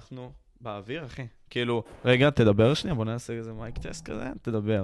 אנחנו באוויר, אחי. כאילו, רגע, תדבר שנייה, בוא נעשה איזה מייק טסט כזה, תדבר.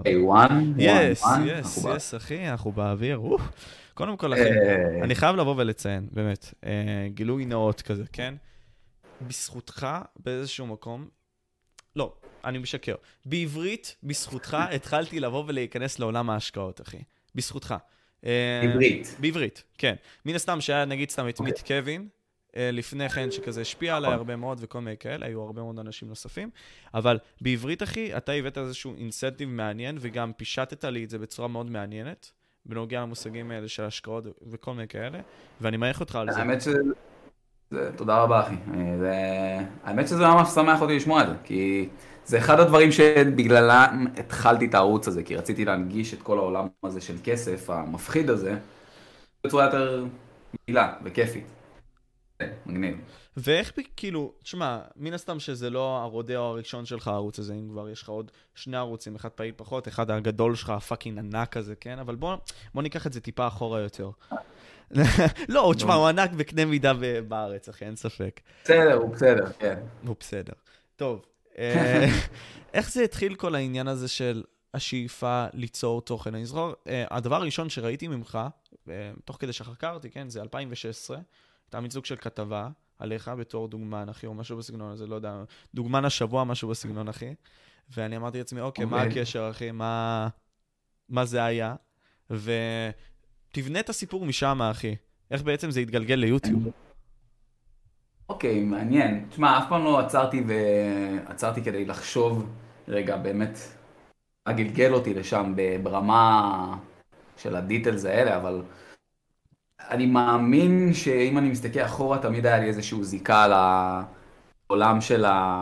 יס, אחי, אנחנו באוויר. קודם כל, אחי, אני חייב לבוא ולציין, באמת, גילוי נאות כזה, כן? בזכותך, באיזשהו מקום, לא, אני משקר. בעברית, בזכותך, התחלתי לבוא ולהיכנס לעולם ההשקעות, אחי. בזכותך. בעברית, כן. מן הסתם שהיה, נגיד סתם את מיט קווין, לפני כן שכזה השפיע עליי הרבה מאוד וכל מיני כאלה, היו הרבה מאוד אנשים נוספים, אבל בעברית, אחי, אתה הבאת איזשהו אינסנטיב מעניין, וגם פישטת לי את זה בצורה מאוד מעניינת, בנוגע למושגים האלה של השקעות וכל מיני כאלה, ואני מעריך אותך על זה. האמת תודה רבה, אחי. האמת שזה ממש שמח אותי לשמוע את זה, כי זה אחד הדברים שבגללם התחלתי את הערוץ הזה, כי רציתי להנגיש את כל העולם הזה של כסף, המפחיד הזה, בצורה יותר מגעילה וכיפית. מגניב. ואיך כאילו, תשמע, מן הסתם שזה לא הרודע הראשון שלך הערוץ הזה, אם כבר יש לך עוד שני ערוצים, אחד פעיל פחות, אחד הגדול שלך, הפאקינג ענק הזה, כן? אבל בוא ניקח את זה טיפה אחורה יותר. לא, תשמע, הוא ענק בקנה מידה בארץ, אחי, אין ספק. בסדר, הוא בסדר, כן. הוא בסדר. טוב, איך זה התחיל כל העניין הזה של השאיפה ליצור תוכן? אני זוכר, הדבר הראשון שראיתי ממך, תוך כדי שחקרתי, כן, זה 2016, הייתה מיצוג של כתבה עליך בתור דוגמן, אחי, או משהו בסגנון הזה, לא יודע, דוגמן השבוע, משהו בסגנון, אחי. ואני אמרתי לעצמי, אוקיי, מה הקשר, אחי? מה זה היה? ותבנה את הסיפור משם, אחי. איך בעצם זה יתגלגל ליוטיוב? אוקיי, מעניין. תשמע, אף פעם לא עצרתי כדי לחשוב, רגע, באמת, הגלגל אותי לשם ברמה של הדיטלס האלה, אבל אני מאמין שאם אני מסתכל אחורה, תמיד היה לי איזשהו זיקה לעולם של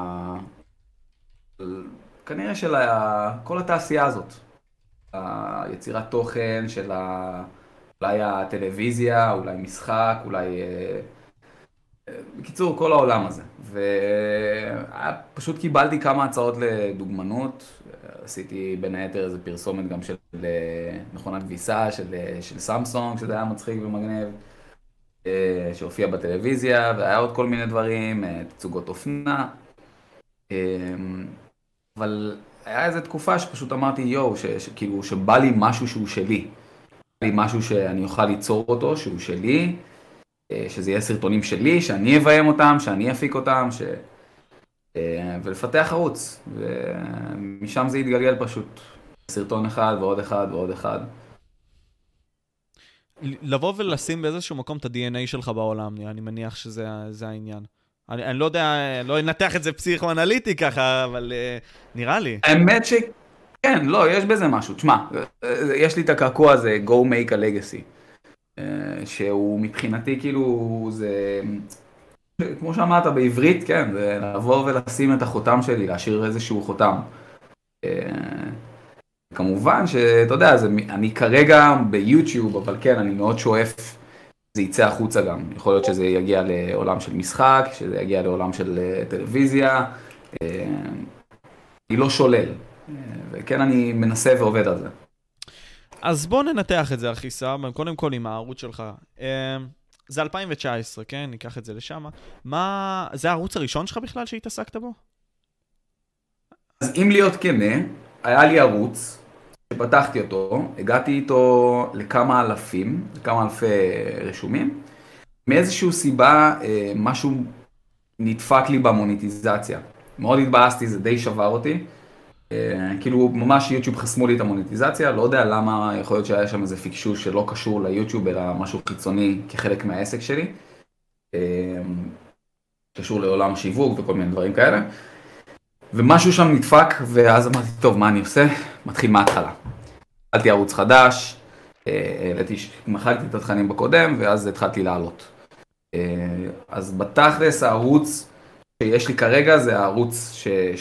כנראה של כל התעשייה הזאת. היצירת תוכן של אולי הטלוויזיה, אולי משחק, אולי בקיצור, כל העולם הזה. ופשוט קיבלתי כמה הצעות לדוגמנות. עשיתי בין היתר איזה פרסומת גם של מכונת כביסה, של סמסונג, שזה היה מצחיק ומגניב, שהופיע בטלוויזיה, והיה עוד כל מיני דברים, תצוגות אופנה. אבל היה איזו תקופה שפשוט אמרתי, יואו, כאילו, שבא לי משהו שהוא שלי. בא לי משהו שאני אוכל ליצור אותו, שהוא שלי, שזה יהיה סרטונים שלי, שאני אביים אותם, שאני אפיק אותם, ולפתח ערוץ. ומשם זה יתגלגל פשוט. סרטון אחד ועוד אחד ועוד אחד. לבוא ולשים באיזשהו מקום את ה-DNA שלך בעולם, אני מניח שזה העניין. אני לא יודע, לא אנתח את זה פסיכואנליטי ככה, אבל נראה לי. האמת שכן, לא, יש בזה משהו. תשמע, יש לי את הקעקוע הזה, Go Make a Legacy. שהוא מבחינתי כאילו זה, כמו שאמרת בעברית, כן, זה לבוא ולשים את החותם שלי, להשאיר איזשהו חותם. כמובן שאתה יודע, אני כרגע ביוטיוב, אבל כן, אני מאוד שואף, זה יצא החוצה גם. יכול להיות שזה יגיע לעולם של משחק, שזה יגיע לעולם של טלוויזיה. אני לא שולל, וכן אני מנסה ועובד על זה. אז בוא ננתח את זה, אחי סבא, קודם כל עם הערוץ שלך. זה 2019, כן? ניקח את זה לשם. זה הערוץ הראשון שלך בכלל שהתעסקת בו? אז אם להיות כנה, היה לי ערוץ שפתחתי אותו, הגעתי איתו לכמה אלפי רשומים. מאיזשהו סיבה, משהו נדפק לי במוניטיזציה. מאוד התבאסתי, זה די שבר אותי. כאילו ממש יוטיוב חסמו לי את המוניטיזציה, לא יודע למה, יכול להיות שהיה שם איזה פיקשוש שלא קשור ליוטיוב, אלא משהו חיצוני כחלק מהעסק שלי, קשור לעולם השיווק וכל מיני דברים כאלה, ומשהו שם נדפק, ואז אמרתי, טוב, מה אני עושה? מתחיל מההתחלה. התחלתי ערוץ חדש, מחקתי את התכנים בקודם, ואז התחלתי לעלות. אז בתכלס הערוץ שיש לי כרגע, זה הערוץ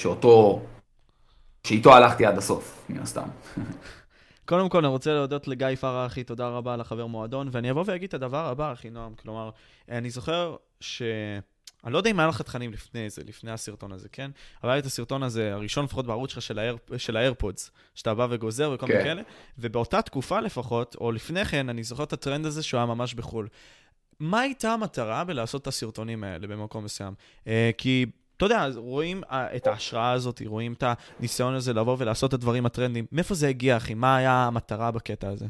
שאיתו הלכתי עד הסוף, מן הסתם. קודם כל, אני רוצה להודות לגיא פרה, אחי, תודה רבה לחבר מועדון, ואני אבוא ואגיד את הדבר הבא, אחי נועם, כלומר, אני זוכר אני לא יודע אם היה לך תכנים לפני הסרטון הזה, כן? אבל היה את הסרטון הזה, הראשון לפחות בערוץ שלך של האיירפודס, שאתה בא וגוזר וכל מיני כאלה, ובאותה תקופה לפחות, או לפני כן, אני זוכר את הטרנד הזה שהוא היה ממש בחול. מה הייתה המטרה בלעשות את הסרטונים האלה במקום מסוים? כי אתה יודע, רואים את ההשראה הזאת, רואים את הניסיון הזה לבוא ולעשות את הדברים הטרנדים. מאיפה זה הגיע, אחי? מה היה המטרה בקטע הזה?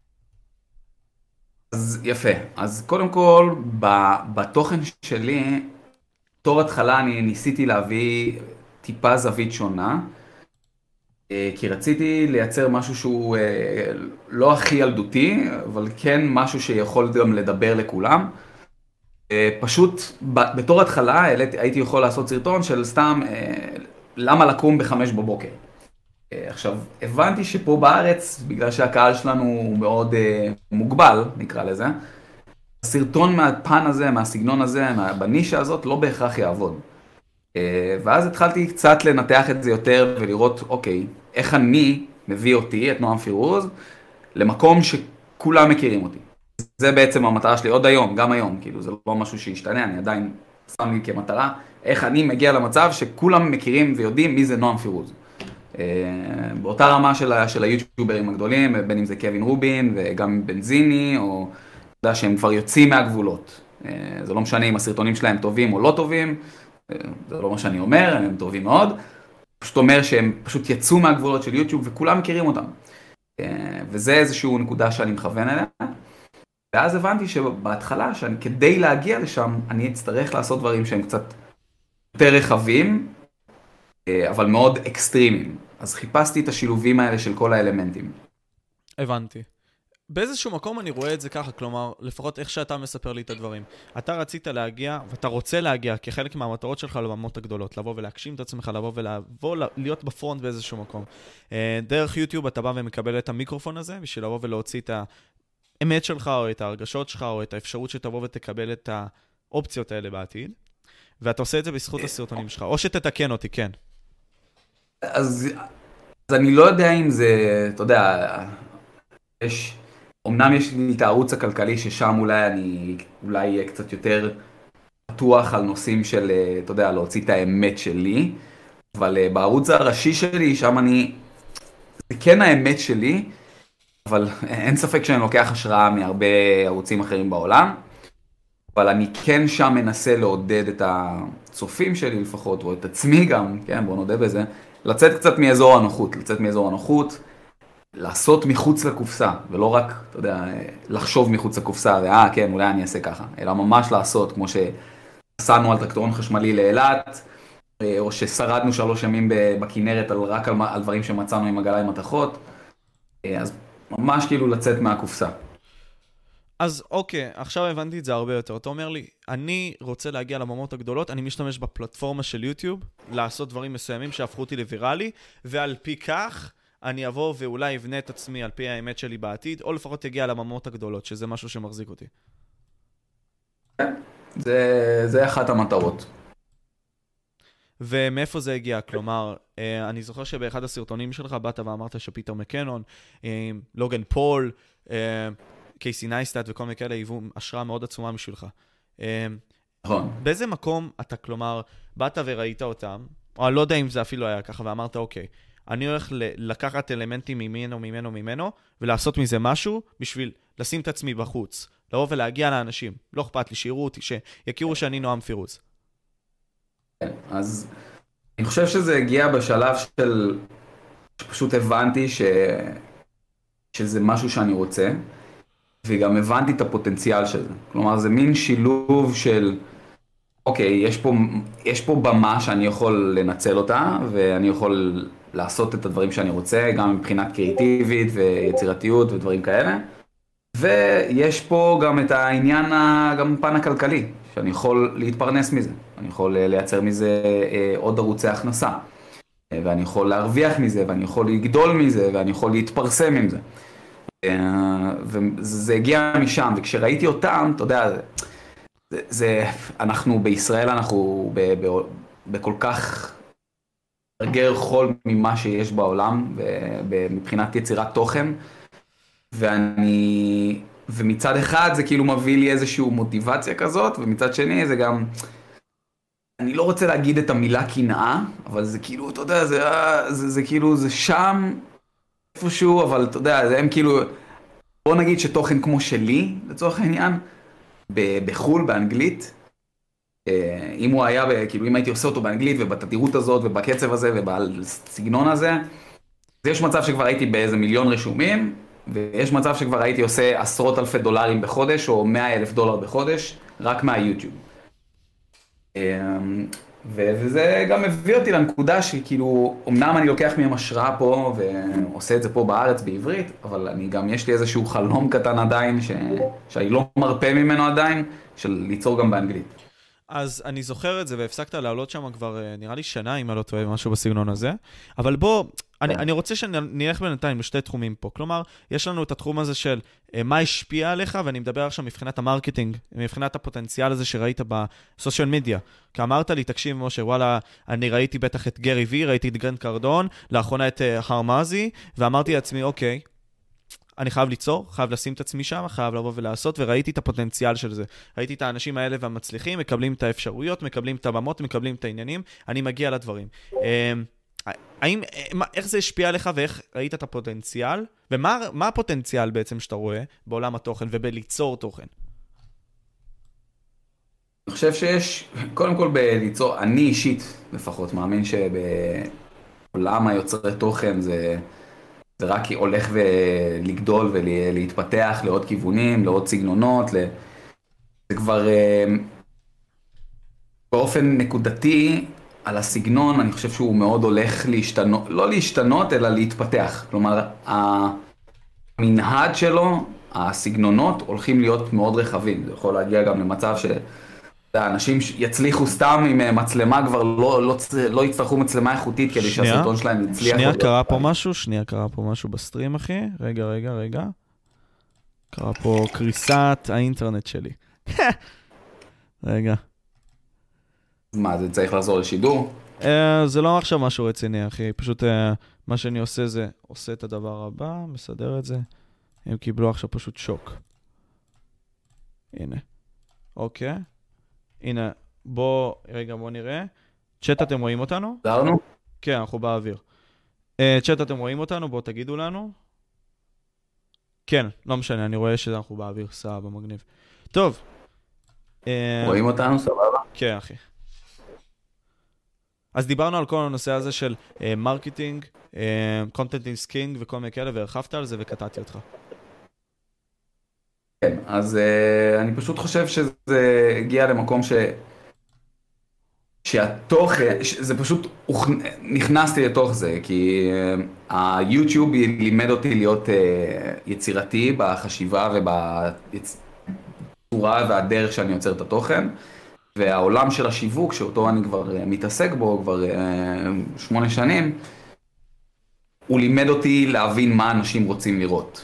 אז יפה. אז קודם כל, בתוכן שלי, בתור התחלה אני ניסיתי להביא טיפה זווית שונה, כי רציתי לייצר משהו שהוא לא הכי ילדותי, אבל כן משהו שיכול גם לדבר לכולם. פשוט בתור התחלה הייתי יכול לעשות סרטון של סתם למה לקום ב5 בבוקר. עכשיו, הבנתי שפה בארץ, בגלל שהקהל שלנו הוא מאוד מוגבל, נקרא לזה, הסרטון מהפן הזה, מהסגנון הזה, בנישה הזאת, לא בהכרח יעבוד. ואז התחלתי קצת לנתח את זה יותר ולראות, אוקיי, איך אני מביא אותי, את נועם פירוז, למקום שכולם מכירים אותי. זה בעצם המטרה שלי, עוד היום, גם היום, כאילו, זה לא משהו שישתנה, אני עדיין שם לי כמטרה, איך אני מגיע למצב שכולם מכירים ויודעים מי זה נועם פירוז. באותה רמה של היוטיוברים הגדולים, בין אם זה קווין רובין וגם בנזיני, או יודע שהם כבר יוצאים מהגבולות. זה לא משנה אם הסרטונים שלהם טובים או לא טובים, זה לא מה שאני אומר, הם טובים מאוד. פשוט אומר שהם פשוט יצאו מהגבולות של יוטיוב וכולם מכירים אותם. וזה איזשהו נקודה שאני מכוון אליה. ואז הבנתי שבהתחלה, כדי להגיע לשם, אני אצטרך לעשות דברים שהם קצת יותר רחבים, אבל מאוד אקסטרימיים. אז חיפשתי את השילובים האלה של כל האלמנטים. הבנתי. באיזשהו מקום אני רואה את זה ככה, כלומר, לפחות איך שאתה מספר לי את הדברים. אתה רצית להגיע, ואתה רוצה להגיע, כחלק מהמטרות שלך לבמות הגדולות, לבוא ולהגשים את עצמך, לבוא להיות בפרונט באיזשהו מקום. דרך יוטיוב אתה בא ומקבל את המיקרופון הזה, בשביל לבוא ולהוציא את האמת שלך, או את ההרגשות שלך, או את האפשרות שתבוא ותקבל את האופציות האלה בעתיד. ואתה עושה את זה בזכות הסרטונים שלך, או שתתקן אותי, כן. אז אני לא יודע אם זה, אתה יודע, אמנם יש לי את הערוץ הכלכלי ששם אולי אהיה קצת יותר פתוח על נושאים של, אתה יודע, להוציא את האמת שלי, אבל בערוץ הראשי שלי, שם זה כן האמת שלי, אבל אין ספק שאני לוקח השראה מהרבה ערוצים אחרים בעולם, אבל אני כן שם מנסה לעודד את הצופים שלי לפחות, או את עצמי גם, כן, בוא נודה בזה, לצאת קצת מאזור הנוחות, לעשות מחוץ לקופסה, ולא רק, אתה יודע, לחשוב מחוץ לקופסה, כן, אולי אני אעשה ככה, אלא ממש לעשות, כמו שעשינו על טרקטורון חשמלי לאילת, או ששרדנו 3 ימים בכנרת רק על דברים שמצאנו עם עגלה עם מתכות, אז ממש כאילו לצאת מהקופסה. אז אוקיי, עכשיו הבנתי את זה הרבה יותר. אתה אומר לי, אני רוצה להגיע לבמות הגדולות, אני משתמש בפלטפורמה של יוטיוב, לעשות דברים מסוימים שהפכו אותי לוויראלי, ועל פי כך אני אבוא ואולי אבנה את עצמי על פי האמת שלי בעתיד, או לפחות תגיע לבמות הגדולות, שזה משהו שמחזיק אותי. זה אחת המטרות. ומאיפה זה הגיע? כלומר, אני זוכר שבאחד הסרטונים שלך באת ואמרת שפיטר מקנון, לוגן פול, קייסי נייסטאט וכל מיני כאלה היוו השראה מאוד עצומה בשבילך. נכון. באיזה מקום אתה, כלומר, באת וראית אותם, או אני לא יודע אם זה אפילו היה ככה, ואמרת, אוקיי, אני הולך לקחת אלמנטים ממנו, ולעשות מזה משהו בשביל לשים את עצמי בחוץ, לבוא ולהגיע לאנשים. לא אכפת לי, שיראו אותי, שיכירו שאני נועם פירוז. אז אני חושב שזה הגיע בשלב שפשוט הבנתי שזה משהו שאני רוצה, וגם הבנתי את הפוטנציאל של זה. כלומר, זה מין שילוב של, אוקיי, יש פה במה שאני יכול לנצל אותה, ואני יכול לעשות את הדברים שאני רוצה, גם מבחינת קריאטיבית ויצירתיות ודברים כאלה. ויש פה גם את העניין, גם פן הכלכלי, שאני יכול להתפרנס מזה. אני יכול לייצר מזה עוד ערוצי הכנסה. ואני יכול להרוויח מזה, ואני יכול לגדול מזה, ואני יכול להתפרסם עם זה. וזה הגיע משם, וכשראיתי אותם, אתה יודע, אנחנו בישראל, אנחנו בכל כך ארגר חול ממה שיש בעולם, מבחינת יצירת תוכן, ומצד אחד זה כאילו מביא לי איזושהי מוטיבציה כזאת, ומצד שני זה גם, אני לא רוצה להגיד את המילה קנאה, אבל זה כאילו, אתה יודע, זה כאילו, זה שם איפשהו, אבל אתה יודע, הם כאילו, בוא נגיד שתוכן כמו שלי, לצורך העניין, בחול, באנגלית, אם הוא היה, כאילו אם הייתי עושה אותו באנגלית ובתדירות הזאת ובקצב הזה ובסגנון הזה, אז יש מצב שכבר הייתי באיזה מיליון רשומים, ויש מצב שכבר הייתי עושה עשרות אלפי דולרים בחודש, או 100,000 דולר בחודש, רק מהיוטיוב. וזה גם מביא אותי לנקודה שכאילו, אמנם אני לוקח מהם השראה פה, ועושה את זה פה בארץ בעברית, אבל אני גם, יש לי איזשהו חלום קטן עדיין, שאני לא מרפה ממנו עדיין, של ליצור גם באנגלית. אז אני זוכר את זה, והפסקת לעלות שם כבר, נראה לי שנה, אם אני לא טועה, משהו בסגנון הזה. אבל בוא, אני רוצה שנלך בינתיים לשתי תחומים פה. כלומר, יש לנו את התחום הזה של מה השפיע עליך, ואני מדבר עכשיו מבחינת המרקטינג, מבחינת הפוטנציאל הזה שראית בסושיאל מדיה. כי אמרת לי, תקשיב משה, וואלה, אני ראיתי בטח את גרי וי, ראיתי את גרנט קרדון, לאחרונה את הרמזי, ואמרתי לעצמי, אוקיי, אני חייב ליצור, חייב לשים את עצמי שם, חייב לבוא ולעשות, וראיתי את הפוטנציאל של זה. ראיתי את האנשים האלה והמצליחים, מקבלים את האפשרויות, מקבלים את הבמות, מקבלים את העניינים, אני מגיע לדברים. איך זה השפיע עליך ואיך ראית את הפוטנציאל, ומה הפוטנציאל בעצם שאתה רואה בעולם התוכן ובליצור תוכן? אני חושב שיש, קודם כל בליצור, אני אישית לפחות מאמין שבעולם היוצרי תוכן זה רק הולך ולגדול ולהתפתח לעוד כיוונים, לעוד סגנונות, זה כבר באופן נקודתי על הסגנון, אני חושב שהוא מאוד הולך להשתנות, לא להשתנות אלא להתפתח, כלומר המנהד שלו, הסגנונות הולכים להיות מאוד רחבים, זה יכול להגיע גם למצב שהאנשים יצליחו סתם עם מצלמה, כבר לא יצטרכו מצלמה איכותית כדי שהסרטון שלהם יצליח. שנייה קרה פה משהו בסטרים אחי, רגע, קרה פה קריסת האינטרנט שלי. רגע. מה, זה צריך לחזור לשידור? זה לא עכשיו משהו רציני, אחי. פשוט מה שאני עושה זה, עושה את הדבר הבא, מסדר את זה. הם קיבלו עכשיו פשוט שוק. הנה. אוקיי. הנה, בוא נראה. צ'אט אתם רואים אותנו? דרנו? כן, אנחנו באוויר. צ'אט אתם רואים אותנו? בואו תגידו לנו. כן, לא משנה, אני רואה שאנחנו באוויר. סבבה, מגניב. טוב. רואים אותנו? סבבה? כן, אחי. אז דיברנו על כל הנושא הזה של מרקטינג, content is king וכל מיני כאלה, והרחבת על זה וקטעתי אותך. כן, אז אני פשוט חושב שזה הגיע למקום שהתוכן, זה פשוט נכנסתי לתוך זה, כי היוטיוב לימד אותי להיות יצירתי בחשיבה ובצורה והדרך שאני יוצר את התוכן. והעולם של השיווק, שאותו אני כבר מתעסק בו, כבר 8 שנים, הוא לימד אותי להבין מה אנשים רוצים לראות.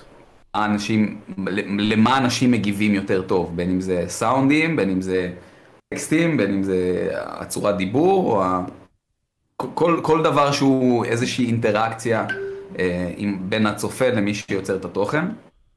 למה אנשים מגיבים יותר טוב, בין אם זה סאונדים, בין אם זה טקסטים, בין אם זה הצורת דיבור, או כל דבר שהוא איזושהי אינטראקציה בין הצופה למי שיוצר את התוכן.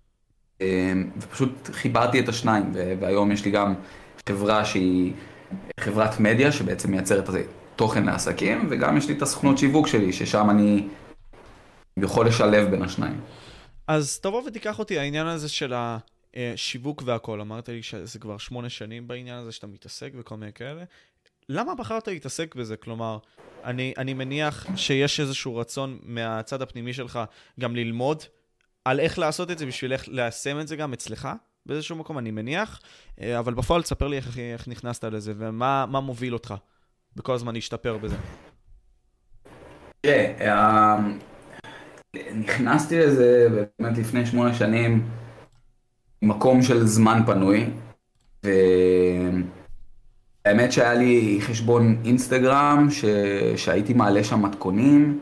ופשוט חיברתי את השניים, והיום יש לי גם חברה שהיא חברת מדיה שבעצם מייצרת תוכן לעסקים, וגם יש לי את הסוכנות שיווק שלי, ששם אני יכול לשלב בין השניים. אז תבוא ותיקח אותי העניין הזה של השיווק והכל. אמרת לי שזה כבר 8 שנים בעניין הזה שאתה מתעסק וכל מיני כאלה. למה בחרת להתעסק בזה? כלומר, אני מניח שיש איזשהו רצון מהצד הפנימי שלך גם ללמוד על איך לעשות את זה בשביל איך ליישם את זה גם אצלך. באיזשהו מקום אני מניח, אבל בפועל תספר לי איך נכנסת לזה, ומה מוביל אותך בכל הזמן להשתפר בזה. נכנסתי לזה באמת לפני 8 שנים, מקום של זמן פנוי, והאמת שהיה לי חשבון אינסטגרם, שהייתי מעלה שם מתכונים,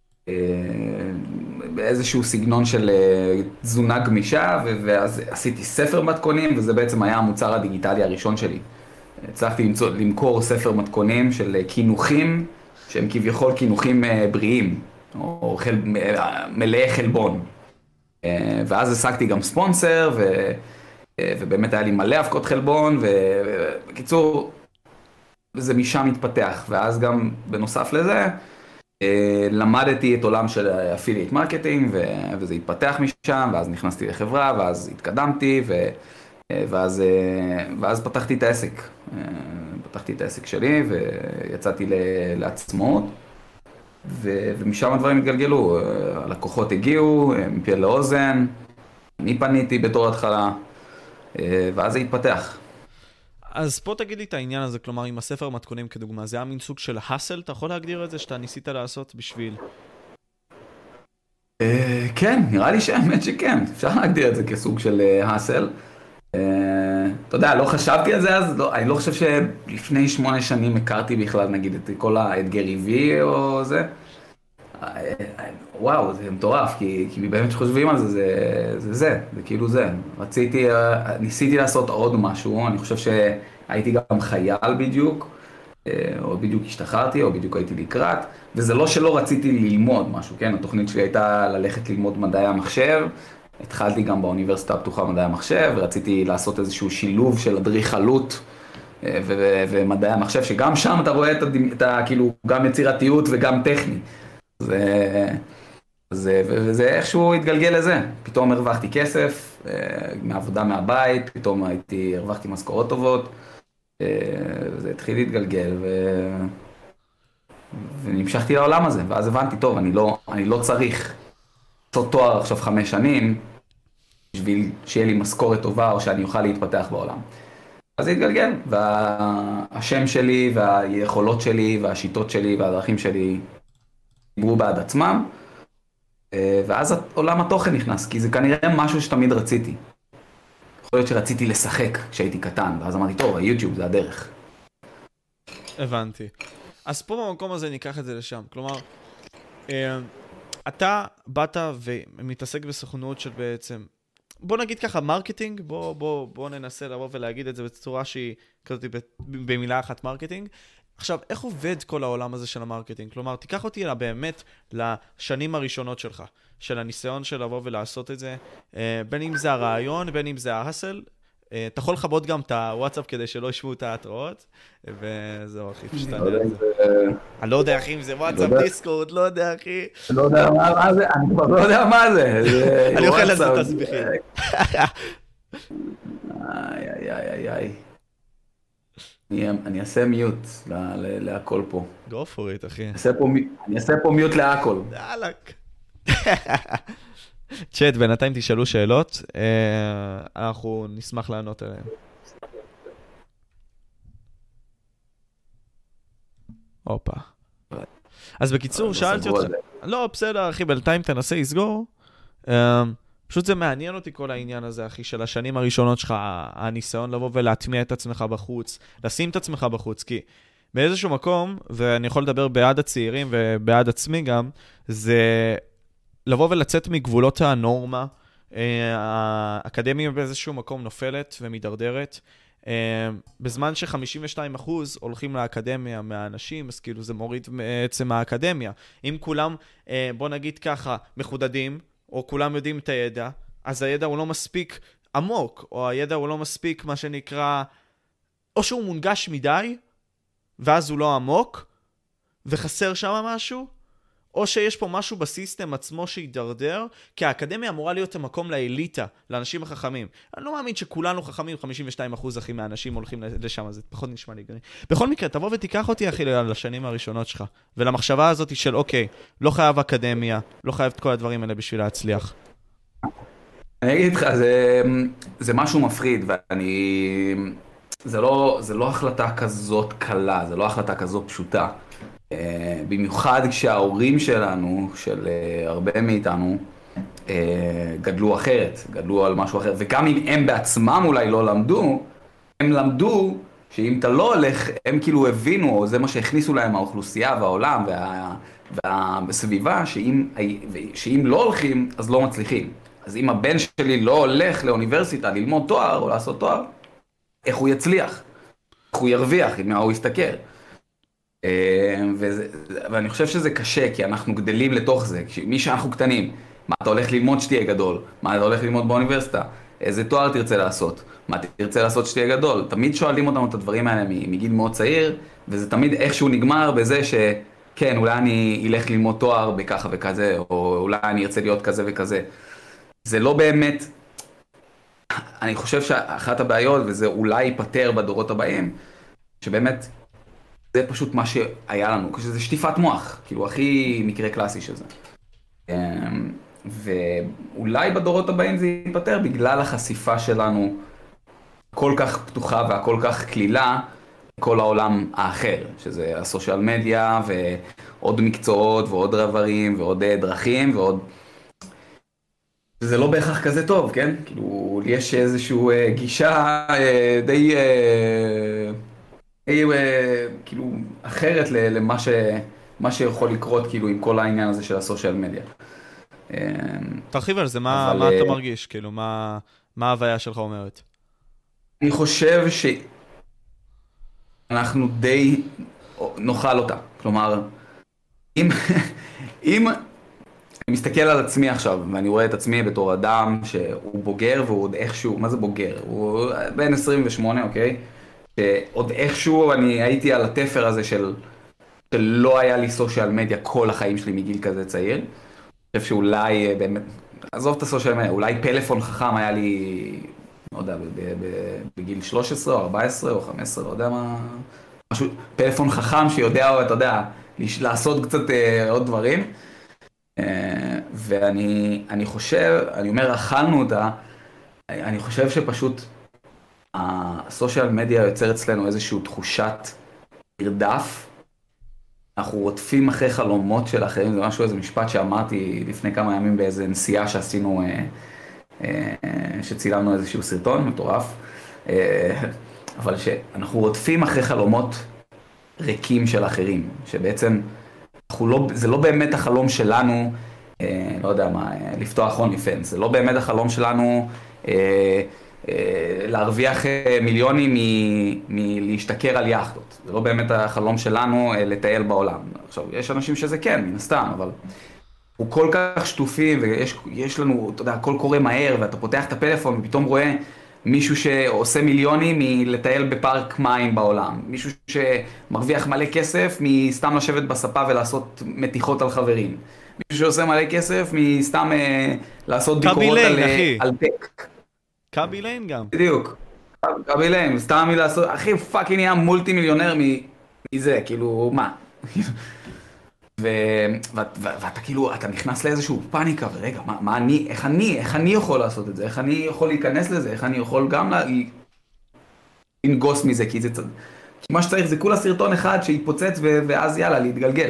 באיזשהו סגנון של תזונה גמישה, ואז עשיתי ספר מתכונים, וזה בעצם היה המוצר הדיגיטלי הראשון שלי. הצלחתי למכור ספר מתכונים של כינוכים, שהם כביכול כינוכים בריאים, או מלאי חלבון. ואז השגתי גם ספונסר, ובאמת היה לי מלא אבקות חלבון, ובקיצור, זה משם התפתח. ואז גם בנוסף לזה, למדתי את עולם של אפילייט מרקטינג, וזה התפתח משם, ואז נכנסתי לחברה, ואז התקדמתי, ואז פתחתי את העסק. פתחתי את העסק שלי ויצאתי לעצמאות, ומשם הדברים התגלגלו, הלקוחות הגיעו, מפה לאוזן, אני פניתי בתור התחלה, ואז זה התפתח. אז פה תגיד לי את העניין הזה, כלומר, עם הספר מתכונים כדוגמה, זה היה מין סוג של הסל, אתה יכול להגדיר את זה שאתה ניסית לעשות בשביל? כן, נראה לי שהאמת שכן, אפשר להגדיר את זה כסוג של הסל. אתה יודע, לא חשבתי על זה אז, אני לא חושב שלפני 8 שנים הכרתי בכלל, נגיד, את כל גרי וי או זה. וואו, זה מטורף, כי באמת שחושבים על זה, זה כאילו זה. ניסיתי לעשות עוד משהו, אני חושב שהייתי גם חייל בדיוק, או בדיוק השתחררתי, או בדיוק הייתי לקראת, וזה לא שלא רציתי ללמוד משהו, כן? התוכנית שלי הייתה ללכת ללמוד מדעי המחשב, התחלתי גם באוניברסיטה הפתוחה מדעי המחשב, ורציתי לעשות איזשהו שילוב של אדריכלות ומדעי המחשב, שגם שם אתה רואה את כאילו, גם יצירתיות וגם טכני. וזה איכשהו התגלגל לזה. פתאום הרווחתי כסף, מעבודה מהבית, פתאום הרווחתי משכורות טובות, וזה התחיל להתגלגל, ונמשכתי לעולם הזה, ואז הבנתי, טוב, אני לא צריך לעשות תואר עכשיו 5 שנים, בשביל שיהיה לי משכורת טובה, או שאני אוכל להתפתח בעולם. אז זה התגלגל, והשם שלי, והיכולות שלי, והשיטות שלי, והדרכים שלי, דיברו בעד עצמם, ואז עולם התוכן נכנס, כי זה כנראה משהו שתמיד רציתי. יכול להיות שרציתי לשחק כשהייתי קטן, ואז אמרתי, טוב, היוטיוב זה הדרך. הבנתי. אז פה במקום הזה ניקח את זה לשם. כלומר, אתה באת ומתעסק בסוכנות של בעצם, בוא נגיד ככה, מרקטינג, בוא ננסה לבוא ולהגיד את זה בצורה שהיא כזאת במילה אחת מרקטינג. עכשיו, איך עובד כל העולם הזה של המרקטינג? כלומר, תיקח אותי באמת לשנים הראשונות שלך, של הניסיון של לבוא ולעשות את זה, בין אם זה הרעיון, בין אם זה ההסל. אתה יכול לחבות גם את הוואטסאפ כדי שלא ישמעו את ההתראות, וזהו אחי, פשטניה את זה. אני לא יודע אחי אם זה וואטסאפ, דיסקורד, לא יודע אחי. לא יודע מה זה, אני כבר לא יודע מה זה. אני אוכל לזה את הסביכים. איי. אני אעשה מיוט להכל פה. Go for it, אחי. אני אעשה פה מיוט להכל. דלק. צ'אט, בינתיים תשאלו שאלות, אנחנו נשמח לענות עליהן. הופה. אז בקיצור, שאלתי אותך... לא, בסדר, אחי, בינתיים תנסה לסגור. פשוט זה מעניין אותי כל העניין הזה, אחי, של השנים הראשונות שלך, הניסיון לבוא ולהטמיע את עצמך בחוץ, לשים את עצמך בחוץ, כי באיזשהו מקום, ואני יכול לדבר בעד הצעירים ובעד עצמי גם, זה לבוא ולצאת מגבולות הנורמה, האקדמיה באיזשהו מקום נופלת ומדרדרת, בזמן ש-52% הולכים לאקדמיה מהאנשים, אז כאילו זה מוריד בעצם האקדמיה. אם כולם, בוא נגיד ככה, מחודדים, או כולם יודעים את הידע, אז הידע הוא לא מספיק עמוק, או הידע הוא לא מספיק מה שנקרא, או שהוא מונגש מדי, ואז הוא לא עמוק, וחסר שם משהו, או שיש פה משהו בסיסטם עצמו שידרדר, כי האקדמיה אמורה להיות המקום לאליטה, לאנשים החכמים. אני לא מאמין שכולנו חכמים, 52% אחי מהאנשים הולכים לשם, אז זה פחות נשמע לי גני. בכל מקרה, תבוא ותיקח אותי אחי לשנים הראשונות שלך, ולמחשבה הזאת של אוקיי, לא חייב אקדמיה, לא חייב את כל הדברים האלה בשביל להצליח. אני אגיד לך, זה משהו מפריד, זה לא החלטה כזאת קלה, זה לא החלטה כזאת פשוטה. במיוחד כשההורים שלנו, של הרבה מאיתנו, גדלו אחרת, גדלו על משהו אחר, וגם אם הם בעצמם אולי לא למדו, הם למדו שאם אתה לא הולך, הם כאילו הבינו, או זה מה שהכניסו להם האוכלוסייה והעולם והסביבה, שאם לא הולכים, אז לא מצליחים. אז אם הבן שלי לא הולך לאוניברסיטה ללמוד תואר או לעשות תואר, איך הוא יצליח? איך הוא ירוויח? מה הוא יסתכל? ואני חושב שזה קשה, כי אנחנו גדלים לתוך זה. מי שאנחנו קטנים, מה אתה הולך ללמוד שתהיה גדול? מה אתה הולך ללמוד באוניברסיטה? איזה תואר תרצה לעשות? מה תרצה לעשות שתהיה גדול? תמיד שואלים אותנו את הדברים האלה מגיל מאוד צעיר, וזה תמיד איכשהו נגמר בזה שכן, אולי אני אלך ללמוד תואר בככה וכזה, או אולי אני ארצה להיות כזה וכזה. זה לא באמת, אני חושב שאחת הבעיות, וזה אולי ייפטר בדורות הבאים, שבאמת זה פשוט מה שהיה לנו, כשזה שטיפת מוח, כאילו הכי מקרה קלאסי של זה. ואולי בדורות הבאים זה ייפטר בגלל החשיפה שלנו כל כך פתוחה והכל כך כלילה, כל העולם האחר, שזה הסושיאל מדיה ועוד מקצועות ועוד רברים ועוד דרכים ועוד... זה לא בהכרח כזה טוב, כן? כאילו, יש איזושהי גישה די... כאילו אחרת למה שיכול לקרות כאילו עם כל העניין הזה של הסושיאל מדיה. תרחיב על זה, מה אתה מרגיש? כאילו, מה ההוויה שלך אומרת? אני חושב שאנחנו די נאכל אותה. כלומר, אם אני מסתכל על עצמי עכשיו, ואני רואה את עצמי בתור אדם שהוא בוגר והוא עוד איכשהו, מה זה בוגר? הוא בן 28, אוקיי? שעוד איכשהו אני הייתי על התפר הזה שלא היה לי סושיאל מדיה כל החיים שלי מגיל כזה צעיר. אני חושב שאולי באמת, עזוב את הסושיאל מדיה, אולי פלאפון חכם היה לי, לא יודע, בגיל 13 או 14 או 15, לא יודע מה, משהו, פלאפון חכם שיודע, אתה יודע, לעשות קצת עוד דברים. ואני חושב, אני אומר, אכלנו אותה, אני חושב שפשוט הסושיאל מדיה יוצר אצלנו איזושהי תחושת מרדף. אנחנו רודפים אחרי חלומות של אחרים, זה משהו, איזה משפט שאמרתי לפני כמה ימים באיזה נסיעה שעשינו, שצילמנו איזשהו סרטון מטורף, אבל שאנחנו רודפים אחרי חלומות ריקים של אחרים, שבעצם זה לא באמת החלום שלנו, לא יודע מה, לפתוח OnlyFans, זה לא באמת החלום שלנו להרוויח מיליונים מלהשתכר על יאכטות. זה לא באמת החלום שלנו לטייל בעולם. עכשיו, יש אנשים שזה כן, מן הסתם, אבל הוא כל כך שטופים, ויש לנו, אתה יודע, הכל קורה מהר, ואתה פותח את הפלאפון ופתאום רואה מישהו שעושה מיליונים מלטייל בפארק מים בעולם. מישהו שמרוויח מלא כסף מסתם לשבת בספה ולעשות מתיחות על חברים. מישהו שעושה מלא כסף מסתם לעשות ביקורות על טק. קאבי ליין גם. בדיוק. קאבי ליין, סתם מלעשות, אחי פאקינג נהיה מולטי מיליונר מזה, כאילו, מה? ואתה כאילו, אתה נכנס לאיזשהו פאניקה, ורגע, מה אני, איך אני יכול לעשות את זה? איך אני יכול להיכנס לזה? איך אני יכול גם לנגוס מזה? כי מה שצריך זה כולה סרטון אחד שיתפוצץ, ואז יאללה, להתגלגל.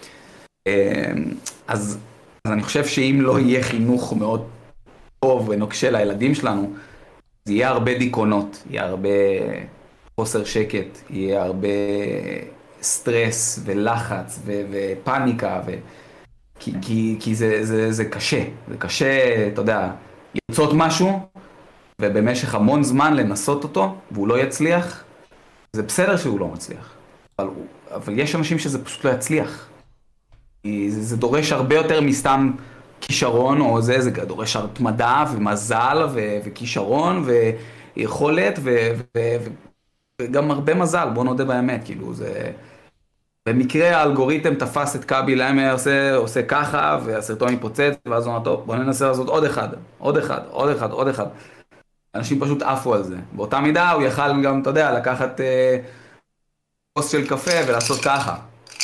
אז אני חושב שאם לא יהיה חינוך מאוד טוב ונוקשה לילדים שלנו, אז יהיה הרבה דיכאונות, יהיה הרבה חוסר שקט, יהיה הרבה סטרס ולחץ ופאניקה, כי זה קשה, זה קשה, אתה יודע, לרצות משהו, ובמשך המון זמן לנסות אותו, והוא לא יצליח, זה בסדר שהוא לא מצליח, אבל יש אנשים שזה פשוט לא יצליח. זה דורש הרבה יותר מסתם כישרון, או זה דורש התמדה ומזל וכישרון ויכולת וגם הרבה מזל, בוא נודה באמת, כאילו זה... במקרה האלגוריתם תפס את קאבי ליימר, עושה ככה, והסרטון מתפוצץ, ואז הוא אומר, טוב, בוא ננסה לעשות עוד אחד. אנשים פשוט עפו על זה. באותה מידה הוא יכל גם, אתה יודע, לקחת כוס של קפה ולעשות ככה.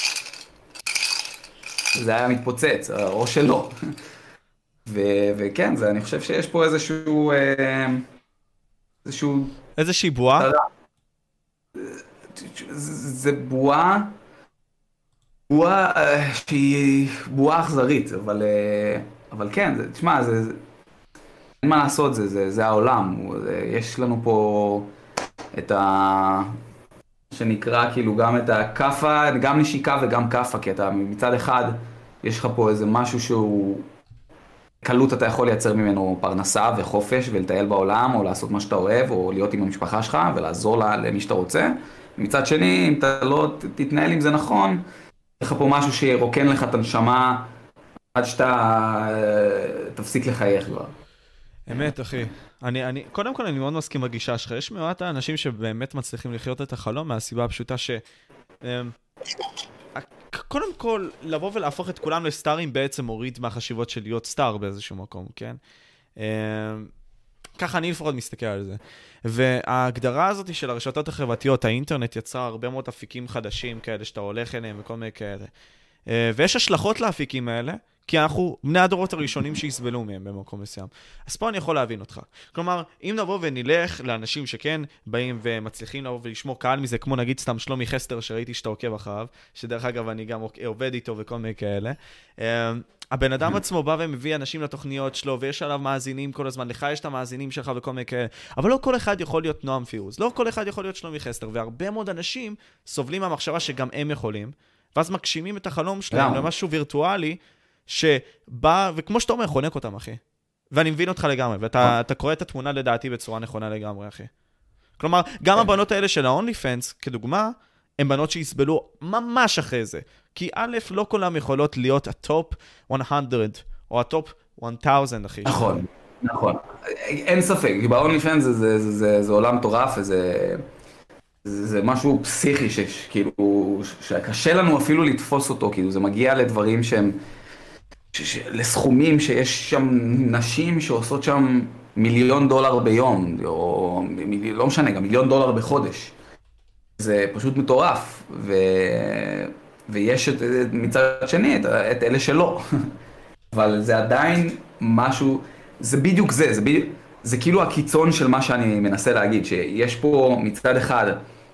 זה היה מתפוצץ, או שלא. וכן, אני חושב שיש פה איזושהי בועה? זה בועה שהיא בועה אכזרית, אבל כן, תשמע, אין מה לעשות, זה העולם. יש לנו פה את שנקרא כאילו גם את הקפה, גם נשיקה וגם קפה, כי אתה מצד אחד יש לך פה איזה משהו שהוא קלות, אתה יכול לייצר ממנו פרנסה וחופש ולטייל בעולם, או לעשות מה שאתה אוהב, או להיות עם המשפחה שלך ולעזור למי שאתה רוצה. מצד שני, אם אתה לא תתנהל עם זה נכון, יש לך פה משהו שירוקן לך את הנשמה עד שאתה תפסיק לחייך כבר. אמת, אחי. קודם כל אני מאוד מסכים בגישה שלך. יש מעט האנשים שבאמת מצליחים לחיות את החלום מהסיבה הפשוטה קודם כל, לבוא ולהפוך את כולם לסטארים בעצם מוריד מהחשיבות של להיות סטאר באיזשהו מקום, כן? ככה אני לפחות מסתכל על זה. וההגדרה הזאת של הרשתות החברתיות, האינטרנט יצרה הרבה מאוד אפיקים חדשים כאלה שאתה הולך אליהם וכל מיני כאלה. ויש השלכות לאפיקים האלה, כי אנחנו בני הדורות הראשונים שיסבלו מהם במקום מסוים. אז פה אני יכול להבין אותך. כלומר, אם נבוא ונלך לאנשים שכן באים ומצליחים לבוא ולשמור קהל מזה, כמו נגיד סתם שלומי חסטר שראיתי שאתה עוקב אחריו, שדרך אגב אני גם עובד איתו וכל מיני כאלה. הבן אדם עצמו בא ומביא אנשים לתוכניות שלו, ויש עליו מאזינים כל הזמן, לך יש את המאזינים שלך וכל מיני כאלה, אבל לא כל אחד יכול להיות נועם פירוז, לא כל אחד יכול להיות שלומי חסטר, והרבה מאוד אנשים סובלים מהמחשבה שגם הם יכולים, ואז מגשימים את החלום שלהם למשהו וירטואלי, שבא, וכמו שאתה אומר, חונק אותם, אחי. ואני מבין אותך לגמרי, ואתה קורא את התמונה לדעתי בצורה נכונה לגמרי, אחי. כלומר, גם הבנות האלה של ה-OnlyFans, כדוגמה, הן בנות שיסבלו ממש אחרי זה. כי א', לא כולם יכולות להיות הטופ 100, או הטופ 1000, אחי. נכון, נכון. אין ספק, כי ב-OnlyFans זה עולם מטורף, זה משהו פסיכי שכאילו, שקשה לנו אפילו לתפוס אותו, כאילו זה מגיע לדברים שהם, לסכומים שיש שם נשים שעושות שם $1,000,000 ביום, או לא משנה, גם $1,000,000 בחודש. זה פשוט מטורף, ויש מצד שני את אלה שלא. אבל זה עדיין משהו, זה בדיוק זה כאילו הקיצון של מה שאני מנסה להגיד, שיש פה מצד אחד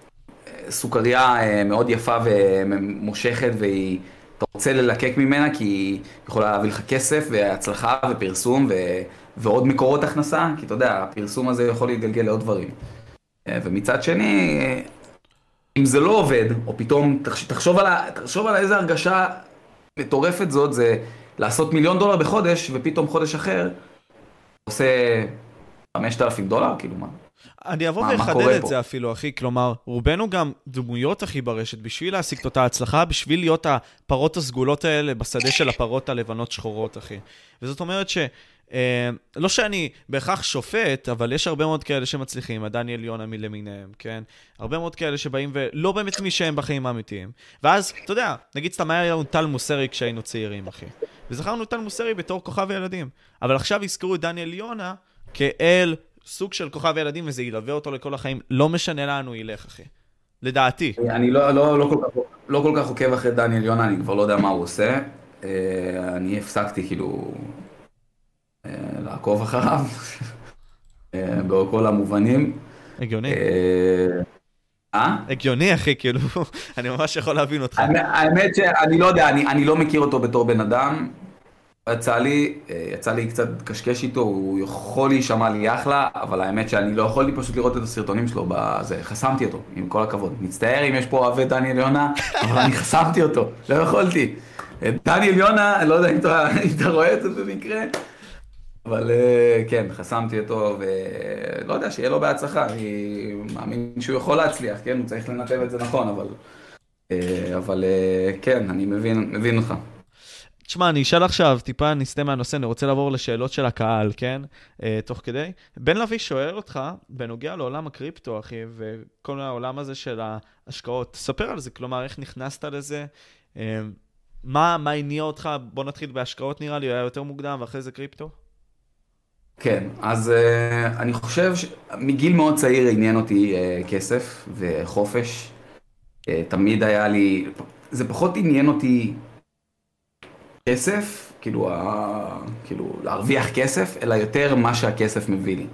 סוכריה מאוד יפה ומושכת, ואתה רוצה ללקק ממנה כי היא יכולה להביא לך כסף והצלחה ופרסום ועוד מקורות הכנסה, כי אתה יודע, הפרסום הזה יכול להתגלגל לעוד דברים. ומצד שני, אם זה לא עובד, או פתאום תחשוב על איזה הרגשה מטורפת זאת, זה לעשות $1,000,000 בחודש, ופתאום חודש אחר עושה $5,000, כאילו מה? אני אבוא ואחדד את זה אפילו, אחי, כלומר, רובנו גם דמויות, אחי, ברשת, בשביל להשיג את אותה הצלחה, בשביל להיות הפרות הסגולות האלה, בשדה של הפרות הלבנות שחורות, אחי. וזאת אומרת לא שאני בהכרח שופט, אבל יש הרבה מאוד כאלה שמצליחים, הדניאל יונה למיניהם, כן? הרבה מאוד כאלה שבאים ולא באמת מי שהם בחיים האמיתיים. ואז, אתה יודע, נגיד סתם היה לנו טל מוסרי כשהיינו צעירים, אחי. וזכרנו טל מוסרי בתור כוכב ילדים. אבל עכשיו הזכרו את דניאל יונה כאל סוג של כוכב ילדים, וזה ילווה אותו לכל החיים. לא משנה לאן הוא ילך, אחי. לדעתי. אני לא כל כך עוקב אחרי דניאל יונה, אני כבר לא יודע מה הוא עושה. אני הפסקתי כאילו לעקוב אחריו, בכל המובנים. הגיוני. הגיוני, אחי, כאילו, אני ממש יכול להבין אותך. האמת שאני לא יודע, אני לא מכיר אותו בתור בן אדם. יצא לי קצת קשקש איתו, הוא יכול להישמע לי אחלה, אבל האמת שאני לא יכולתי פשוט לראות את הסרטונים שלו בזה, חסמתי אותו, עם כל הכבוד. מצטער אם יש פה אוהבי דניאל יונה, אבל אני חסמתי אותו, לא יכולתי. דניאל יונה, לא יודע אם אתה רואה את זה במקרה, אבל כן, חסמתי אותו, ולא יודע, שיהיה לו בהצלחה, אני מאמין שהוא יכול להצליח, כן, הוא צריך לנתב את זה נכון, אבל כן, אני מבין אותך. תשמע, אני אשאל עכשיו, טיפה נסתה מהנושא, אני רוצה לעבור לשאלות של הקהל, כן? תוך כדי. בן לוי שואל אותך, בנוגע לעולם הקריפטו, אחי, וכל העולם הזה של ההשקעות, תספר על זה, כלומר, איך נכנסת לזה? מה הניע אותך? בוא נתחיל בהשקעות נראה לי, היה יותר מוקדם, ואחרי זה קריפטו? כן, אז אני חושב שמגיל מאוד צעיר עניין אותי כסף וחופש. תמיד היה לי, זה פחות עניין אותי כסף, כאילו להרוויח כסף, אלא יותר מה שהכסף מביא לי,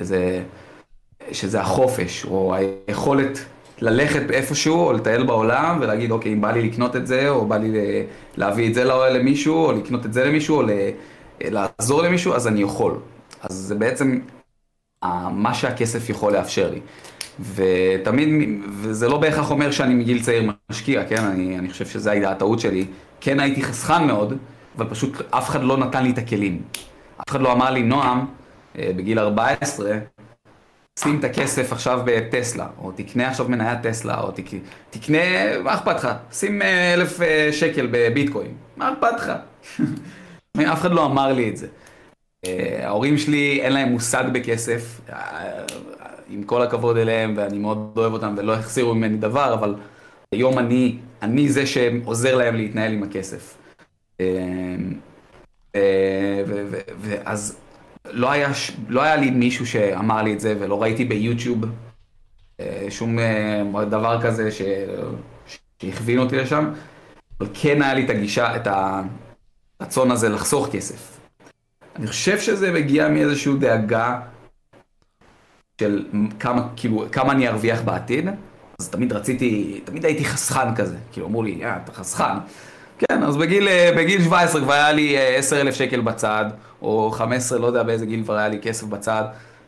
שזה החופש, או היכולת ללכת באיפשהו, או לטייל בעולם, ולהגיד, אוקיי, אם בא לי לקנות את זה, או בא לי להביא את זה למישהו, או לקנות את זה למישהו, או לעזור למישהו, אז אני יכול. אז זה בעצם מה שהכסף יכול לאפשר לי. ותמיד, וזה לא בהכרח אומר שאני מגיל צעיר משקיע, כן? אני חושב שזה הייתה הטעות שלי. כן, הייתי חסכן מאוד, אבל פשוט אף אחד לא נתן לי את הכלים. אף אחד לא אמר לי, נועם, בגיל 14, שים את הכסף עכשיו בטסלה, או תקנה עכשיו מניית טסלה, או תקנה, מה אכפת לך? שים 1,000 שקל בביטקוין, מה אכפת לך? אף אחד לא אמר לי את זה. ההורים שלי אין להם מושג בכסף, עם כל הכבוד אליהם, ואני מאוד אוהב אותם, ולא החסירו ממני דבר, אבל היום אני זה שעוזר להם להתנהל עם הכסף. ואז לא היה לי מישהו שאמר לי את זה, ולא ראיתי ביוטיוב שום דבר כזה שהכווין אותי לשם, אבל כן היה לי את הגישה, את הרצון הזה לחסוך כסף. אני חושב שזה מגיע מאיזשהו דאגה של כמה אני ארוויח בעתיד, אז תמיד הייתי חסכן כזה, כאילו אמרו לי, אתה חסכן. כן, אז בגיל 17 כבר היה לי 10,000 שקל בצד, או 15, לא יודע באיזה גיל כבר היה לי כסף בצד,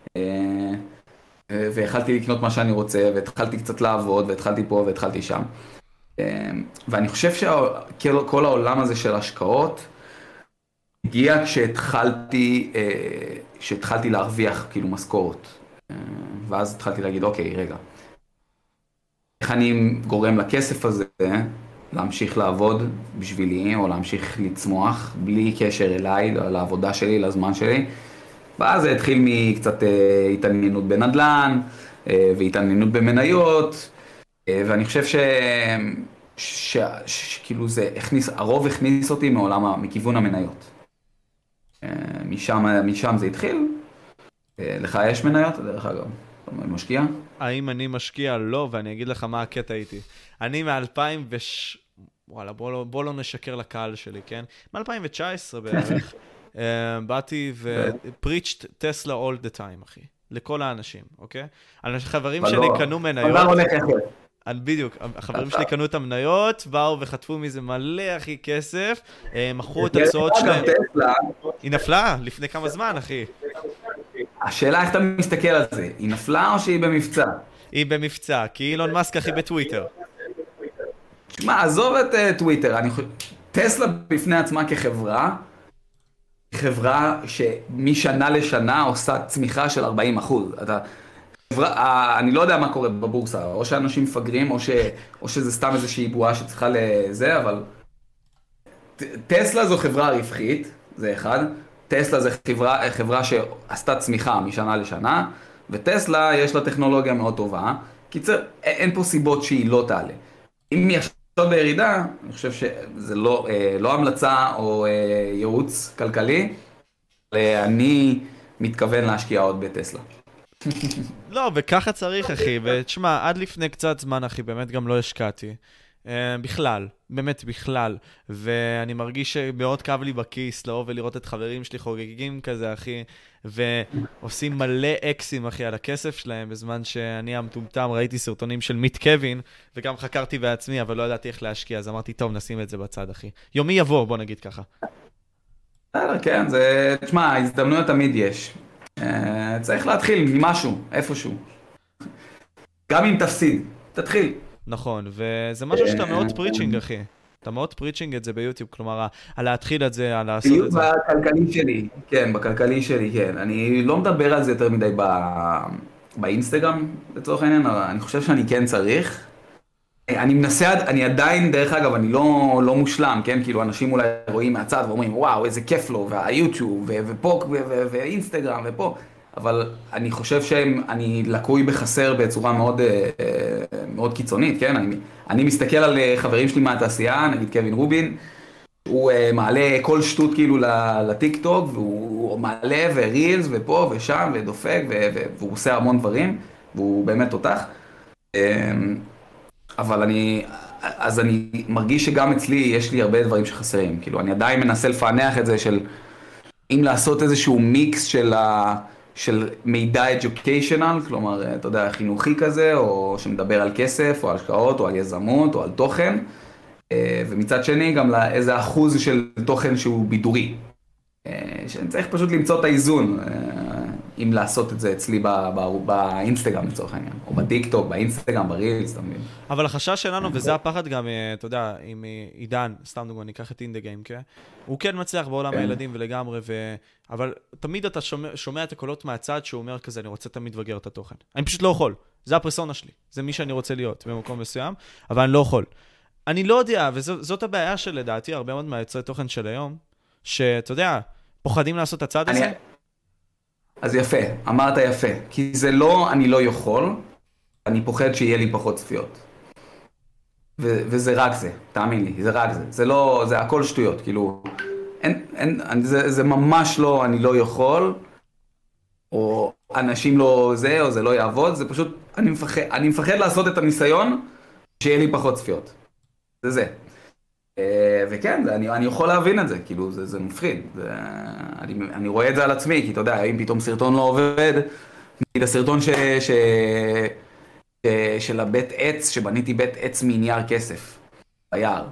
והתחלתי לקנות מה שאני רוצה, והתחלתי קצת לעבוד, והתחלתי פה והתחלתי שם. ואני חושב שכל העולם הזה של השקעות, הגיע כשהתחלתי להרוויח כאילו משכורת. ואז התחלתי להגיד, אוקיי, רגע, איך אני גורם לכסף הזה להמשיך לעבוד בשבילי, או להמשיך לצמוח, בלי קשר אליי, לעבודה שלי, לזמן שלי. ואז זה התחיל מקצת התעניינות בנדל"ן, והתעניינות במניות, ואני חושב שכאילו הרוב הכניס אותי מכיוון המניות. משם זה התחיל. לך יש מניות, דרך אגב, אתה משקיע? האם אני משקיע? לא, ואני אגיד לך מה הקטע איתי. אני וואלה, בוא לא נשקר לקהל שלי, כן? מ-2019 בערך, באתי ו-preached Tesla all the time, אחי. לכל האנשים, אוקיי? החברים שלי קנו מניות. בדיוק, החברים שלי קנו את המניות, באו וחטפו מזה מלא, אחי, כסף, מכרו את הצעות שלהם. היא נפלה לפני כמה זמן, אחי. השאלה איך אתה מסתכל על זה, היא נפלה או שהיא במבצע? היא במבצע, כי אילון מאסק אחי בטוויטר. מה, עזוב את טוויטר, טסלה בפני עצמה חברה שמשנה לשנה עושה צמיחה של 40%. אני לא יודע מה קורה בבורסה, או שאנשים מפגרים, או שזה סתם איזושהי בועה שצריכה לזה, אבל טסלה זו חברה רווחית, זה אחד. טסלה זה חברה שעשתה צמיחה משנה לשנה, וטסלה יש לה טכנולוגיה מאוד טובה. קיצר, אין פה סיבות שהיא לא תעלה. אם היא עכשיו בירידה, אני חושב שזה לא המלצה או ייעוץ כלכלי, אני מתכוון להשקיע עוד בטסלה. לא, וככה צריך, אחי. ותשמע, עד לפני קצת זמן, אחי, באמת גם לא השקעתי. בכלל, באמת בכלל. ואני מרגיש שמאוד כאב לי בכיס לאהוב ולראות את חברים שלי חוגגים כזה, אחי, ועושים מלא אקסים, אחי, על הכסף שלהם, בזמן שאני המטומטם ראיתי סרטונים של מיט קווין, וגם חקרתי בעצמי, אבל לא ידעתי איך להשקיע, אז אמרתי, טוב, נשים את זה בצד, אחי. יומי יבוא, בוא נגיד ככה. כן, תשמע, הזדמנויות תמיד יש. צריך להתחיל ממשהו, איפשהו. גם אם תפסיד, תתחיל. נכון, וזה משהו שאתה מאוד פריצ'ינג, אחי. אתה מאוד פריצ'ינג את זה ביוטיוב, כלומר, על להתחיל את זה, על לעשות את זה. בכלכלי שלי, כן, בכלכלי שלי, כן. אני לא מדבר על זה יותר מדי באינסטגרם, לצורך העניין, אבל אני חושב שאני כן צריך. אני עדיין, דרך אגב, אני לא מושלם, כן? כאילו, אנשים אולי רואים מהצד ואומרים, וואו, איזה כיף לו, והיוטיוב, ופה, ואינסטגרם, ופה. אבל אני חושב שאני לקוי בחסר בצורה מאוד, מאוד קיצונית, כן? אני מסתכל על חברים שלי מהתעשייה, נגיד קווין רובין, הוא מעלה כל שטות כאילו לטיק טוק, והוא מעלה ורילס ופה ושם ודופק, והוא עושה המון דברים, והוא באמת תותח. אבל אני מרגיש שגם אצלי יש לי הרבה דברים שחסרים. כאילו, אני עדיין מנסה לפענח את זה של אם לעשות איזשהו מיקס של מידע educational, כלומר, אתה יודע, חינוכי כזה, או שמדבר על כסף, או על השקעות, או על יזמות, או על תוכן. ומצד שני, גם איזה אחוז של תוכן שהוא בידורי. שאני צריך פשוט למצוא את האיזון, אם לעשות את זה אצלי באינסטגרם לצורך העניין, או בטיקטוק, באינסטגרם, ברילס, אתה מבין? אבל החשש שלנו, וזה הפחד גם, אתה יודע, עם עידן, סתם דוגמא, ניקח את אינדגיים, כן? הוא כן מצליח בעולם הילדים ולגמרי, אבל תמיד אתה שומע את הקולות מהצד שהוא אומר כזה, אני רוצה תמיד לבגר את התוכן. אני פשוט לא יכול, זה הפרסונה שלי, זה מי שאני רוצה להיות במקום מסוים, אבל אני לא יכול. אני לא יודע, וזאת הבעיה שלדעתי, הרבה מאוד מהיוצרי תוכן של היום, שאתה יודע, פוחדים לעשות את הצד הזה? אז יפה, אמרת יפה, כי זה לא, אני לא יכול, אני פוחד שיהיה לי פחות צפיות. וזה רק זה, תאמין לי, זה רק זה. זה לא, זה הכל שטויות, כאילו, זה ממש לא, אני לא יכול, או אנשים לא זה, או זה לא יעבוד, זה פשוט, אני מפחד לעשות את הניסיון, שיהיה לי פחות צפיות. זה זה. וכן, אני יכול להבין את זה, כאילו, זה מפחיד. אני רואה את זה על עצמי, כי אתה יודע, אם פתאום סרטון לא עובד, נגיד הסרטון של הבית עץ, שבניתי בית עץ מנייר כסף, ביער.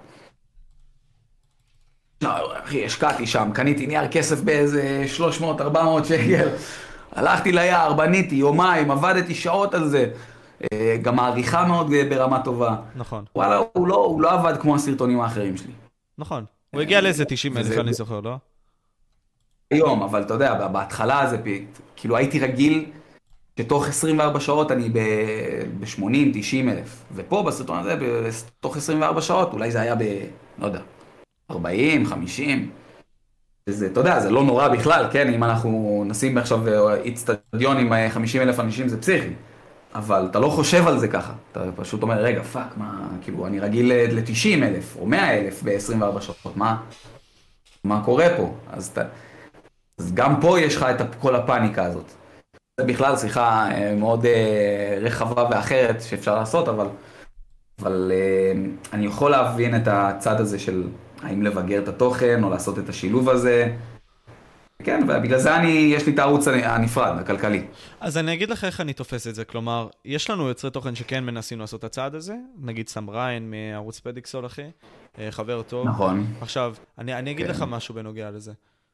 אחי, השקעתי שם, קניתי נייר כסף באיזה 300-400 שקל, הלכתי ליער, בניתי יומיים, עבדתי שעות על זה, גם העריכה מאוד ברמה טובה. נכון. וואלה, הוא לא עבד כמו הסרטונים האחרים שלי. נכון. הוא הגיע לאיזה 90,000, אני זוכר, לא? היום, אבל אתה יודע, בהתחלה זה, כאילו הייתי רגיל שתוך 24 שעות אני ב-80-90 אלף, ופה בסרטון הזה, תוך 24 שעות, אולי זה היה לא יודע, 40, 50, וזה, אתה יודע, זה לא נורא בכלל, כן, אם אנחנו נשים עכשיו איצטדיון עם 50,000 אנשים, זה פסיכי, אבל אתה לא חושב על זה ככה, אתה פשוט אומר, רגע, פאק, מה, כאילו, אני רגיל ל-90,000 או 100,000 ב-24 שעות, מה קורה פה? אז גם פה יש לך את כל הפאניקה הזאת. זה בכלל שיחה מאוד רחבה ואחרת שאפשר לעשות, אבל אני יכול להבין את הצד הזה של האם לבגר את התוכן או לעשות את השילוב הזה. כן, ובגלל זה יש לי את הערוץ הנפרד, הכלכלי. אז אני אגיד לך איך אני תופס את זה, כלומר, יש לנו יוצרי תוכן שכן מנסים לעשות את הצעד הזה, נגיד סם ריין מערוץ פדיקסול, אחי, חבר טוב. נכון. עכשיו, אני אגיד לך משהו בנוגע לזה.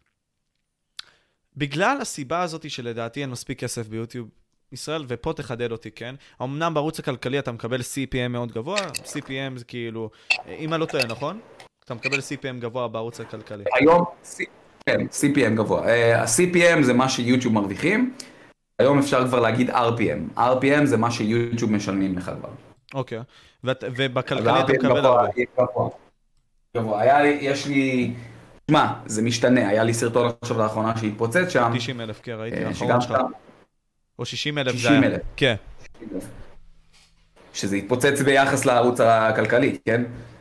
בגלל הסיבה הזאת שלדעתי אין מספיק כסף ביוטיוב ישראל, ופה תחדד אותי, כן? אמנם בערוץ הכלכלי אתה מקבל CPM מאוד גבוה, CPM זה כאילו, אם אני לא טועה, נכון? אתה מקבל CPM גבוה בערוץ הכלכלי. היום, כן, CPM גבוה. ה-CPM זה מה שיוטיוב מרוויחים, היום אפשר כבר להגיד RPM. RPM זה מה שיוטיוב משלמים לך כבר. אוקיי, ובכלכלי אתה מקבל הרבה. גבוה. יש לי... מה, זה משתנה, היה לי סרטון עכשיו לאחרונה שהתפוצץ שם. 90,000, כן, ראיתי, האחרון שלך. או 60,000 זה היה. 60,000. כן. שזה התפוצץ ביחס לערוץ הכלכלי, כן?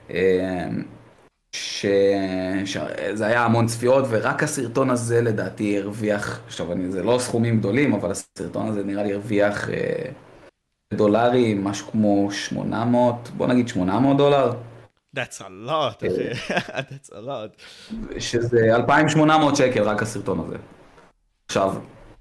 שזה היה המון צפיות, ורק הסרטון הזה לדעתי הרוויח, עכשיו זה לא סכומים גדולים, אבל הסרטון הזה נראה לי הרוויח דולרים, משהו כמו 800, בוא נגיד $800. That's a lot, אחי. That's a lot. שזה 2,800 שקל רק הסרטון הזה. עכשיו,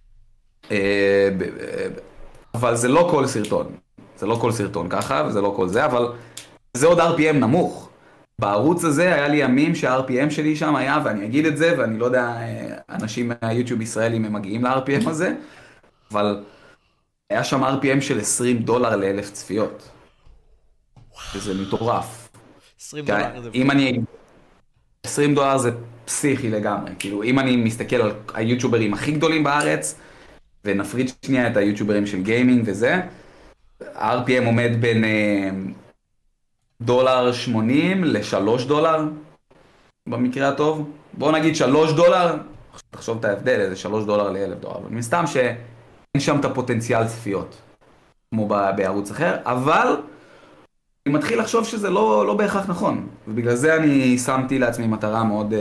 אבל זה לא כל סרטון. זה לא כל סרטון ככה, וזה לא כל זה, אבל זה עוד RPM נמוך. בערוץ הזה היה לי ימים שה-RPM שלי שם היה, ואני אגיד את זה, ואני לא יודע, אנשים מהיוטיוב ישראלים הם מגיעים ל-RPM הזה, אבל היה שם RPM של $20 ל-1,000 צפיות. וזה מטורף. $20 זה... $20 זה פסיכי לגמרי. כאילו, אם אני מסתכל על היוטיוברים הכי גדולים בארץ, ונפריד שנייה את היוטיוברים של גיימינג וזה, ה-RPM עומד בין $1.80 ל$3 במקרה הטוב. בואו נגיד $3, תחשוב את ההבדל, איזה $3 ל-1,000, אבל מסתם שאין שם את הפוטנציאל צפיות, כמו בערוץ אחר, אבל אני מתחיל לחשוב שזה לא בהכרח נכון, ובגלל זה אני שמתי לעצמי מטרה מאוד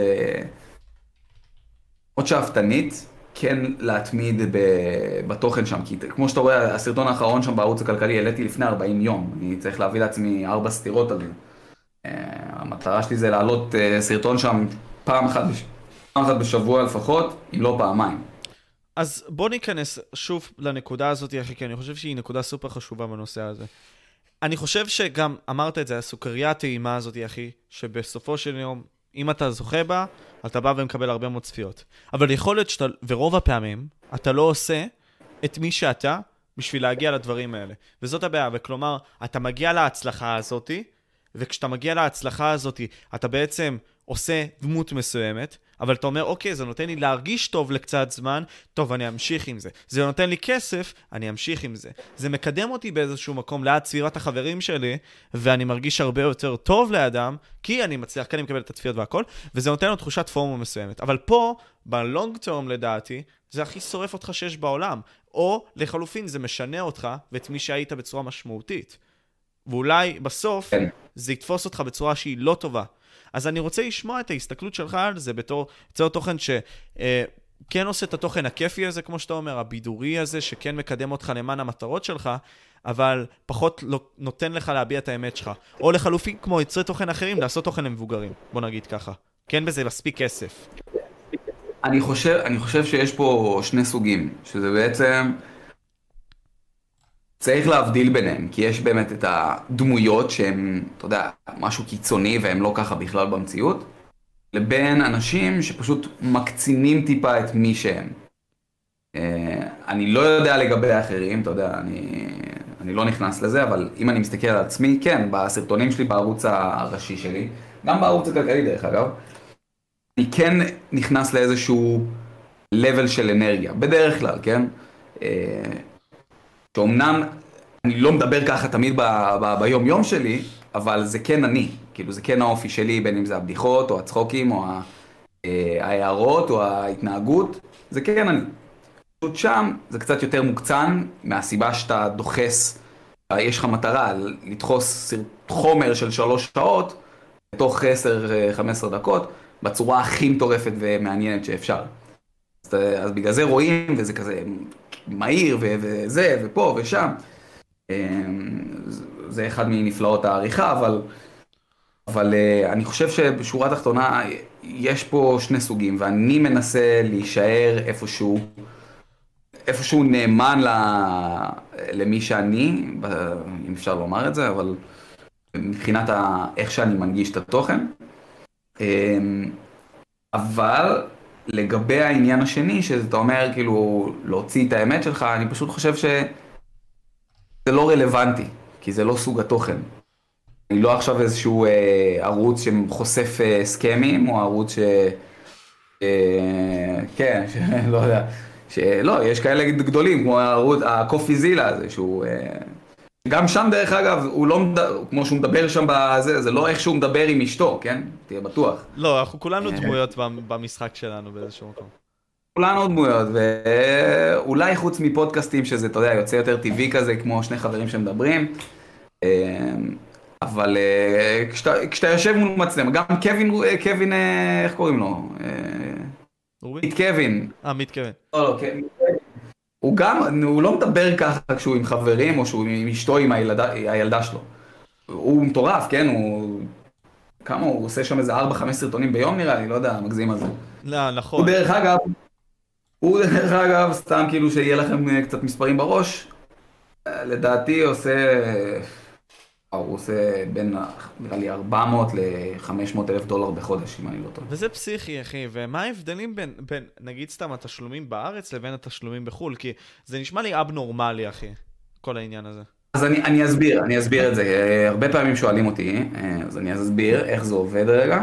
שאפתנית, כן להתמיד בתוכן שם, כי כמו שאתה רואה, הסרטון האחרון שם בערוץ הכלכלי העליתי לפני 40 יום, אני צריך להביא לעצמי 4 סתירות על זה. המטרה שלי זה להעלות סרטון שם פעם אחת בשבוע לפחות, אם לא פעמיים. אז בוא ניכנס שוב לנקודה הזאת, אחי, כי אני חושב שהיא נקודה סופר חשובה בנושא הזה. אני חושב שגם אמרת את זה, הסוכריה הטעימה הזאת, אחי, שבסופו של יום, אם אתה זוכה בה, אתה בא ומקבל הרבה מאוד צפיות. אבל יכול להיות שאתה, ורוב הפעמים, אתה לא עושה את מי שאתה בשביל להגיע לדברים האלה. וזאת הבעיה, וכלומר, אתה מגיע להצלחה הזאת, וכשאתה מגיע להצלחה הזאת, אתה בעצם עושה דמות מסוימת, אבל אתה אומר, אוקיי, זה נותן לי להרגיש טוב לקצת זמן, טוב, אני אמשיך עם זה. זה נותן לי כסף, אני אמשיך עם זה. זה מקדם אותי באיזשהו מקום ליד צפירת החברים שלי, ואני מרגיש הרבה יותר טוב לאדם, כי אני מצליח, כי אני מקבל את הצפיות והכל, וזה נותן לו תחושת פורמו מסוימת. אבל פה, בלונג טרם לדעתי, זה הכי שורף אותך שיש בעולם. או לחלופין, זה משנה אותך, ואת מי שהיית בצורה משמעותית. ואולי בסוף, זה יתפוס אותך בצורה שהיא לא טובה. אז אני רוצה לשמוע את ההסתכלות שלך על זה בתור יוצר תוכן כן עושה את התוכן הכיפי הזה, כמו שאתה אומר, הבידורי הזה, שכן מקדם אותך למען המטרות שלך, אבל פחות נותן לך להביע את האמת שלך. או לחלופין, כמו יוצרי תוכן אחרים, לעשות תוכן למבוגרים. בוא נגיד ככה. כן בזה מספיק כסף. אני חושב שיש פה שני סוגים, שזה בעצם צריך להבדיל ביניהם, כי יש באמת את הדמויות שהן, אתה יודע, משהו קיצוני והן לא ככה בכלל במציאות, לבין אנשים שפשוט מקצינים טיפה את מי שהם. אני לא יודע לגבי האחרים, אתה יודע, אני לא נכנס לזה, אבל אם אני מסתכל על עצמי, כן, בסרטונים שלי בערוץ הראשי שלי, גם בערוץ הכלכלי דרך אגב, אני כן נכנס לאיזשהו level של אנרגיה, בדרך כלל, כן? שאומנם אני לא מדבר ככה תמיד ביום יום שלי, אבל זה כן אני, כאילו זה כן האופי שלי, בין אם זה הבדיחות או הצחוקים או ההערות או ההתנהגות, זה כן אני. פשוט שם זה קצת יותר מוקצן מהסיבה שאתה דוחס, יש לך מטרה לדחוס חומר של 3 שעות בתוך 10-15 דקות בצורה הכי מטורפת ומעניינת שאפשר. אז בגלל זה רואים וזה כזה מהיר וזה ופה ושם. זה אחד מנפלאות העריכה, אבל אני חושב שבשורה התחתונה יש פה שני סוגים, ואני מנסה להישאר איפשהו נאמן למי שאני, אם אפשר לומר את זה, אבל מבחינת איך שאני מנגיש את התוכן. אבל לגבי העניין השני, שאתה אומר כאילו להוציא את האמת שלך, אני פשוט חושב שזה לא רלוונטי, כי זה לא סוג התוכן. אני לא עכשיו איזשהו ערוץ שחושף סקמים, או ערוץ כן, לא יודע. לא, יש כאלה גדולים, כמו הערוץ, הקופי זילה הזה, שהוא גם שם דרך אגב, הוא לא, כמו שהוא מדבר שם בזה, זה לא איך שהוא מדבר עם אשתו, כן? תהיה בטוח. לא, אנחנו כולנו דמויות במשחק שלנו באיזשהו מקום. כולנו דמויות, ואולי חוץ מפודקאסטים שזה, אתה יודע, יוצא יותר טבעי כזה, כמו שני חברים שמדברים, אבל כשאתה יושב מול מצלמה, גם קווין, איך קוראים לו? מיט קווין. מיט קווין. לא, הוא לא מדבר ככה כשהוא עם חברים, או שהוא עם אשתו, עם הילדה שלו. הוא מטורף, כן? כמה הוא עושה שם איזה 4-5 סרטונים ביום נראה לי, לא יודע, מגזים על זה. לא, נכון. הוא דרך אגב, סתם כאילו שיהיה לכם קצת מספרים בראש, לדעתי הוא עושה בין, נראה לי, 400 ל-500 אלף דולר בחודש, אם אני לא טועה. וזה פסיכי, אחי, ומה ההבדלים בין, נגיד סתם, התשלומים בארץ לבין התשלומים בחול? כי זה נשמע לי אבנורמלי, אחי, כל העניין הזה. אז אני אסביר את זה. הרבה פעמים שואלים אותי, אז אני אסביר איך זה עובד רגע.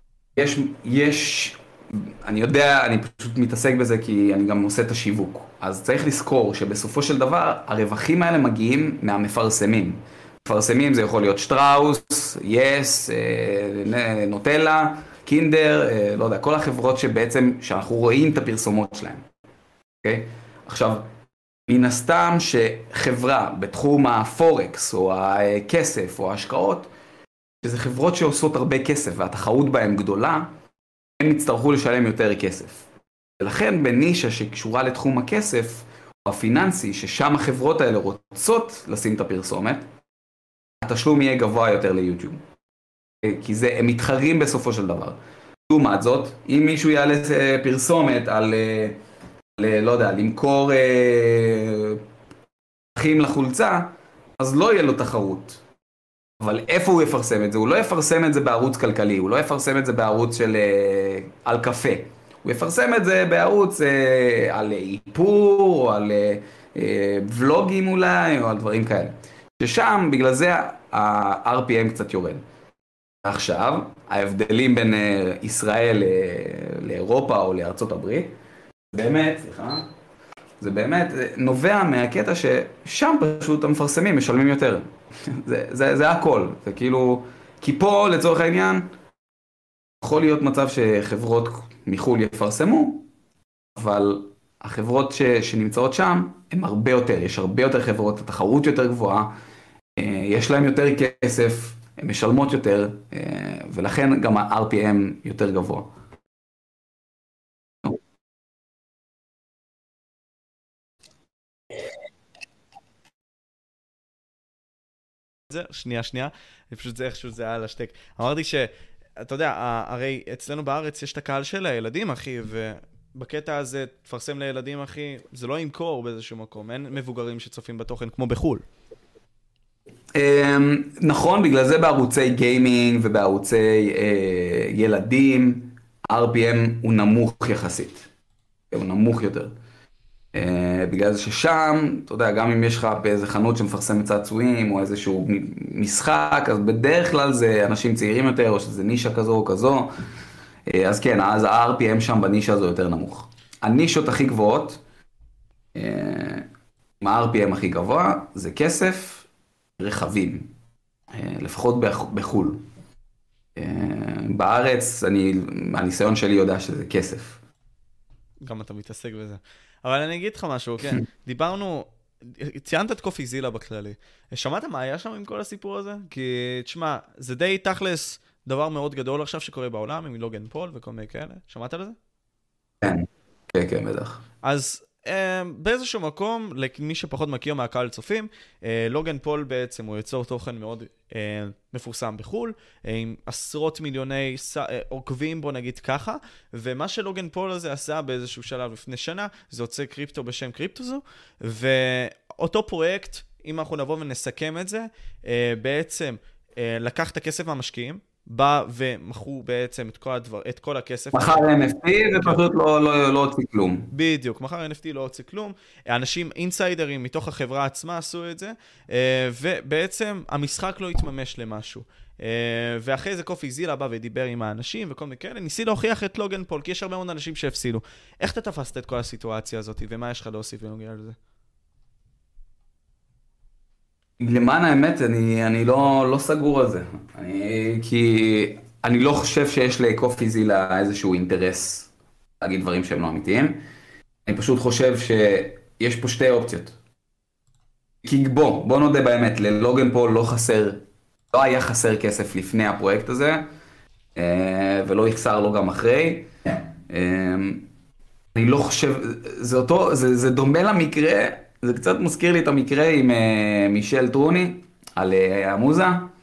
אני יודע, אני פשוט מתעסק בזה כי אני גם עושה את השיווק. אז צריך לזכור שבסופו של דבר, הרווחים האלה מגיעים מהמפרסמים. מפרסמים זה יכול להיות שטראוס, יס, נוטלה, קינדר, לא יודע, כל החברות שבעצם, שאנחנו רואים את הפרסומות שלהם. אוקיי? עכשיו, מן הסתם שחברה בתחום הפורקס או הכסף או ההשקעות, שזה חברות שעושות הרבה כסף והתחרות בהן גדולה, הם יצטרכו לשלם יותר כסף. ולכן בנישה שקשורה לתחום הכסף או הפיננסי, ששם החברות האלה רוצות לשים את הפרסומת, התשלום יהיה גבוה יותר ליוטיוב. כי הם מתחרים בסופו של דבר. לעומת זאת, אם מישהו יעלה פרסומת על, לא יודע, למכור פחים לחולצה, אז לא יהיה לו תחרות. אבל איפה הוא יפרסם את זה? הוא לא יפרסם את זה בערוץ כלכלי, הוא לא יפרסם את זה בערוץ של על קפה. הוא יפרסם את זה בערוץ על איפור, או על ולוגים אולי, או על דברים כאלה. ששם, בגלל זה, ה-RPM קצת יורד. עכשיו, ההבדלים בין ישראל לאירופה או לארצות הברית, זה באמת נובע מהקטע ששם פשוט המפרסמים משלמים יותר. זה הכל. זה כאילו, כי פה לצורך העניין, יכול להיות מצב שחברות מחול יפרסמו, אבל החברות שנמצאות שם, הן הרבה יותר, יש הרבה יותר חברות, התחרות יותר גבוהה, יש להם יותר כסף, הן משלמות יותר, ולכן גם ה-RPM יותר גבוה. שנייה, פשוט זה איכשהו זה היה על השטק. אמרתי אתה יודע, הרי אצלנו בארץ יש את הקהל של הילדים, אחי, ובקטע הזה תפרסם לילדים, אחי, זה לא ימכור באיזשהו מקום, אין מבוגרים שצופים בתוכן כמו בחול. נכון, בגלל זה בערוצי גיימינג ובערוצי ילדים, RPM הוא נמוך יחסית, הוא נמוך יותר. בגלל זה ששם, אתה יודע, גם אם יש לך באיזה חנות שמפרסמת צעצועים או איזשהו משחק, אז בדרך כלל זה אנשים צעירים יותר, או שזה נישה כזו או כזו, אז כן, אז ה-RPM שם בנישה הזו יותר נמוך. הנישות הכי גבוהות, עם ה-RPM הכי גבוה, זה כסף רכבים, לפחות בחול. בארץ, מהניסיון שלי יודע שזה כסף. גם אתה מתעסק בזה. אבל אני אגיד לך משהו, כן? דיברנו, ציינת את קופי זילה בכללי. שמעת מה היה שם עם כל הסיפור הזה? כי, תשמע, זה די תכלס דבר מאוד גדול עכשיו שקורה בעולם, עם לוגן פול וכל מיני כאלה. שמעת על זה? כן, בטח. אז באיזשהו מקום, למי שפחות מכיר מהקהל צופים, לוגן פול בעצם הוא יצור תוכן מאוד מפורסם בחול, עם עשרות מיליוני עוקבים, בוא נגיד ככה, ומה שלוגן פול הזה עשה באיזשהו שלב לפני שנה, זה הוצא קריפטו בשם קריפטוזו, ואותו פרויקט, אם אנחנו נבוא ונסכם את זה, בעצם לקח את הכסף מהמשקיעים, בא ומכרו בעצם את כל הכסף. מחר NFT ופשוט לא הוציא כלום. בדיוק, מחר NFT לא הוציא כלום. אנשים אינסיידרים מתוך החברה עצמה עשו את זה, ובעצם המשחק לא התממש למשהו. ואחרי זה קופי זילה בא ודיבר עם האנשים וכל מיני כאלה, ניסי להוכיח את לוגן פול, כי יש הרבה מאוד אנשים שהפסילו. איך אתה תפסת את כל הסיטואציה הזאת, ומה יש לך להוסיף בנוגע לזה? למען האמת, אני לא סגור על זה. כי אני לא חושב שיש לקופי זילה איזשהו אינטרס להגיד דברים שהם לא אמיתיים. אני פשוט חושב שיש פה שתי אופציות. כי בוא נודה באמת, ללוגן פול לא היה חסר כסף לפני הפרויקט הזה, ולא יחסר לו גם אחרי. אני לא חושב, זה דומה למקרה, זה קצת מזכיר לי את המקרה עם מישל טרוני, על המוזה.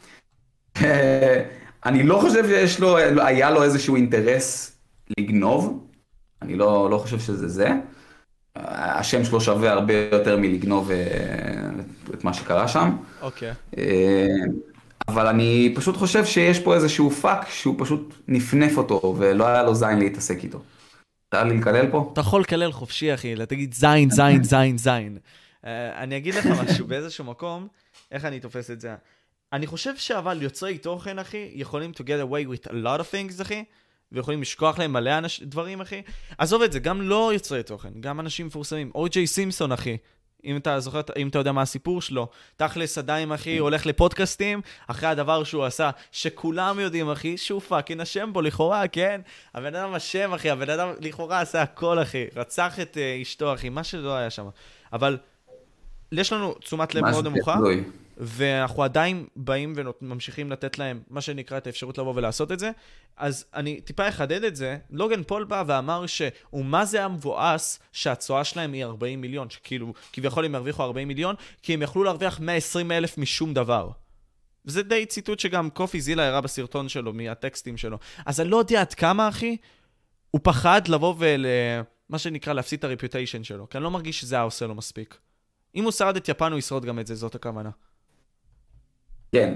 אני לא חושב היה לו איזשהו אינטרס לגנוב, אני לא חושב שזה זה. השם שלו שווה הרבה יותר מלגנוב את מה שקרה שם. אוקיי. אבל אני פשוט חושב שיש פה איזשהו פאק שהוא פשוט נפנף אותו, ולא היה לו זין להתעסק איתו. אתה לי לקלל פה? אתה יכול לקלל חופשי, אחי, תגיד זין. אני אגיד לך משהו, באיזשהו מקום, איך אני תופס את זה? אני חושב שאבל יוצרי תוכן, אחי, יכולים to get away with a lot of things, אחי, ויכולים לשכוח להם מלא דברים, אחי. עזוב את זה, גם לא יוצרי תוכן, גם אנשים מפורסמים. או.ג'יי סימפסון, אחי, אם אתה זוכר, אם אתה יודע מה הסיפור שלו, תכלס עדיין, אחי, הולך לפודקאסטים, אחרי הדבר שהוא עשה, שכולם יודעים, אחי, שהוא פאקינג אשם בו, לכאורה, כן? הבן אדם אשם, אחי, הבן אדם לכאורה עשה הכל, אחי, רצח את אשתו, אחי, מה שלא היה שם. אבל יש לנו תשומת לב מאוד נמוכה, ואנחנו עדיין באים וממשיכים לתת להם מה שנקרא את האפשרות לבוא ולעשות את זה. אז אני טיפה אחדד את זה. לוגן פול בא ואמר מה זה המבואס שהצועה שלהם היא 40 מיליון, שכאילו כביכול הם הרוויחו 40 מיליון, כי הם יכלו להרוויח 120,000 משום דבר. וזה די ציטוט שגם קופי זילה הראה בסרטון שלו, מהטקסטים שלו. אז אני לא יודע עד כמה, אחי, הוא פחד לבוא מה שנקרא להפסיד את הרפיוטיישן שלו, כי אני לא מרגיש שזה היה עושה לו מספיק. אם הוא שרד את יפן, הוא ישרוד גם את זה, זאת הכוונה. כן,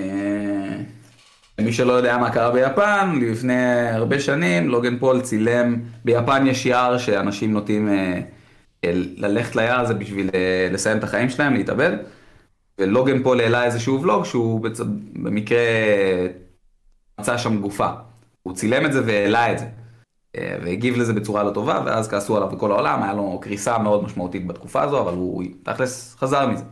מי שלא יודע מה קרה ביפן, לפני הרבה שנים, לוגן פול צילם, ביפן יש יער שאנשים נוטים ללכת ליער הזה בשביל לסיים את החיים שלהם, להתאבד, ולוגן פול העלה איזשהו ולוג שהוא במקרה מצא שם גופה. הוא צילם את זה והעלה את זה, והגיב לזה בצורה לא טובה, ואז כעסו עליו בכל העולם, היה לו קריסה מאוד משמעותית בתקופה הזו, אבל הוא תכלס חזר מזה.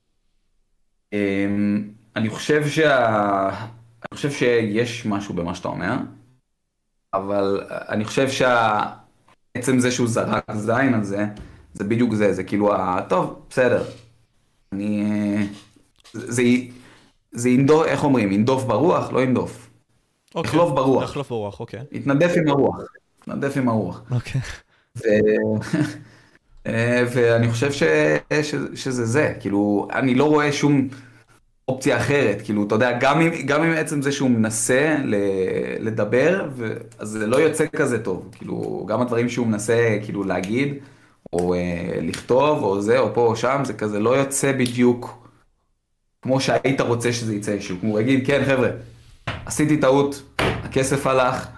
אני חושב שיש משהו במה שאתה אומר, אבל אני חושב עצם זה שהוא זרק זין על זה, זה בדיוק זה, זה כאילו, טוב, בסדר. זה ינדוף, איך אומרים, ינדוף ברוח, לא ינדוף. יחלוף ברוח. יחלוף ברוח, אוקיי. יתנדף עם הרוח. יתנדף עם הרוח. אוקיי. ואני חושב שזה זה, כאילו, אני לא רואה אופציה אחרת, כאילו, אתה יודע, גם אם עצם זה שהוא מנסה לדבר, אז זה לא יוצא כזה טוב, כאילו, גם הדברים שהוא מנסה, כאילו, להגיד, או לכתוב, או זה, או פה או שם, זה כזה לא יוצא בדיוק כמו שהיית רוצה שזה יצא, שהוא כמו יגיד, כן, חבר'ה, עשיתי טעות, הכסף הלך,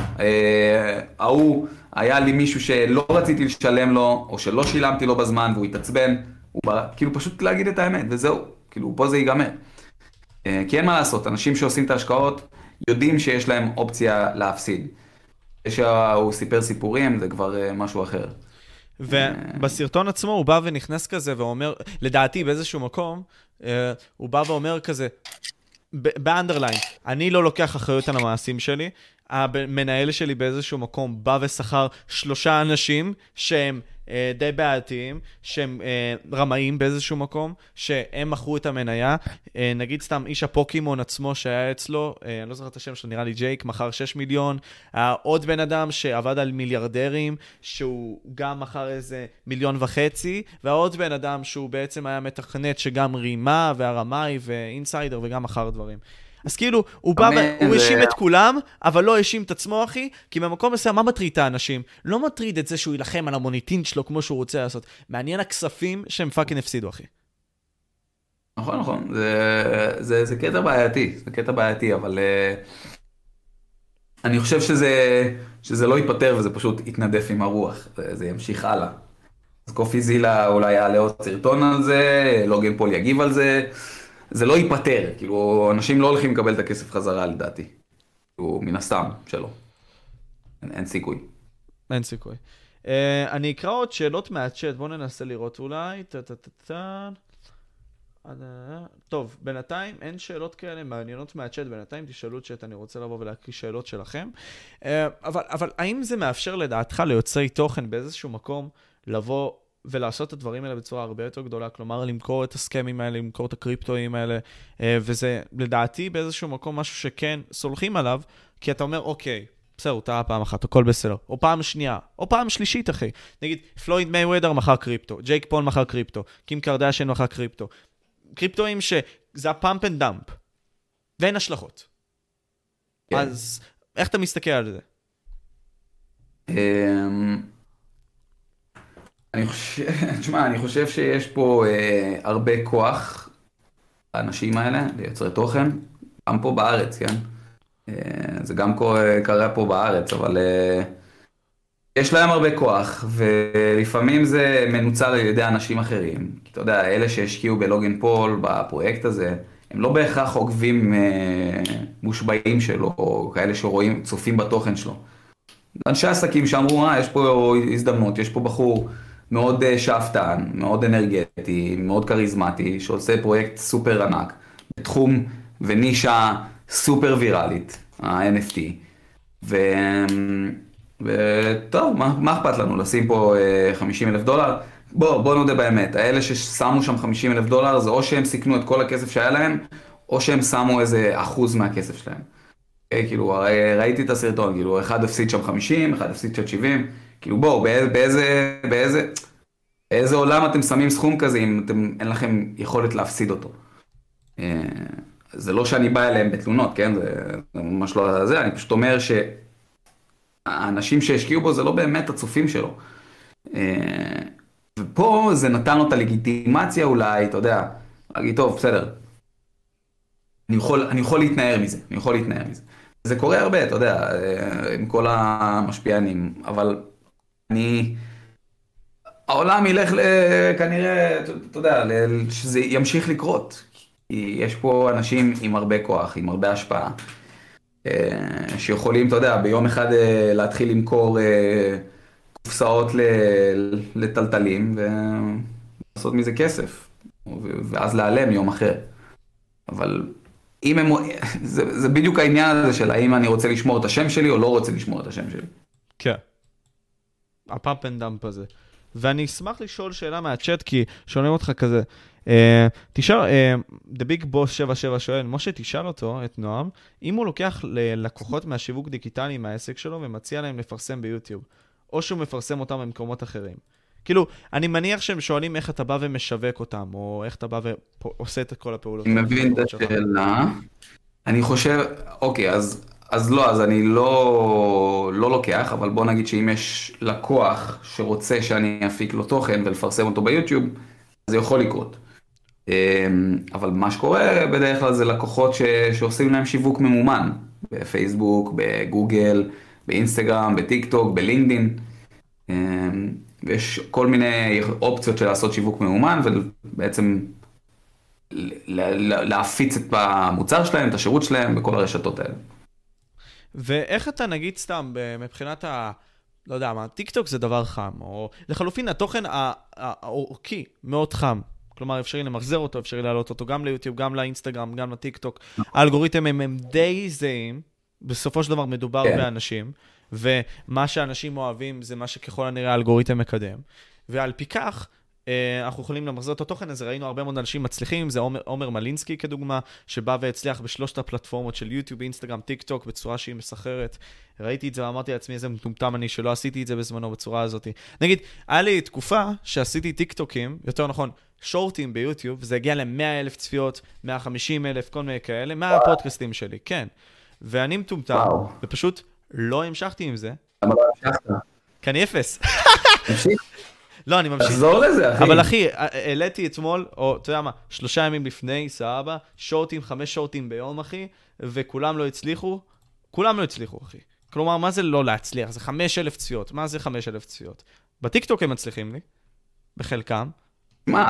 היה לי מישהו שלא רציתי לשלם לו, או שלא שילמתי לו בזמן, והוא התעצבן, כאילו פשוט להגיד את האמת, וזהו, כאילו פה זה ייגמר. כי אין מה לעשות, אנשים שעושים את ההשקעות, יודעים שיש להם אופציה להפסיד. שהוא סיפר סיפורים, זה כבר משהו אחר. ובסרטון עצמו הוא בא ונכנס כזה ואומר, לדעתי באיזשהו מקום, הוא בא ואומר כזה, באנדרליין, אני לא לוקח אחריות על המעשים שלי, המנהל שלי באיזשהו מקום בא ושכר 3 אנשים שהם די בעייתיים, שהם רמאים באיזשהו מקום, שהם מכרו את המניה, נגיד סתם איש הפוקימון עצמו שהיה אצלו, אני לא זוכר את השם שלו, נראה לי ג'ייק, מכר 6 מיליון, עוד בן אדם שעבד על מיליארדרים, שהוא גם מכר איזה 1.5 מיליון, ועוד בן אדם שהוא בעצם היה מתכנת שגם רימה והרמאי ואינסיידר וגם מכר דברים. אז כאילו, הוא בא והוא האשים את כולם, אבל לא האשים את עצמו, אחי, כי במקום מסוים, מה מטריד את האנשים? לא מטריד את זה שהוא ילחם על המוניטין שלו כמו שהוא רוצה לעשות. מעניין הכספים שהם פאקינג הפסידו, אחי. נכון, נכון. זה קטע בעייתי, זה קטע בעייתי, אבל אני חושב שזה לא ייפטר וזה פשוט יתנדף עם הרוח. זה ימשיך הלאה. אז קופי זילה אולי יעלה עוד סרטון על זה, לוגן פול יגיב על זה. זה לא ייפטר, כאילו, אנשים לא הולכים לקבל את הכסף חזרה, לדעתי. כאילו, מן הסתם שלו. אין סיכוי. אין סיכוי. אני אקרא עוד שאלות מהצ'אט, בואו ננסה לראות אולי. טוב, בינתיים אין שאלות כאלה מעניינות מהצ'אט, בינתיים תשאלו צ'אט, אני רוצה לבוא ולהקריא שאלות שלכם. אבל האם זה מאפשר לדעתך ליוצרי תוכן באיזשהו מקום לבוא ולעשות את הדברים האלה בצורה הרבה יותר גדולה, כלומר למכור את הסקמים האלה, למכור את הקריפטואים האלה, וזה לדעתי באיזשהו מקום משהו שכן סולחים עליו, כי אתה אומר, אוקיי, בסדר, הוא טעה פעם אחת, הכל בסדר, או פעם שנייה, או פעם שלישית, אחי. נגיד, פלויד מייוודר מכר קריפטו, ג'ייק פול מכר קריפטו, קים קרדשן מכר קריפטו. קריפטואים שזה הפאמפ אנד דאמפ, ואין השלכות. אז איך אתה מסתכל על זה? אני חושב שיש פה הרבה כוח לאנשים האלה, ליוצרי תוכן, גם פה בארץ, כן? זה גם קרה פה בארץ, אבל יש להם הרבה כוח, ולפעמים זה מנוצל על ידי אנשים אחרים. כי אתה יודע, אלה שהשקיעו בלוגן פול, בפרויקט הזה, הם לא בהכרח עוקבים מושבעים שלו, או כאלה שרואים, צופים בתוכן שלו. אנשי עסקים שאמרו, יש פה הזדמנות, יש פה בחור מאוד שאפתן, מאוד אנרגטי, מאוד קריזמטי, שעושה פרויקט סופר ענק, בתחום ונישה סופר ויראלית, ה-NFT. וטוב, מה אכפת לנו? לשים פה $50,000? בוא נודה באמת, האלה ששמו שם $50,000, זה או שהם סיכנו את כל הכסף שהיה להם, או שהם שמו איזה אחוז מהכסף שלהם. כאילו, ראיתי את הסרטון, כאילו, אחד הפסיד שם 50, אחד הפסיד שם 70, כאילו, בואו, באיזה עולם אתם שמים סכום כזה, אם אין לכם יכולת להפסיד אותו. זה לא שאני בא אליהם בתלונות, כן? זה ממש לא זה, אני פשוט אומר שהאנשים שהשקיעו בו זה לא באמת הצופים שלו. ופה זה נתן לו את הלגיטימציה אולי, אתה יודע, להגיד, טוב, בסדר. אני יכול להתנער מזה, זה קורה הרבה, אתה יודע, עם כל המשפיענים, אבל העולם ילך כנראה, אתה יודע, שזה ימשיך לקרות. כי יש פה אנשים עם הרבה כוח, עם הרבה השפעה, שיכולים, אתה יודע, ביום אחד להתחיל למכור קופסאות לטלטלים, ולעשות מזה כסף, ואז להיעלם יום אחר. אבל אם הם, זה בדיוק העניין הזה של האם אני רוצה לשמור את השם שלי או לא רוצה לשמור את השם שלי. כן. הפאמפ אנד דאמפ הזה. ואני אשמח לשאול שאלה מהצ'אט, כי שואלים אותך כזה. תשאל, The Big Boss 77 שואל, משה תשאל אותו, את נועם, אם הוא לוקח ללקוחות מהשיווק דיגיטלי מהעסק שלו, ומציע להם לפרסם ביוטיוב, או שהוא מפרסם אותם במקומות אחרים. כאילו, אני מניח שהם שואלים איך אתה בא ומשווק אותם, או איך אתה בא ועושה את כל הפעולות. אני מבין את השאלה. אני חושב, אוקיי, אז אני לא לוקח, אבל בוא נגיד שאם יש לקוח שרוצה שאני אפיק לו תוכן ולפרסם אותו ביוטיוב, זה יכול לקרות. אבל מה שקורה בדרך כלל זה לקוחות שעושים להם שיווק ממומן, בפייסבוק, בגוגל, באינסטגרם, בטיק טוק, בלינקדין. ויש כל מיני אופציות של לעשות שיווק ממומן ובעצם להפיץ את המוצר שלהם, את השירות שלהם בכל הרשתות האלה. ואיך אתה נגיד סתם מבחינת לא יודע מה, טיק טוק זה דבר חם, או לחלופין התוכן האורכי מאוד חם. כלומר, אפשרי למחזר אותו, אפשרי להעלות אותו גם ליוטיוב, גם לאינסטגרם, גם לטיק טוק. האלגוריתם הם די זהים, בסופו של דבר מדובר באנשים, ומה שאנשים אוהבים זה מה שככל הנראה האלגוריתם מקדם. ועל פי כך, אנחנו יכולים למחזר את התוכן הזה, ראינו הרבה מאוד אנשים מצליחים, זה עומר מלינסקי כדוגמה, שבא והצליח בשלושת הפלטפורמות של יוטיוב, אינסטגרם, טיק טוק, בצורה שהיא מסחררת. ראיתי את זה ואמרתי לעצמי איזה מטומטם אני שלא עשיתי את זה בזמנו בצורה הזאת. נגיד, היה לי תקופה שעשיתי טיק טוקים, יותר נכון, שורטים ביוטיוב, זה הגיע ל100,000 צפיות, 150,000, כל מיני כאלה, מהפודקאסטים שלי, כן. ואני מטומטם, ופשוט לא המשכתי עם זה. למה לא המשכת? כי אני אפס. תמשיך. לא, אני ממשיך. תחזור לזה, אחי. אבל אחי, העליתי אתמול, או אתה יודע מה, 3 ימים לפני, סבבה, שורטים, 5 שורטים ביום, אחי, וכולם לא הצליחו, אחי. כלומר, מה זה לא להצליח? זה 5,000 צפיות. מה זה 5,000 צפיות? בטיקטוק הם מצליחים לי, בחלקם. מה?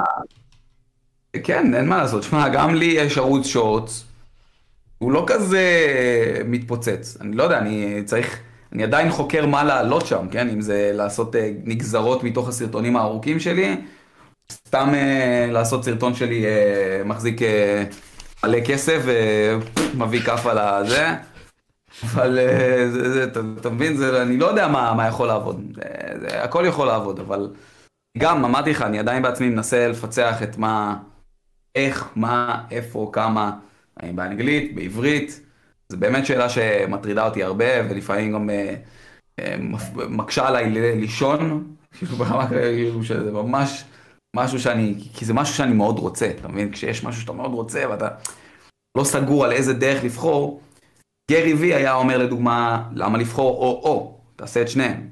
כן, אין מה לעשות. שמע, גם לי יש ערוץ שורטס, הוא לא כזה מתפוצץ. אני לא יודע, אני עדיין חוקר מה לעלות שם, כן? אם זה לעשות נגזרות מתוך הסרטונים הארוכים שלי, סתם לעשות סרטון שלי מחזיק מלא כסף ומביא כף על זה. אבל אתה מבין, אני לא יודע מה יכול לעבוד. הכל יכול לעבוד, אבל גם, אמרתי לך, אני עדיין בעצמי מנסה לפצח את איך, מה, איפה, כמה, באנגלית, בעברית. זו באמת שאלה שמטרידה אותי הרבה, ולפעמים גם מקשה עליי לישון, שזה ממש משהו כי זה משהו שאני מאוד רוצה, אתה מבין? כשיש משהו שאתה מאוד רוצה, ואתה לא סגור על איזה דרך לבחור, גרי וי היה אומר לדוגמה, למה לבחור או, תעשה את שניהם.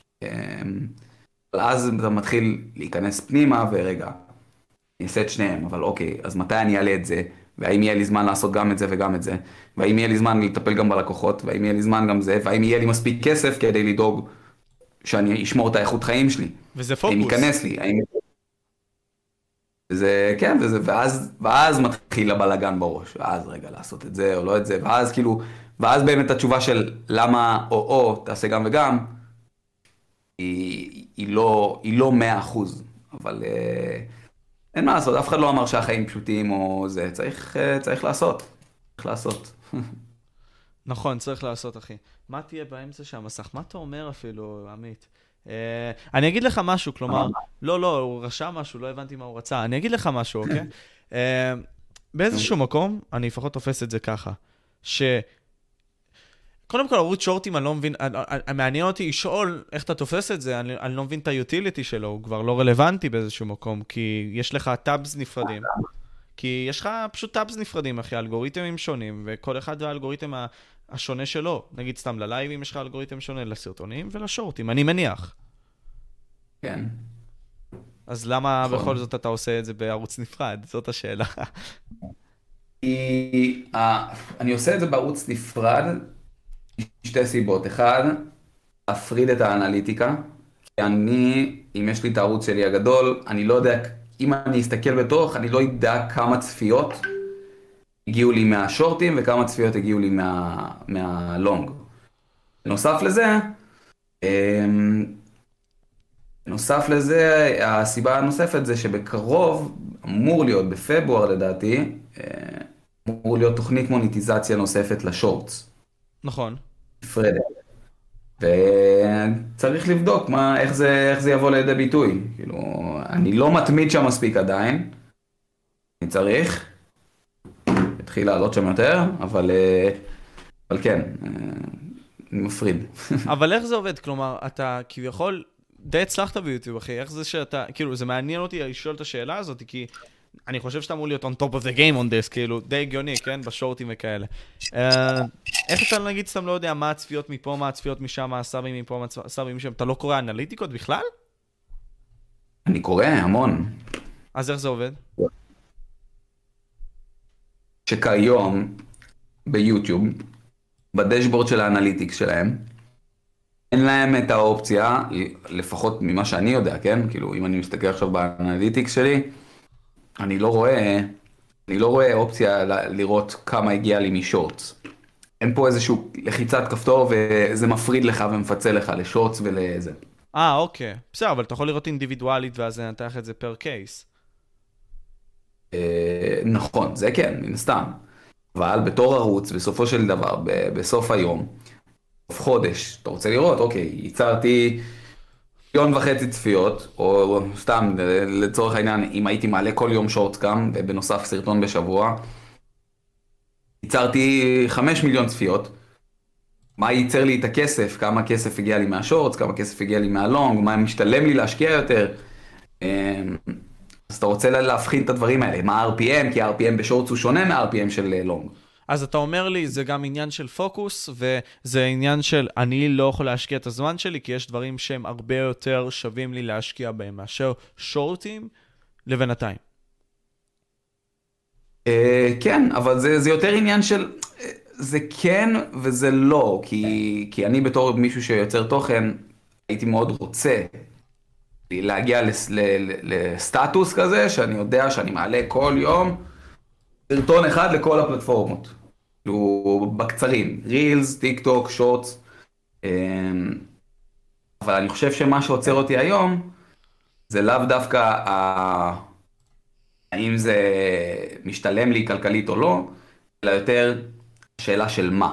אבל אז אתה מתחיל להיכנס פנימה, ורגע, אני אעשה את שניהם, אבל אוקיי, אז מתי אני אעלה את זה? והאם יהיה לי זמן לעשות גם את זה וגם את זה, והאם יהיה לי זמן לטפל גם בלקוחות, והאם יהיה לי זמן גם זה, והאם יהיה לי מספיק כסף כדי לדאוג שאני אשמור את האיכות חיים שלי. וזה פוקוס. האם ייכנס לי, זה, כן, ואז מתחיל הבלגן בראש, ואז רגע לעשות את זה או לא את זה, ואז באמת התשובה של למה או תעשה גם וגם, היא לא 100%, אבל אין מה לעשות, אף אחד לא אמר שהחיים פשוטים או זה, צריך לעשות. צריך לעשות. נכון, צריך לעשות, אחי. מה תהיה באמצע שהמסך? מה אתה אומר אפילו, עמית? אני אגיד לך משהו, כלומר, לא, הוא רשם משהו, לא הבנתי מה הוא רצה. אני אגיד לך משהו, אוקיי? באיזשהו מקום, אני לפחות תופס את זה ככה, קודם כל, ערוץ שורטים, אני לא מבין, מעניין אותי לשאול איך אתה תופס את זה, אני לא מבין את היוטיליטי שלו, הוא כבר לא רלוונטי באיזשהו מקום, כי יש לך טאבס נפרדים, כי יש לך פשוט טאבס נפרדים, אחי, אלגוריתמים שונים, וכל אחד והאלגוריתם השונה שלו, נגיד סתם ללייבים יש לך אלגוריתם שונה לסרטונים ולשורטים, אני מניח. כן. אז למה בכל זאת אתה עושה את זה בערוץ נפרד? זאת השאלה. אני עושה את זה בערוץ נפרד, שתי סיבות. אחד, להפריד את האנליטיקה. כי אם יש לי את הערוץ שלי הגדול, אני לא יודע, אם אני אסתכל בתוך, אני לא יודע כמה צפיות הגיעו לי מהשורטים, וכמה צפיות הגיעו לי מהלונג. נוסף לזה, הסיבה הנוספת זה שבקרוב, אמור להיות בפברואר לדעתי, אמור להיות תוכנית מוניטיזציה נוספת לשורטס. נכון. נפרדת. וצריך לבדוק איך זה יבוא לידי ביטוי. כאילו, אני לא מתמיד שם מספיק עדיין. אני צריך. התחיל לעלות שם יותר, אבל כן, אני מפריד. אבל איך זה עובד? כלומר, אתה כביכול די הצלחת ביוטיוב, אחי, איך זה שאתה, כאילו, זה מעניין אותי לשאול את השאלה הזאת, כי אני חושב שאתה אמור להיות on top of the game on this, כאילו, די הגיוני, כן? בשורטים וכאלה. איך אתה נגיד, סתם לא יודע מה הצפיות מפה, מה הצפיות משם, מה הסאבים מפה, מה הסאבים משם, אתה לא קורא אנליטיקות בכלל? אני קורא המון. אז איך זה עובד? שכיום, ביוטיוב, בדשבורד של האנליטיקס שלהם, אין להם את האופציה, לפחות ממה שאני יודע, כן? כאילו, אם אני מסתכל עכשיו באנליטיקס שלי, אני לא רואה אופציה לראות כמה הגיע לי משורטס. אין פה איזשהו לחיצת כפתור וזה מפריד לך ומפצל לך לשורטס ולזה. אוקיי. בסדר, אבל אתה יכול לראות אינדיבידואלית ואז נתח את זה פר קייס. נכון, זה כן, מן סתם. אבל בתור ערוץ, בסופו של דבר, בסוף היום, בסוף חודש, אתה רוצה לראות, אוקיי, ייצרתי 1.5 מיליון צפיות, או סתם, לצורך העניין, אם הייתי מעלה כל יום שורטס גם, ובנוסף סרטון בשבוע, ייצרתי 5 מיליון צפיות, מה ייצר לי את הכסף, כמה כסף הגיע לי מהשורטס, כמה כסף הגיע לי מהלונג, מה משתלם לי להשקיע יותר, אז אתה רוצה להבחין את הדברים האלה, מה ה-RPM, כי ה-RPM בשורטס הוא שונה מה-RPM של לונג. אז אתה אומר לי, זה גם עניין של פוקוס, וזה עניין של אני לא יכול להשקיע את הזמן שלי, כי יש דברים שהם הרבה יותר שווים לי להשקיע בהם, מאשר שורטים לבינתיים. כן, אבל זה יותר עניין של, זה כן וזה לא, כי אני בתור מישהו שיוצר תוכן, הייתי מאוד רוצה להגיע לסטטוס כזה, שאני יודע שאני מעלה כל יום סרטון אחד לכל הפלטפורמות. כאילו בקצרים, רילס, טיק טוק, שורטס. אבל אני חושב שמה שעוצר אותי היום, זה לאו דווקא האם זה משתלם לי כלכלית או לא, אלא יותר שאלה של מה.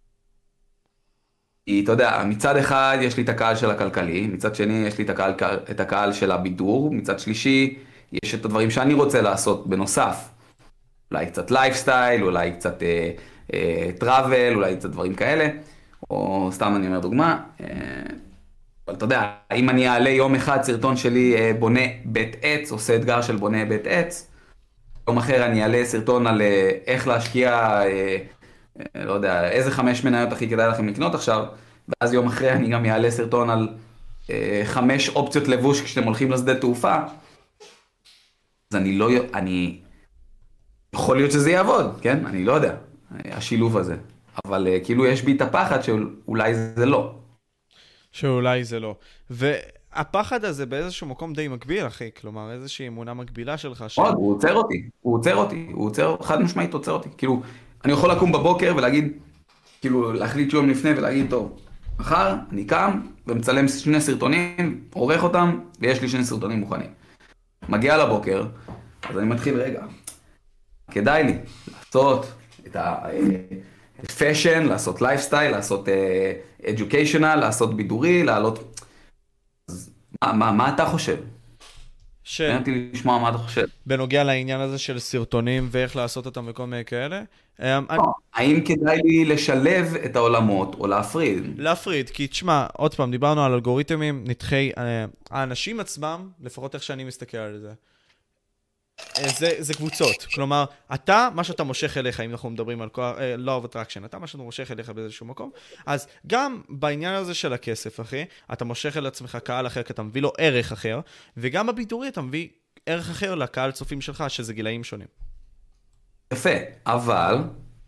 כי אתה יודע, מצד אחד יש לי את הקהל של הכלכלי, מצד שני יש לי את הקהל של הבידור, מצד שלישי יש את הדברים שאני רוצה לעשות בנוסף. אולי קצת לייפסטייל, אולי קצת טראבל, אולי קצת דברים כאלה, או סתם אני אומר דוגמה. אבל אתה יודע, אם אני אעלה יום אחד סרטון שלי בונה בית עץ, עושה אתגר של בונה בית עץ, יום אחר אני אעלה סרטון על איך להשקיע, לא יודע, איזה 5 מניות הכי כדאי לכם לקנות עכשיו, ואז יום אחרי אני גם אעלה סרטון על 5 אופציות לבוש כשאתם הולכים לשדה תעופה. אז אני יכול להיות שזה יעבוד, כן? אני לא יודע, השילוב הזה. אבל כאילו יש בי את הפחד שאולי זה לא. שאולי זה לא. והפחד הזה באיזשהו מקום די מקביל, אחי. כלומר, איזושהי אמונה מקבילה שלך. הוא עוצר אותי. חד משמעית עוצר אותי. כאילו, אני יכול לקום בבוקר ולהגיד, כאילו, להחליט יום לפני ולהגיד, טוב, מחר אני קם ומצלם 2 סרטונים, עורך אותם, ויש לי 2 סרטונים מוכנים. מגיע לבוקר, אז אני מתחיל, רגע, כדאי לי לעשות את הפשן, לעשות לייפסטייל, לעשות educational, לעשות בידורי, לעלות... אז מה אתה חושב? מעניין לשמוע מה אתה חושב. בנוגע לעניין הזה של סרטונים ואיך לעשות אותם וכל מיני כאלה? האם כדאי לי לשלב את העולמות או להפריד? להפריד, כי תשמע, עוד פעם, דיברנו על אלגוריתמים, נתחי, האנשים עצמם, לפחות איך שאני מסתכל על זה, זה קבוצות. כלומר, מה שאתה מושך אליך, אם אנחנו מדברים על law of attraction, מה שאתה מושך אליך באיזשהו מקום, אז גם בעניין הזה של הכסף, אחי, אתה מושך אל עצמך קהל אחר, כי אתה מביא לו ערך אחר, וגם בבידורי אתה מביא ערך אחר לקהל צופים שלך, שזה גילאים שונים. יפה, אבל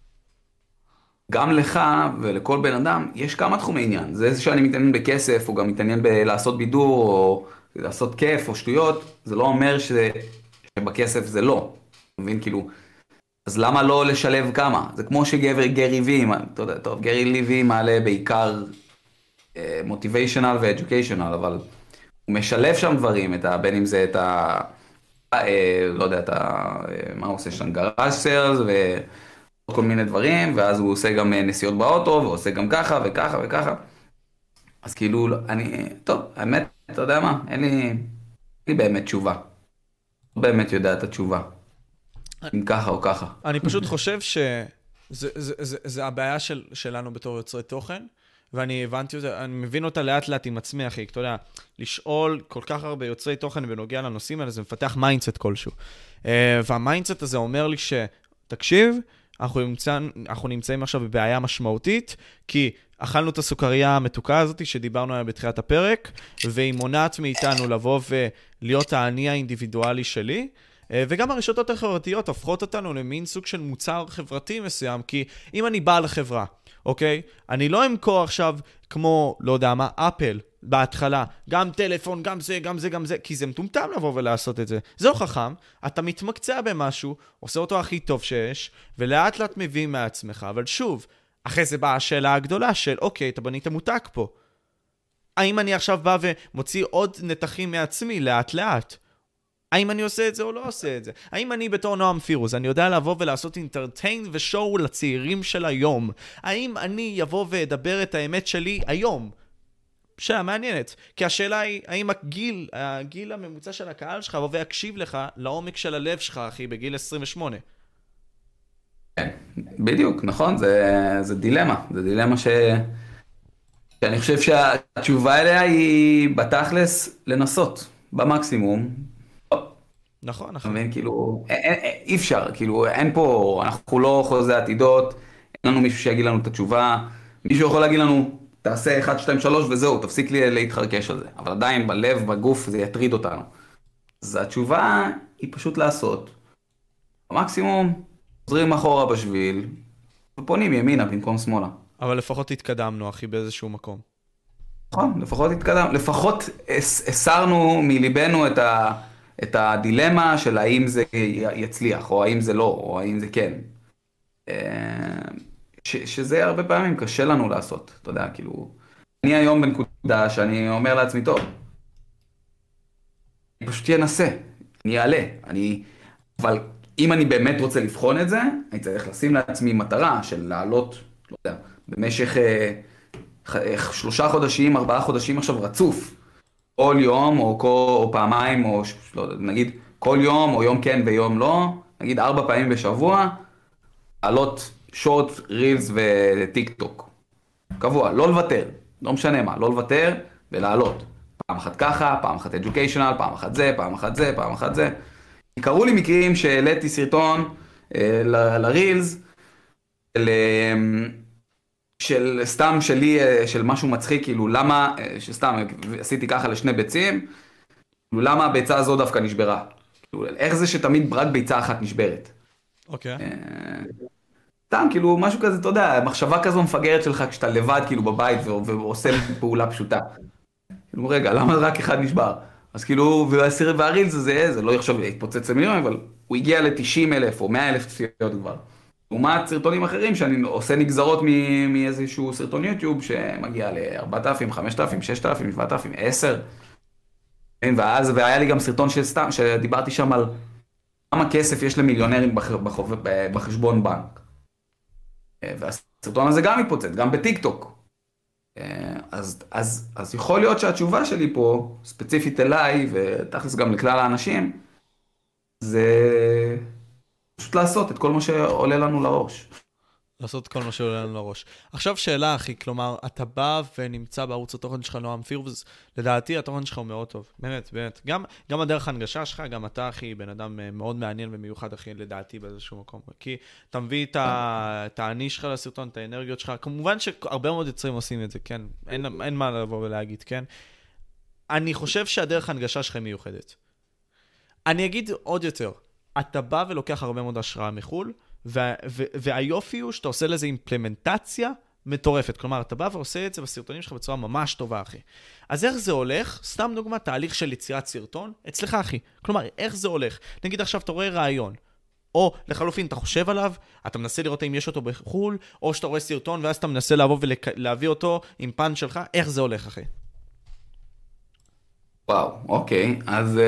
גם לך ולכל בן אדם יש כמה תחומי עניין. זה שאני מתעניין בכסף, או גם מתעניין בלעשות בידור, או לעשות כיף, או שטויות, זה לא אומר שבכסף זה לא. מבין, כאילו, אז למה לא לשלב כמה? זה כמו גרי וי, אתה יודע, טוב, גרי וי מעלה בעיקר motivational ו-educational, אבל הוא משלב שם דברים, בין אם זה את לא יודע, מה הוא עושה שם, גראז' סיילס וכל מיני דברים, ואז הוא עושה גם נסיעות באוטו, ועושה גם ככה וככה וככה. אז כאילו, טוב, האמת, אתה יודע מה, אין לי באמת תשובה. לא באמת יודע את התשובה. אם ככה או ככה. אני פשוט חושב שזה הבעיה שלנו בתור יוצרי תוכן, ואני הבנתי אותה, אני מבין אותה לאט לאט עם עצמי, אחי, אתה יודע, לשאול כל כך הרבה יוצרי תוכן בנוגע לנושאים האלה, זה מפתח מיינדסט כלשהו. והמיינדסט הזה אומר לי תקשיב, אנחנו נמצאים עכשיו בבעיה משמעותית, כי אכלנו את הסוכריה המתוקה הזאת שדיברנו עליה בתחילת הפרק, והיא מונעת מאיתנו לבוא ולהיות האני האינדיבידואלי שלי, וגם הרשתות החברתיות הופכות אותנו למין סוג של מוצר חברתי מסוים, כי אם אני בעל חברה, אוקיי? אני לא אמכור עכשיו כמו, לא יודע מה, אפל בהתחלה, גם טלפון, גם זה, גם זה, גם זה, כי זה מטומטם לבוא ולעשות את זה. זה לא חכם, אתה מתמקצע במשהו, עושה אותו הכי טוב שיש, ולאט לאט מביא מעצמך, אבל שוב, אחרי זה באה השאלה הגדולה של, אוקיי, אתה בנית מותג פה. האם אני עכשיו בא ומוציא עוד נתחים מעצמי לאט לאט? האם אני עושה את זה או לא עושה את זה? האם אני בתור נועם פירוז, אני יודע לבוא ולעשות אינטרטיין ושואו לצעירים של היום? האם אני יבוא ואדבר את האמת שלי היום? שאלה מעניינת. כי השאלה היא, האם הגיל הממוצע של הקהל שלך יבוא ויקשיב לך לעומק של הלב שלך, אחי, בגיל 28? בדיוק, נכון, זה דילמה. זה דילמה שאני חושב שהתשובה אליה היא בתכלס לנסות, במקסימום. נכון, נכון. מבין, כאילו, אי אפשר, כאילו, אין פה, אנחנו לא חוזה עתידות, אין לנו מישהו שיגיד לנו את התשובה, מישהו יכול להגיד לנו, תעשה 1, 2, 3 וזהו, תפסיק לי להתחרקש על זה, אבל עדיין בלב, בגוף, זה יטריד אותנו. אז התשובה היא פשוט לעשות. במקסימום, חוזרים אחורה בשביל, ופונים ימינה במקום שמאלה. אבל לפחות התקדמנו, אחי, באיזשהו מקום. נכון, לפחות התקדמנו, לפחות הסרנו מליבנו את הדילמה של האם זה יצליח, או האם זה לא, או האם זה כן. שזה הרבה פעמים קשה לנו לעשות, אתה יודע, כאילו, אני היום בנקודה שאני אומר לעצמי, טוב, אני פשוט אנסה, אני אעלה, אבל אם אני באמת רוצה לבחון את זה, אני צריך לשים לעצמי מטרה של לעלות, לא יודע, במשך 3 חודשים, 4 חודשים עכשיו רצוף, כל יום או פעמיים, או לא יודע, נגיד כל יום או יום כן ויום לא, נגיד 4 פעמים בשבוע, לעלות שורט, רילס וטיק טוק. קבוע, לא לוותר, לא משנה מה, לא לוותר ולעלות. פעם אחת ככה, פעם אחת educational, פעם אחת זה, פעם אחת זה, פעם אחת זה. קראו לי מקרים שהעליתי סרטון לרילס, של סתם שלי, של משהו מצחיק, כאילו למה, שסתם עשיתי ככה לשני ביצים, כאילו למה הביצה הזו דווקא נשברה. כאילו, איך זה שתמיד רק ביצה אחת נשברת. אוקיי. סתם, כאילו משהו כזה, אתה יודע, מחשבה כזו מפגרת שלך כשאתה לבד כאילו בבית ועושה פעולה פשוטה. כאילו רגע, למה רק אחד נשבר? אז כאילו, והרילס זה לא יחשוב להתפוצץ למיליון, אבל הוא הגיע ל-90,000 או 100,000 צפיות כבר. לעומת סרטונים אחרים שאני עושה נגזרות מאיזשהו סרטון יוטיוב שמגיע ל-4,000, 5,000, 6,000, 7,000, 10. והיה לי גם סרטון שדיברתי שם על כמה כסף יש למיליונרים בחשבון בנק. והסרטון הזה גם מתפוצץ, גם בטיק טוק. אז יכול להיות שהתשובה שלי פה, ספציפית אליי, ותכלס גם לכלל האנשים, זה פשוט לעשות את כל מה שעולה לנו לראש. לעשות כל מה שעולה לנו לראש. עכשיו שאלה, אחי, כלומר, אתה בא ונמצא בערוץ התוכן שלך, נועם פירוז, לדעתי התוכן שלך הוא מאוד טוב. באמת, באמת. גם הדרך ההנגשה שלך, גם אתה, אחי, בן אדם מאוד מעניין ומיוחד, אחי, לדעתי באיזשהו מקום. כי אתה מביא את האני שלך לסרטון, את האנרגיות שלך. כמובן שהרבה מאוד יוצרים עושים את זה, כן? אין מה לבוא ולהגיד, כן? אני חושב שהדרך ההנגשה שלך היא מיוחדת. אני אגיד עוד יותר. אתה בא ולוקח הרבה מאוד השראה מחול, והיופי הוא שאתה עושה לזה אימפלמנטציה מטורפת. כלומר, אתה בא ועושה את זה בסרטונים שלך בצורה ממש טובה, אחי. אז איך זה הולך? סתם דוגמה, תהליך של יצירת סרטון, אצלך, אחי. כלומר, איך זה הולך? נגיד עכשיו, אתה רואה רעיון, או לחלופין, אתה חושב עליו, אתה מנסה לראות אם יש אותו בחול, או שאתה רואה סרטון, ואז אתה מנסה לבוא ולהביא אותו עם פן שלך, איך זה הולך, אחי? וואו, אוקיי.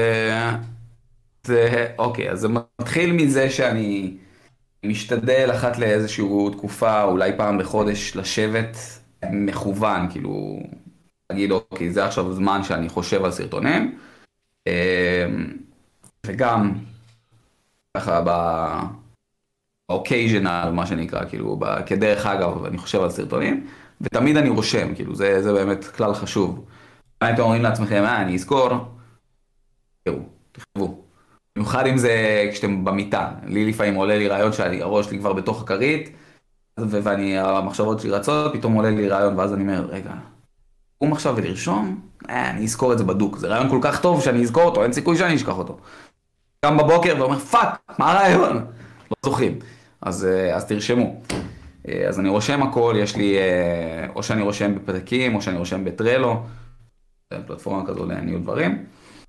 אוקיי, אז זה מתחיל מזה שאני משתדל אחת לאיזושהי תקופה, אולי פעם בחודש, לשבת מכוון, כאילו, להגיד, אוקיי, זה עכשיו זמן שאני חושב על סרטונים, וגם, ככה, occasional, מה שנקרא, כאילו, כדרך אגב, אני חושב על סרטונים, ותמיד אני רושם, כאילו, זה באמת כלל חשוב. אתם אומרים לעצמכם, אני אזכור, תראו, תכתבו. במיוחד אם זה כשאתם במיטה, לי לפעמים עולה לי רעיון שהראש שלי כבר בתוך הכרית, והמחשבות שלי רצות, פתאום עולה לי רעיון, ואז אני אומר, רגע, קום עכשיו ולרשום, אני אזכור את זה בדוק, זה רעיון כל כך טוב שאני אזכור אותו, אין סיכוי שאני אשכח אותו. קם בבוקר ואומר, פאק, מה הרעיון? לא זוכרים, אז תרשמו. אז אני רושם הכל, יש לי, או שאני רושם בפתקים, או שאני רושם בטרלו, פלטפורמה כזו לניהול דברים.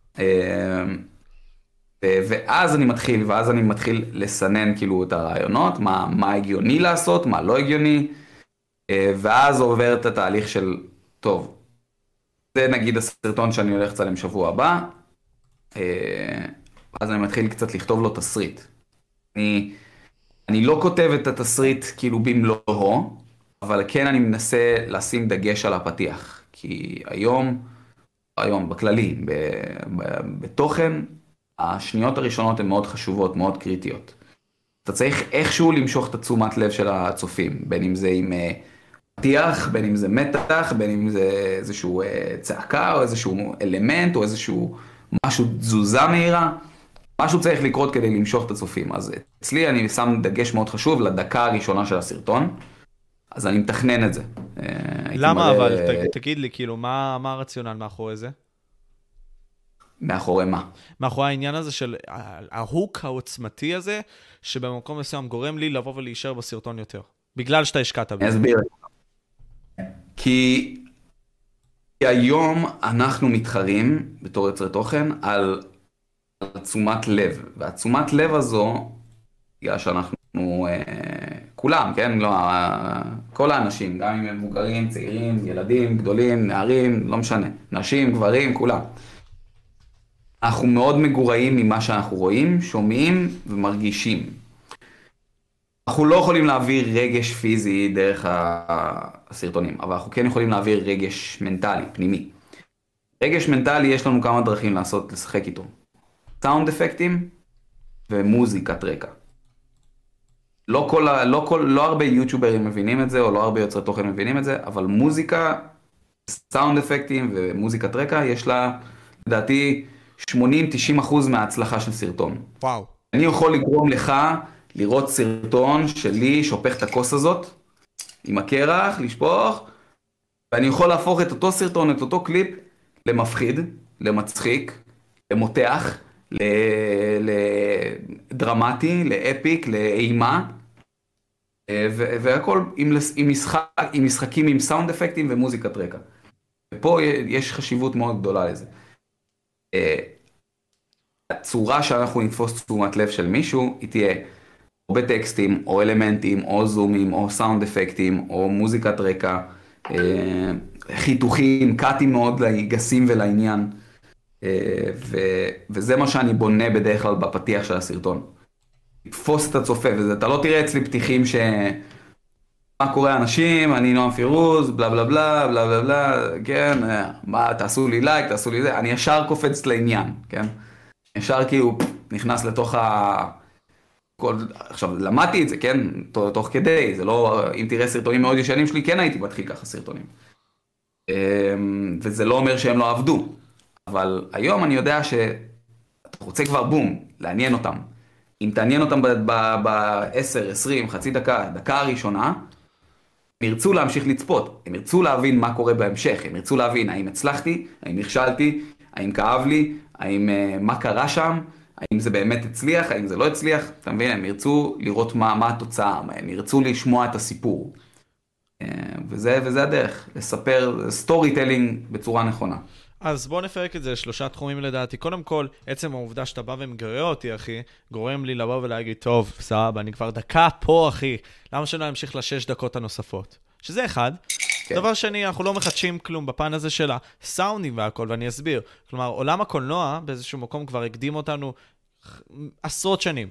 ואז אני מתחיל לסנן כאילו את הרעיונות, מה הגיוני לעשות, מה לא הגיוני, ואז עובר את התהליך של, טוב, זה נגיד הסרטון שאני הולך לצלם שבוע הבא, אז אני מתחיל קצת לכתוב לו תסריט. אני לא כותב את התסריט כאילו במלואו, אבל כן אני מנסה לשים דגש על הפתיח, כי היום בכללי, בתוכן, השניות הראשונות הן מאוד חשובות, מאוד קריטיות. אתה צריך איכשהו למשוך את התשומת לב של הצופים, בין אם זה עם פתיח, בין אם זה מתח, בין אם זה איזשהו צעקה, או איזשהו אלמנט, או איזשהו משהו תזוזה מהירה. משהו צריך לקרות כדי למשוך את הצופים. אז אצלי אני שם דגש מאוד חשוב לדקה הראשונה של הסרטון, אז אני מתכנן את זה. למה אבל? תגיד לי, כאילו, מה הרציונל מאחורי זה? מאחורי מה? מאחורי העניין הזה של ההוק העוצמתי הזה, שבמקום מסוים גורם לי לבוא ולהישאר בסרטון יותר. בגלל שאתה השקעת בזה. אני אסביר. כי היום אנחנו מתחרים בתור יוצרי תוכן על תשומת לב, והתשומת לב הזו, בגלל שאנחנו כולם, כן? לא, כל האנשים, גם אם הם מבוגרים, צעירים, ילדים, גדולים, נערים, לא משנה, נשים, גברים, כולם. אנחנו מאוד מגורעים ממה שאנחנו רואים, שומעים ומרגישים. אנחנו לא יכולים להעביר רגש פיזי דרך הסרטונים, אבל אנחנו כן יכולים להעביר רגש מנטלי, פנימי. רגש מנטלי יש לנו כמה דרכים לשחק איתו. סאונד אפקטים ומוזיקת רקע. לא הרבה יוטיוברים מבינים את זה, או לא הרבה יוצרי תוכן מבינים את זה, אבל מוזיקה, סאונד אפקטים ומוזיקת רקע, יש לה, לדעתי, 80-90% מההצלחה של סרטון. וואו. אני יכול לגרום לך לראות סרטון שלי שופך את הכוס הזאת, עם הקרח, לשפוך, ואני יכול להפוך את אותו סרטון, את אותו קליפ, למפחיד, למצחיק, למותח, לדרמטי, לאפיק, לאימה, והכל עם משחקים עם סאונד אפקטים ומוזיקת רקע. ופה יש חשיבות מאוד גדולה לזה. הצורה שאנחנו נתפוס תשומת לב של מישהו, היא תהיה או בטקסטים, או אלמנטים, או זומים, או סאונד אפקטים, או מוזיקת רקע, חיתוכים, קאטים מאוד גסים ולעניין. וזה מה שאני בונה בדרך כלל בפתיח של הסרטון. תפוס את הצופה, ואתה לא תראה אצלי פתיחים מה קורה אנשים, אני נועם פירוז, בלה בלה בלה, בלה בלה בלה, כן, מה, תעשו לי לייק, תעשו לי זה, אני ישר קופץ לעניין, כן? ישר כאילו נכנס לתוך עכשיו, למדתי את זה, כן? תוך כדי, זה לא, אם תראה סרטונים מאוד ישנים שלי, כן הייתי מתחיל ככה סרטונים. וזה לא אומר שהם לא עבדו. אבל היום אני יודע שאתה רוצה כבר בום, לעניין אותם. אם תעניין אותם ב-10, 20, חצי דקה, דקה הראשונה, הם ירצו להמשיך לצפות, הם ירצו להבין מה קורה בהמשך, הם ירצו להבין האם הצלחתי, האם נכשלתי, האם כאב לי, האם מה קרה שם, האם זה באמת הצליח, האם זה לא הצליח, אתה מבין? הם ירצו לראות מה התוצאה, הם ירצו לשמוע את הסיפור. וזה הדרך, לספר סטורי טלינג בצורה נכונה. אז בוא נפרק את זה לשלושה תחומים לדעתי. קודם כל, עצם העובדה שאתה בא ומגרה אותי, אחי, גורם לי לבוא ולהגיד, טוב, סבבה, אני כבר דקה פה, אחי. למה שלא נמשיך ל6 דקות הנוספות? שזה אחד. כן. דבר שני, אנחנו לא מחדשים כלום בפן הזה של הסאונדים והכל, ואני אסביר. כלומר, עולם הקולנוע באיזשהו מקום כבר הקדים אותנו עשרות שנים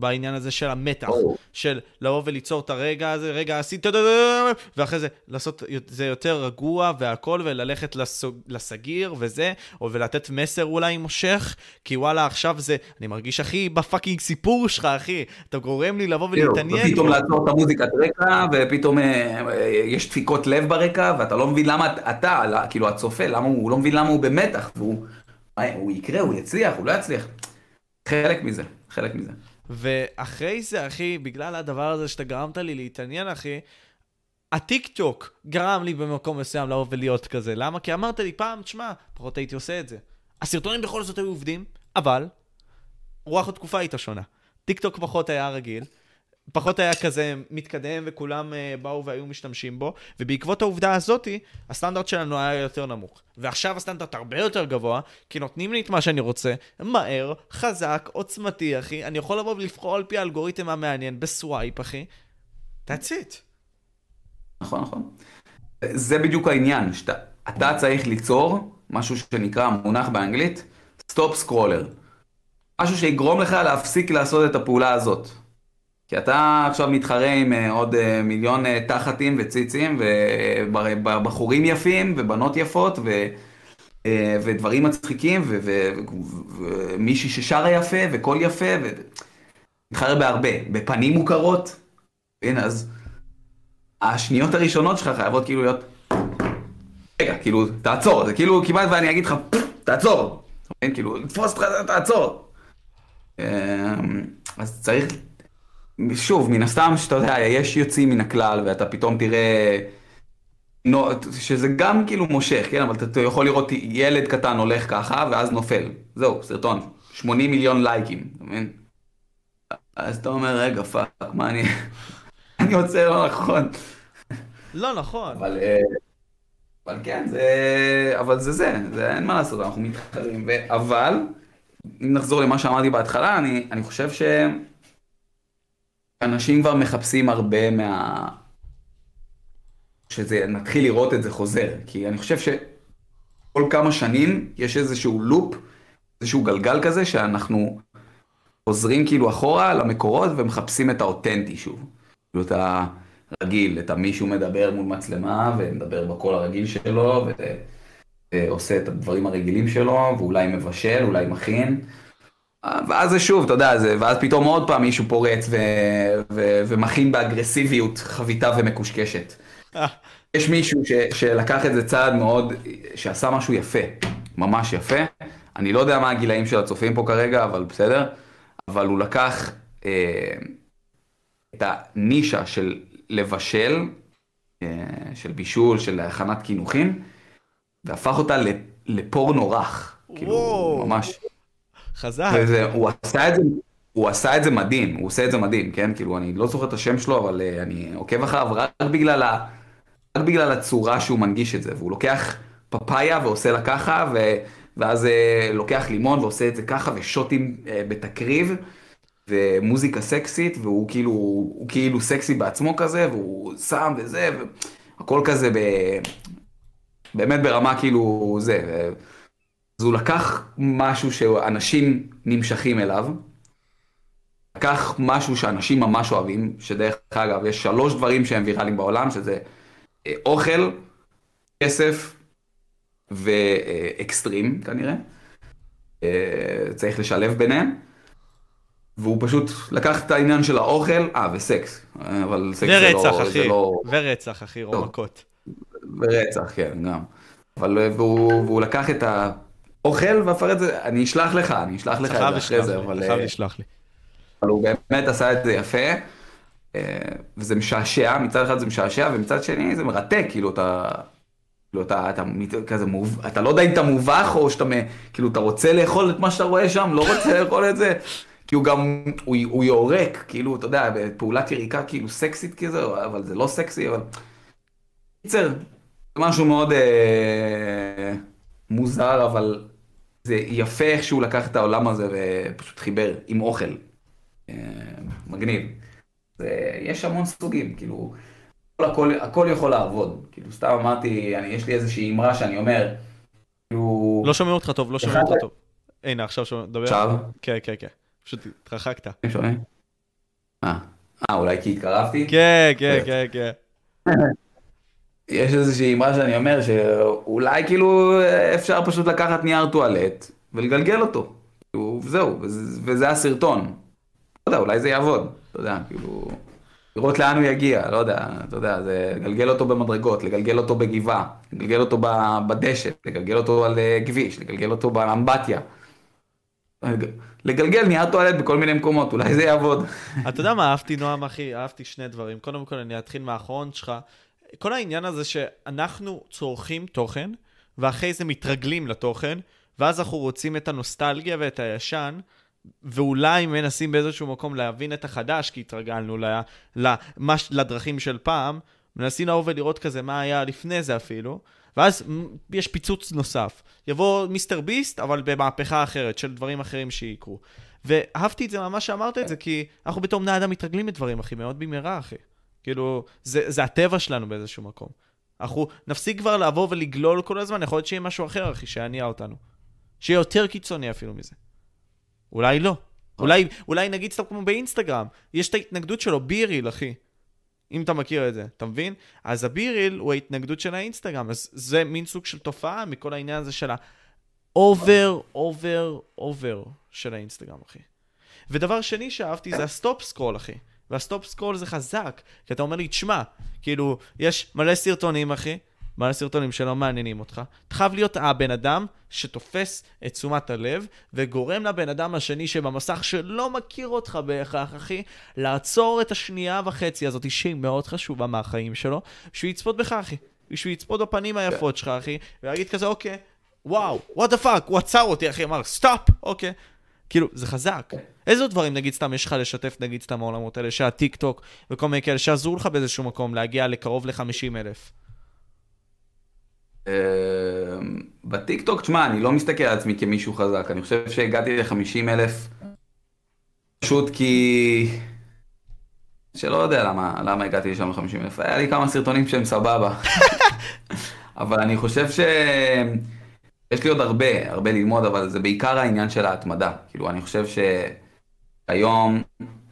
בעניין הזה של המתח, ברור. של לבוא וליצור את הרגע הזה, רגע עשית, ואחרי זה לעשות זה יותר רגוע והכל, וללכת לסגיר וזה, או ולתת מסר אולי מושך, כי וואלה עכשיו זה, אני מרגיש אחי בפאקינג סיפור שלך אחי, אתה גורם לי לבוא ולהתעניין. ופתאום לעצור את המוזיקת רקע, ופתאום יש דפיקות לב ברקע, ואתה לא מבין למה אתה, כאילו הצופה, הוא לא מבין למה הוא במתח, הוא יקרה, הוא יצליח, הוא לא יצליח. חלק מזה. ואחרי זה, אחי, בגלל הדבר הזה שאתה גרמת לי להתעניין, אחי, הטיק טוק גרם לי במקום מסוים לבוא ולהיות כזה. למה? כי אמרת לי פעם, תשמע, פחות הייתי עושה את זה. הסרטונים בכל זאת היו עובדים, אבל רוח התקופה הייתה שונה. טיק טוק פחות היה רגיל, פחות היה כזה מתקדם, וכולם באו והיו משתמשים בו, ובעקבות העובדה הזאת, הסטנדרט שלנו היה יותר נמוך. ועכשיו הסטנדרט הרבה יותר גבוה, כי נותנים לי את מה שאני רוצה, מהר, חזק, עוצמתי, אחי. אני יכול לבוא ולבחור על פי האלגוריתם המעניין, בסווייפ, אחי. That's it. נכון. זה בדיוק העניין, שאתה צריך ליצור משהו שנקרא מונח באנגלית, סטופ סקרולר. משהו שיגרום לך להפסיק לעשות את הפעולה הזאת. כי אתה עכשיו מתחרה עם עוד מיליון תחתים וציצים, ובחורים יפים, ובנות יפות, ודברים מצחיקים, ומישהי ששרה יפה, וקול יפה, מתחרה בהרבה, בפנים מוכרות. הנה, אז השניות הראשונות שלך חייבות כאילו להיות, רגע, כאילו, תעצור, זה כאילו כמעט ואני אגיד לך, תעצור, כאילו, תפוס אותך, תעצור. אז צריך, שוב, מן הסתם שאתה יודע, יש יוצאים מן הכלל, ואתה פתאום תראה, שזה גם כאילו מושך, כן? אבל אתה יכול לראות ילד קטן הולך ככה, ואז נופל. זהו, סרטון, 80 מיליון לייקים, אתה מבין? אז אתה אומר, רגע, פאק, מה אני רוצה לא נכון. לא נכון. אבל כן, אבל זה, אין מה לעשות, אנחנו מתחרים. אבל, אם נחזור למה שאמרתי בהתחלה, אני חושב שאנשים כבר מחפשים הרבה נתחיל לראות את זה חוזר. כי אני חושב שכל כמה שנים יש איזשהו לופ, איזשהו גלגל כזה, שאנחנו חוזרים כאילו אחורה למקורות ומחפשים את האותנטי שוב. כאילו את הרגיל, את מישהו מדבר מול מצלמה ומדבר בקול הרגיל שלו ועושה את הדברים הרגילים שלו ואולי מבשל, אולי מכין. ואז זה שוב, אתה יודע, ואז פתאום עוד פעם מישהו פורץ ומכין באגרסיביות חביתה ומקושקשת. יש מישהו שלקח את זה צעד מאוד, שעשה משהו יפה, ממש יפה. אני לא יודע מה הגילאים של הצופים פה כרגע, אבל בסדר. אבל הוא לקח את הנישה של לבשל, של בישול, של הכנת קינוחים, והפך אותה לפורנו רך. כאילו, ממש. חזק. הוא עשה את זה מדהים, הוא עושה את זה מדהים, כן? כאילו, אני לא זוכר את השם שלו, אבל אני עוקב אחריו רק בגלל הצורה שהוא מנגיש את זה. והוא לוקח פפאיה ועושה לה ככה, ואז לוקח לימון ועושה את זה ככה, ושוטים בתקריב, ומוזיקה סקסית, והוא כאילו סקסי בעצמו כזה, והוא שם וזה, והכל כזה באמת ברמה כאילו זה. אז הוא לקח משהו שאנשים נמשכים אליו, לקח משהו שאנשים ממש אוהבים, שדרך אגב יש 3 דברים שהם ויראליים בעולם, שזה אוכל, כסף ואקסטרים כנראה. צריך לשלב ביניהם. והוא פשוט לקח את העניין של האוכל, וסקס. אבל סקס זה לא... ורצח, אחי, רומקות. ורצח, כן, גם. והוא לקח את האוכל, והפר את זה, אני אשלח לך את זה אחרי זה, אבל... חייב לשלח לי. אבל הוא באמת עשה את זה יפה, וזה משעשע, מצד אחד זה משעשע, ומצד שני זה מרתק, כאילו אתה כזה אתה לא יודע אם אתה מובך, או שאתה כאילו אתה רוצה לאכול את מה שאתה רואה שם, לא רוצה לאכול את זה, כי הוא גם, הוא יורק, כאילו, אתה יודע, בפעולת יריקה כאילו סקסית כזה, אבל זה לא סקסי, אבל... קיצר, זה משהו מאוד מוזר, אבל זה יפה איך שהוא לקח את העולם הזה ופשוט חיבר עם אוכל. מגניב. יש המון סוגים, כאילו, הכל יכול לעבוד. כאילו, סתם אמרתי, יש לי איזושהי אמרה שאני אומר, כאילו... לא שומעים אותך טוב, לא שומעים אותך טוב. הנה, עכשיו שומעים, דבר. עכשיו? כן. פשוט התרחקת. שומעים? אולי כי התקרבתי? כן, כן, כן, כן. יש איזושהי אמרה שאני אומר שאולי כאילו אפשר פשוט לקחת נייר טואלט ולגלגל אותו. וזהו, וזה הסרטון. לא יודע, אולי זה יעבוד. אתה יודע, כאילו, לראות לאן הוא יגיע, לא יודע, אתה יודע, זה לגלגל אותו במדרגות, לגלגל אותו בגבעה, לגלגל אותו בדשא, לגלגל אותו על כביש, לגלגל אותו באמבטיה. לגלגל נייר טואלט בכל מיני מקומות, אולי זה יעבוד. אתה יודע מה אהבתי, נועם, אחי? אהבתי שני דברים. קודם כל, אני אתחיל מהאחרון שלך. כל העניין הזה שאנחנו צורכים תוכן, ואחרי זה מתרגלים לתוכן, ואז אנחנו רוצים את הנוסטלגיה ואת הישן, ואולי מנסים באיזשהו מקום להבין את החדש, כי התרגלנו לדרכים של פעם, מנסים לבוא ולראות כזה מה היה לפני זה אפילו, ואז יש פיצוץ נוסף. יבוא מיסטר ביסט, אבל במהפכה אחרת, של דברים אחרים שיקרו. ואהבתי את זה ממש שאמרת את זה, כי אנחנו בתור בני אדם מתרגלים את דברים, אחי, מאוד במהרה, אחי. כאילו, זה הטבע שלנו באיזשהו מקום. אנחנו נפסיק כבר לבוא ולגלול כל הזמן, יכול להיות שיהיה משהו אחר, אחי, שיעניין אותנו. שיהיה יותר קיצוני אפילו מזה. אולי לא. אולי נגיד סתם כמו באינסטגרם, יש את ההתנגדות שלו, ביריל, אחי. אם אתה מכיר את זה, אתה מבין? אז הביריל הוא ההתנגדות של האינסטגרם, אז זה מין סוג של תופעה מכל העניין הזה של אובר של האינסטגרם, אחי. ודבר שני שאהבתי זה הסטופ סקרול, אחי. והסטופ סקרול זה חזק, כי אתה אומר לי, תשמע, כאילו, יש מלא סרטונים, אחי, מלא סרטונים שלא מעניינים אותך. אתה חייב להיות הבן אדם שתופס את תשומת הלב, וגורם לבן אדם השני שבמסך שלא מכיר אותך בהכרח, אחי, לעצור את השנייה וחצי הזאת, שהיא מאוד חשובה מהחיים שלו, שהוא יצפות בך, אחי. שהוא יצפות בפנים היפות שלך, אחי, ויגיד כזה, אוקיי, וואו, what the fuck, הוא עצר אותי, אחי, אמר, סטופ, אוקיי. כאילו, זה חזק. איזה דברים, נגיד סתם, יש לך לשתף, נגיד סתם העולמות האלה, שהטיק טוק וכל מיני כאלה, שעזרו לך באיזשהו מקום להגיע לקרוב ל-50,000. בטיק טוק, תשמע, אני לא מסתכל על עצמי כמישהו חזק, אני חושב שהגעתי ל-50,000 פשוט כי... שלא יודע למה הגעתי לשם ל-50,000, היה לי כמה סרטונים שהם סבבה. אבל אני חושב יש לי עוד הרבה ללמוד, אבל זה בעיקר העניין של ההתמדה. כאילו, אני חושב שהיום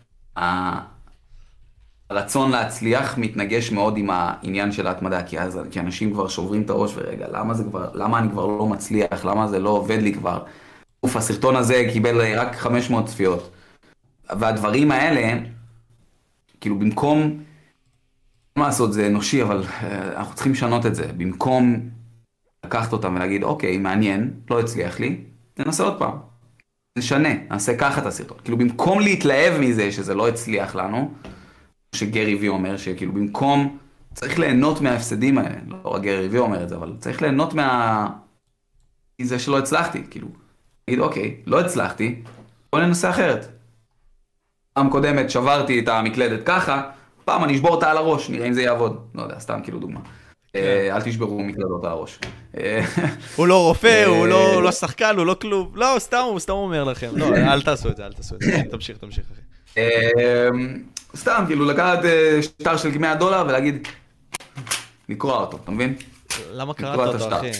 הרצון להצליח מתנגש מאוד עם העניין של ההתמדה, כי אנשים כבר שוברים את הראש, ורגע, למה אני כבר לא מצליח, למה זה לא עובד לי כבר? הסרטון הזה קיבל רק 500 צפיות. והדברים האלה, כאילו, במקום, מה לעשות, זה אנושי, אבל אנחנו צריכים לשנות את זה. במקום לקחת אותם ולהגיד, אוקיי, מעניין, לא הצליח לי, ננסה עוד פעם. נשנה, נעשה ככה את הסרטון. כאילו, במקום להתלהב מזה שזה לא הצליח לנו, שגרי וי אומר, שכאילו, במקום, צריך ליהנות מההפסדים האלה. לא רק גרי וי אומר את זה, אבל צריך ליהנות מזה שלא הצלחתי. כאילו, להגיד, אוקיי, לא הצלחתי, בוא ננסה אחרת. פעם קודמת שברתי את המקלדת ככה, פעם אני אשבור אותה על הראש, נראה אם זה יעבוד. לא יודע, סתם כאילו דוגמה. אל תשברו מקלדות על הראש. הוא לא רופא, הוא לא שחקן, הוא לא כלום. לא, סתם אומר לכם. לא, אל תעשו את זה. תמשיך, אחי. סתם, כאילו, לקחת שטר של $100 ולהגיד, לקרוע אותו, אתה מבין? למה קראת אותו, אחי?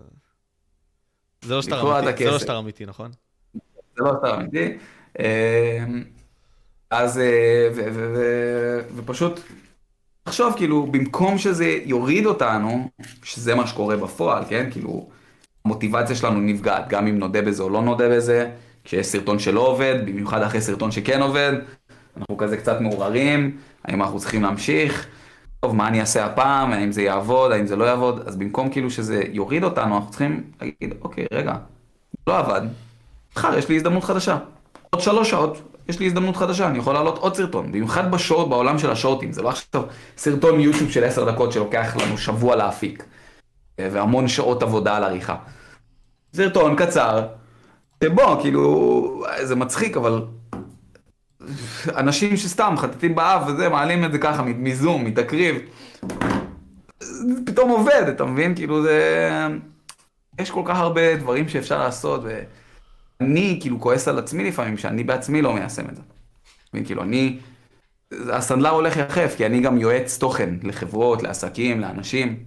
זה לא שטר אמיתי, נכון? זה לא שטר אמיתי. אז, ופשוט, תחשוב, כאילו, במקום שזה יוריד אותנו, שזה מה שקורה בפועל, כן? כאילו, המוטיבציה שלנו נפגעת, גם אם נודה בזה או לא נודה בזה, כשיש סרטון שלא עובד, במיוחד אחרי סרטון שכן עובד, אנחנו כזה קצת מעוררים, האם אנחנו צריכים להמשיך, טוב, מה אני אעשה הפעם, האם זה יעבוד, האם זה לא יעבוד, אז במקום כאילו שזה יוריד אותנו, אנחנו צריכים להגיד, אוקיי, רגע, לא עבד, מחר יש לי הזדמנות חדשה, עוד 3 שעות, יש לי הזדמנות חדשה, אני יכול לעלות עוד סרטון, במיוחד בשורט, בעולם של השורטים, זה לא עכשיו סרטון יוטיוב של 10 דקות שלוקח לנו שבוע להפיק, והמון שעות עבודה על עריכה. סרטון קצר, שבו, כאילו, זה מצחיק, אבל אנשים שסתם חטטים באף וזה, מעלים את זה ככה, מזום, מתקריב, זה פתאום עובד, אתה מבין? כאילו זה... יש כל כך הרבה דברים שאפשר לעשות, ואני כאילו כועס על עצמי לפעמים, שאני בעצמי לא מיישם את זה. כאילו הסנדלר הולך יחף, כי אני גם יועץ תוכן לחברות, לעסקים, לאנשים.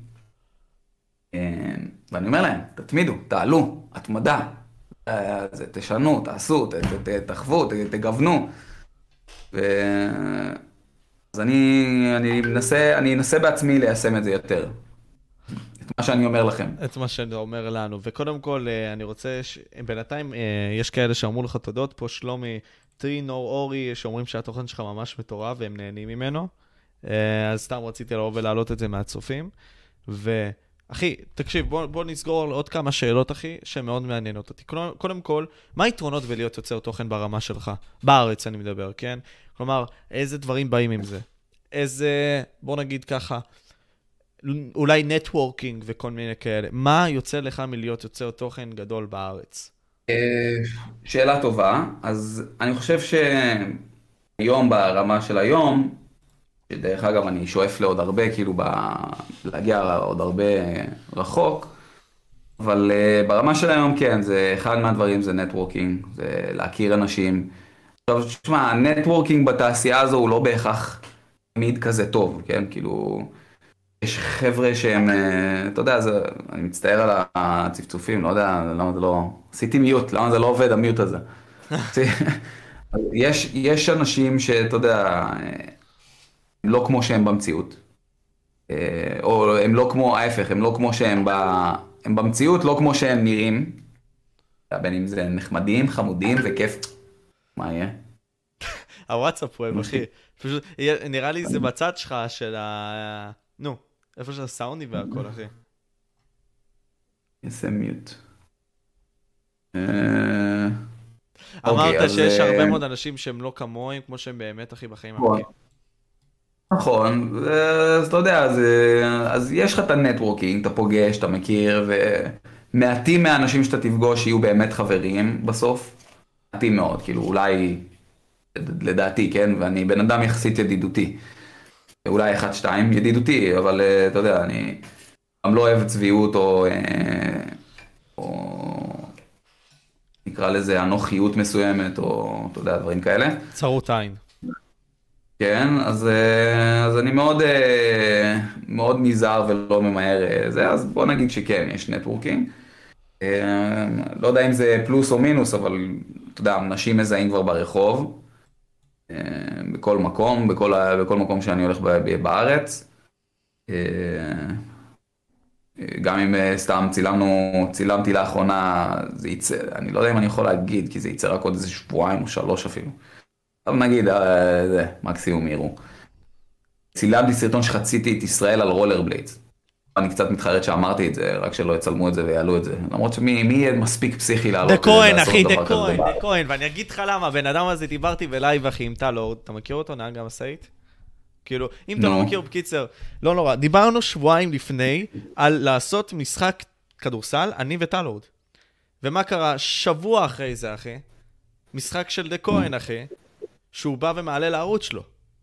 ואני אומר להם, תתמידו, תעלו, התמדה, תשנו, תעשו, תחוו, תגוונו. אז אני אנסה בעצמי ליישם את זה יותר. את מה שאני אומר לכם. את מה שאני אומר לנו. וקודם כל, אני רוצה, בינתיים יש כאלה שאמרו לך תודות, פה שלומי, טרינו, אורי, שאומרים שהתוכן שלך ממש מטורף והם נהנים ממנו. אז סתם רציתי לבוא ולהעלות את זה מהצופים. אחי, תקשיב, בוא נסגור עוד כמה שאלות, אחי, שמאוד מעניינות אותי. קודם כל, מה היתרונות בלהיות יוצר תוכן ברמה שלך? בארץ אני מדבר, כן? כלומר, איזה דברים באים עם זה? איזה, בוא נגיד ככה, אולי נטוורקינג וכל מיני כאלה. מה יוצא לך מלהיות יוצר תוכן גדול בארץ? שאלה טובה. אז אני חושב שהיום, ברמה של היום, שדרך אגב אני שואף לעוד הרבה, כאילו להגיע עוד הרבה רחוק, אבל ברמה של היום כן, זה אחד מהדברים זה נטוורקינג, זה להכיר אנשים. עכשיו, תשמע, הנטוורקינג בתעשייה הזו הוא לא בהכרח תמיד כזה טוב, כן? כאילו, יש חבר'ה שהם, אתה יודע, אני מצטער על הצפצופים, לא יודע למה זה לא, עשיתי מיוט, למה זה לא עובד המיוט הזה. יש אנשים שאתה יודע, הם לא כמו שהם במציאות, או הם לא כמו, ההפך, הם לא כמו שהם הם במציאות, לא כמו שהם נראים, בין אם זה נחמדים, חמודים וכיף, מה יהיה? הוואטסאפ הוא, אחי, פשוט, נראה לי זה בצד שלך של נו, איפה של הסאונדי והכל, אחי. יעשה מיוט. אמרת שיש הרבה מאוד אנשים שהם לא כמוהם, כמו שהם באמת, אחי, בחיים האמיתיים. נכון, אז אתה יודע, אז יש לך את הנטוורקינג, אתה פוגש, אתה מכיר, ומעטים מהאנשים שאתה תפגוש יהיו באמת חברים בסוף. מעטים מאוד, כאילו אולי, לדעתי, כן, ואני בן אדם יחסית ידידותי. אולי 1-2 ידידותי, אבל אתה יודע, אני גם לא אוהב צביעות או נקרא לזה אנוכיות מסוימת, או אתה יודע, דברים כאלה. צרות עין. כן, אז אני מאוד נזהר ולא ממהר זה, אז בוא נגיד שכן, יש נטוורקינג. לא יודע אם זה פלוס או מינוס, אבל אתה יודע, אנשים מזהים כבר ברחוב, בכל מקום, בכל מקום שאני הולך בארץ. גם אם סתם צילמתי לאחרונה, אני לא יודע אם אני יכול להגיד, כי זה יצא רק עוד איזה 2 או 3 אפילו. אבל נגיד, זה, מקסימום יראו. צילמתי סרטון שחציתי את ישראל על רולר בליידס. אני קצת מתחרט שאמרתי את זה, רק שלא יצלמו את זה ויעלו את זה. למרות שמי יהיה מספיק פסיכי לעלות דה כהן, אחי, דה כהן, ואני אגיד לך למה, בן אדם הזה דיברתי בלייב, אחי, עם טלורד, אתה מכיר אותו, נהג המשאית? כאילו, אם אתה לא מכיר בקיצר, לא נורא, דיברנו שבועיים לפני על לעשות משחק כדורסל, אני וטלורד. ומה קרה? שבוע אחרי זה, אחי, משחק של דה כהן, אחי, שהוא בא ומעלה לערוץ שלו.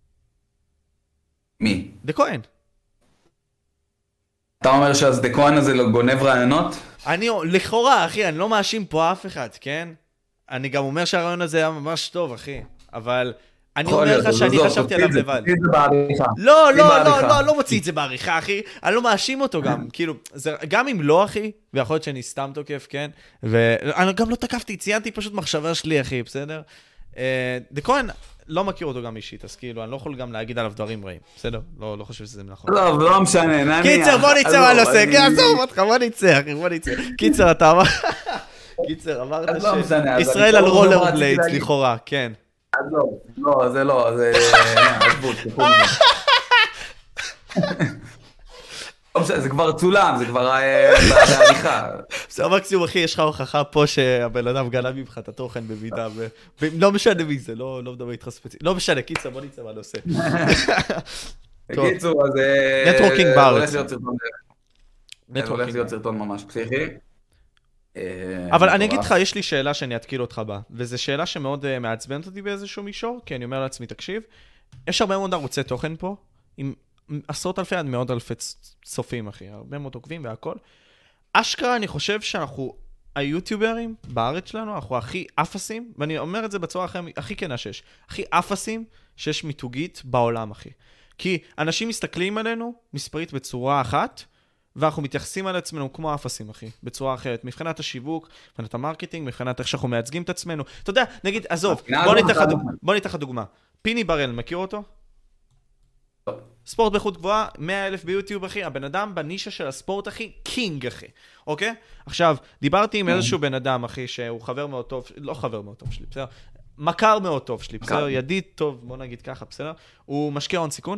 מי? דה כהן. אתה אומר שאז דה כהן הזה לא גונב רעיונות? לכאורה, אחי, אני לא מאשים פה אף אחד, כן? אני גם אומר שהרעיון הזה היה ממש טוב, אחי. אבל אני אומר לך שאני חשבתי עליו לבד. תוציא את זה בעריכה. לא מוציא את זה בעריכה, אחי. אני לא מאשים אותו גם. כאילו, גם אם לא, אחי, ויכול להיות שאני סתם תוקף, כן? ואני גם לא תקפתי, ציינתי פשוט מחשבה שלי, אחי, בסדר? דה כהן, לא מכיר אותו גם אישית, אז כאילו, אני לא יכול גם להגיד עליו דברים רעים, בסדר? לא חושב שזה נכון. לא משנה, נניח. קיצר, בוא נצא מהנושא, עזוב אותך, בוא נצא, אחי, בוא נצא. קיצר, אתה אמר... קיצר, אמרת שישראל על רולר בליידס, לכאורה, כן. עזוב, לא, זה לא, זה... עזבו, תקום. זה כבר צולם, זה כבר בעריכה. בסדר, מקסימום, אחי, יש לך הוכחה פה שהבן אדם גנב ממך את התוכן במידה, לא משנה מי זה, לא מדבר איתך ספציפי. לא משנה, קיצר, בוא נצא מהנושא. בקיצור, אז... נטוורקינג בארץ. הולך להיות סרטון ממש פסיכי. אבל אני אגיד לך, יש לי שאלה שאני אתקיל אותך בה, וזו שאלה שמאוד מעצבנת אותי באיזשהו מישור, כי אני אומר לעצמי, תקשיב, יש הרבה מאוד ערוצי תוכן פה, עם עשרות אלפי עד מאות אלפי צופים, אחי, הרבה מאוד עוקבים והכל. אשכרה, אני חושב שאנחנו, היוטיוברים בארץ שלנו, אנחנו הכי אפסים, ואני אומר את זה בצורה הכי כנה שיש, הכי אפסים שיש מיתוגית בעולם, אחי. כי אנשים מסתכלים עלינו, מספרית בצורה אחת, ואנחנו מתייחסים על עצמנו כמו אפסים, אחי, בצורה אחרת. מבחינת השיווק, מבחינת המרקטינג, מבחינת איך שאנחנו מייצגים את עצמנו. אתה יודע, נגיד, עזוב, בוא ניתן לך דוגמה. פיני בראל, מכיר אותו? ספורט באיכות גבוהה, 100,000 ביוטיוב, אחי. הבן אדם בנישה של הספורט, אחי, קינג, אחי. אוקיי? עכשיו, דיברתי עם איזשהו בן אדם, אחי, שהוא חבר מאוד טוב, לא חבר מאוד טוב שלי, בסדר? מכר מאוד טוב שלי, בסדר? ידיד טוב, בוא נגיד ככה, בסדר? הוא משקיע הון סיכון.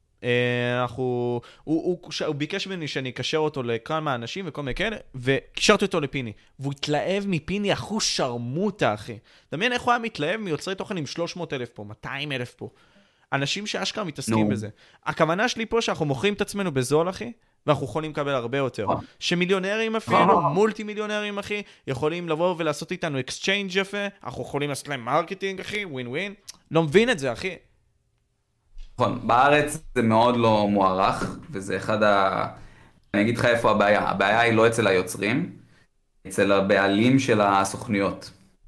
הוא ביקש ממני שאני אקשר אותו לכמה אנשים וכל מיני כאלה, וקישרתי אותו לפיני. והוא התלהב מפיני אחוז שרמוטה, אחי. דמיין איך הוא היה מתלהב מיוצרי תוכן עם 300,000 פה, 200,000 פה. אנשים שאשכרה מתעסקים בזה. הכוונה שלי פה שאנחנו מוכרים את עצמנו בזול, אחי, ואנחנו יכולים לקבל הרבה יותר. שמיליונרים אפילו, מולטי מיליונרים, אחי, יכולים לבוא ולעשות איתנו אקסצ'יינג' יפה, אנחנו יכולים לעשות להם מרקטינג, אחי, ווין ווין. לא מבין את זה, אחי. נכון, בארץ זה מאוד לא מוערך, וזה אני אגיד לך איפה הבעיה. הבעיה היא לא אצל היוצרים, אצל הבעלים של הסוכנויות.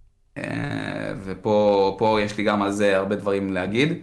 ופה יש לי גם על זה הרבה דברים להגיד.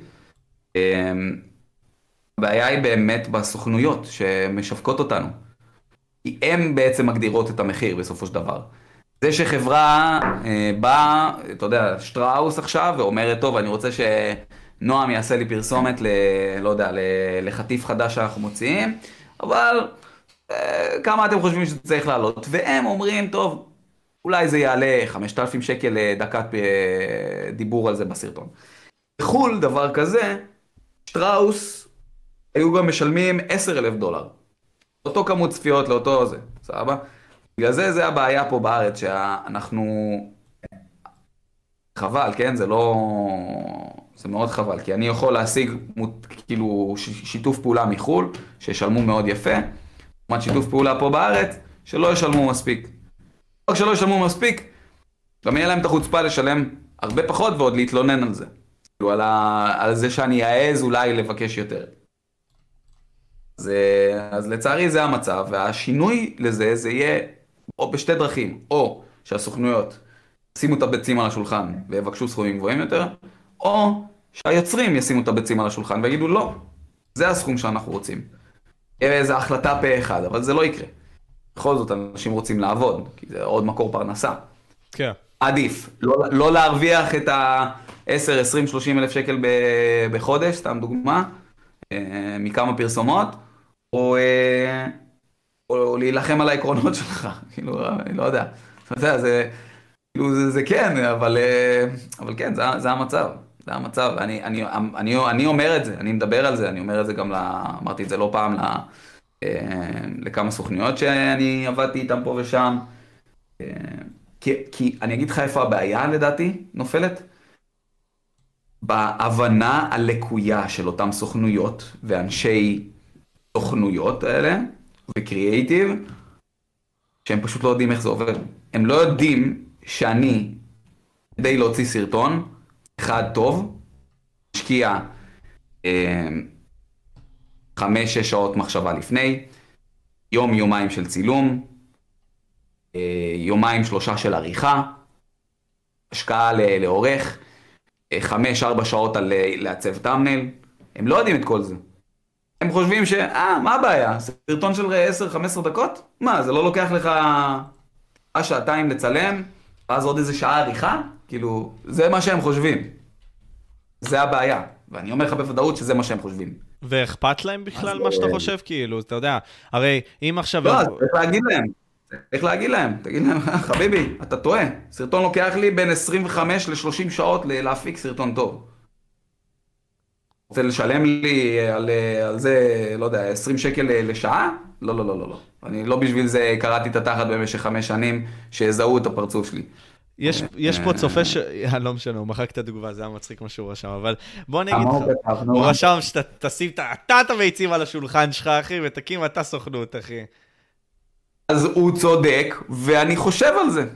הבעיה היא באמת בסוכנויות שמשווקות אותנו. כי הן בעצם מגדירות את המחיר בסופו של דבר. זה שחברה באה, אתה יודע, שטראוס עכשיו, ואומרת, טוב, אני רוצה שנועם יעשה לי פרסומת לא יודע, לחטיף חדש שאנחנו מוציאים, אבל כמה אתם חושבים שזה צריך לעלות? והם אומרים, טוב, אולי זה יעלה 5,000 שקל לדקת דיבור על זה בסרטון. בחול דבר כזה, שטראוס היו גם משלמים $10,000. אותו כמות צפיות לאותו זה, סבבה? בגלל זה הבעיה פה בארץ, שאנחנו... חבל, כן? זה מאוד חבל, כי אני יכול להשיג כאילו שיתוף פעולה מחול, שישלמו מאוד יפה, כלומר שיתוף פעולה פה בארץ, שלא ישלמו מספיק. רק שלא ישלמו מספיק, גם יהיה להם את החוצפה לשלם הרבה פחות ועוד להתלונן על זה. כאילו על זה שאני אעז אולי לבקש יותר. אז לצערי זה המצב, והשינוי לזה זה יהיה או בשתי דרכים, או שהסוכנויות ישימו את הביצים על השולחן ויבקשו סכומים גבוהים יותר, או שהיוצרים ישימו את הביצים על השולחן ויגידו לא, זה הסכום שאנחנו רוצים. יהיה איזו החלטה פה אחד, אבל זה לא יקרה. בכל זאת אנשים רוצים לעבוד, כי זה עוד מקור פרנסה. כן. עדיף, לא להרוויח את ה-10, 20, 30 אלף שקל בחודש, סתם דוגמה, מכמה פרסומות, או להילחם על העקרונות שלך, כאילו, אני לא יודע. אתה יודע, זה כן, אבל כן, זה המצב. זה המצב. אני אומר את זה, אני מדבר על זה, אני אומר את זה גם, אמרתי את זה לא פעם לכמה סוכנויות שאני עבדתי איתם פה ושם. כי אני אגיד לך איפה הבעיה לדעתי נופלת. בהבנה הלקויה של אותם סוכנויות ואנשי סוכנויות האלה וקריאייטיב, שהם פשוט לא יודעים איך זה עובד. הם לא יודעים שאני, כדי להוציא סרטון, אחד טוב, משקיע 5-6 שעות מחשבה לפני, יומיים של צילום, 2-3 של עריכה, השקעה לעורך, 5-4 שעות על לעצב תמנל. הם לא יודעים את כל זה. הם חושבים מה הבעיה? סרטון של 10-15 דקות? מה, זה לא לוקח לך שעתיים לצלם, ואז עוד איזה שעה עריכה? כאילו, זה מה שהם חושבים. זה הבעיה. ואני אומר לך בוודאות שזה מה שהם חושבים. ואכפת להם בכלל מה שאתה חושב, כאילו, אתה יודע, הרי אם עכשיו... לא, צריך להגיד להם. איך להגיד להם? תגיד להם, חביבי, אתה טועה. סרטון לוקח לי בין 25 ל-30 שעות להפיק סרטון טוב. רוצה לשלם לי על זה, לא יודע, 20 שקל לשעה? לא, לא, לא, לא. אני לא בשביל זה קראתי את התחת במשך 5 שנים שהזהו את הפרצוף שלי. יש פה צופה לא משנה, הוא מחק את התגובה, זה היה מצחיק מה שהוא רשם, אבל בוא נגיד לך, הוא רשם שתשים אתה את הביצים על השולחן שלך, אחי, ותקים אתה סוכנות, אחי. אז הוא צודק, ואני חושב על זה.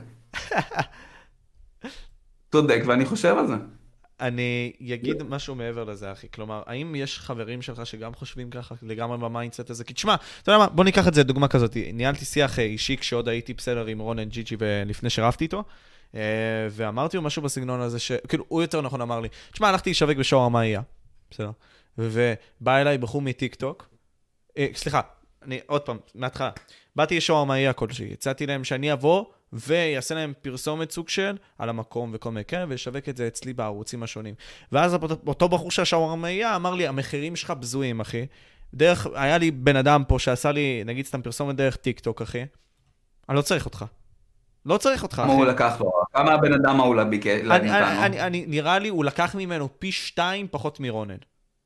צודק, ואני חושב על זה. אני אגיד משהו מעבר לזה, אחי. כלומר, האם יש חברים שלך שגם חושבים ככה, לגמרי במיינדסט הזה? כי תשמע, אתה יודע מה, בוא ניקח את זה דוגמה כזאת. ניהלתי שיח אישי כשעוד הייתי בסדר עם רונן ג'יג'י לפני שרפתי איתו, ואמרתי לו משהו בסגנון הזה, כאילו, הוא יותר נכון אמר לי, תשמע, הלכתי לשווק בשווארמה איה, בסדר? ובא אליי בחור מטיק טוק, סליחה, עוד פעם, מההתחלה, באתי לשווארמה איה כלשהי, הצעתי להם שאני אבוא ויעשה להם פרסומת סוג של על המקום וכל מיני כאלה, וישווק את זה אצלי בערוצים השונים. ואז אותו בחור שהשווארמיה אמר לי, המחירים שלך בזויים, אחי. היה לי בן אדם פה שעשה לי, נגיד סתם פרסומת דרך טיק טוק, אחי. אני לא צריך אותך. לא צריך אותך, אחי. כמה הוא לקח לו? כמה הבן אדם ההוא נראה לי, הוא לקח ממנו פי 2 פחות מרונן.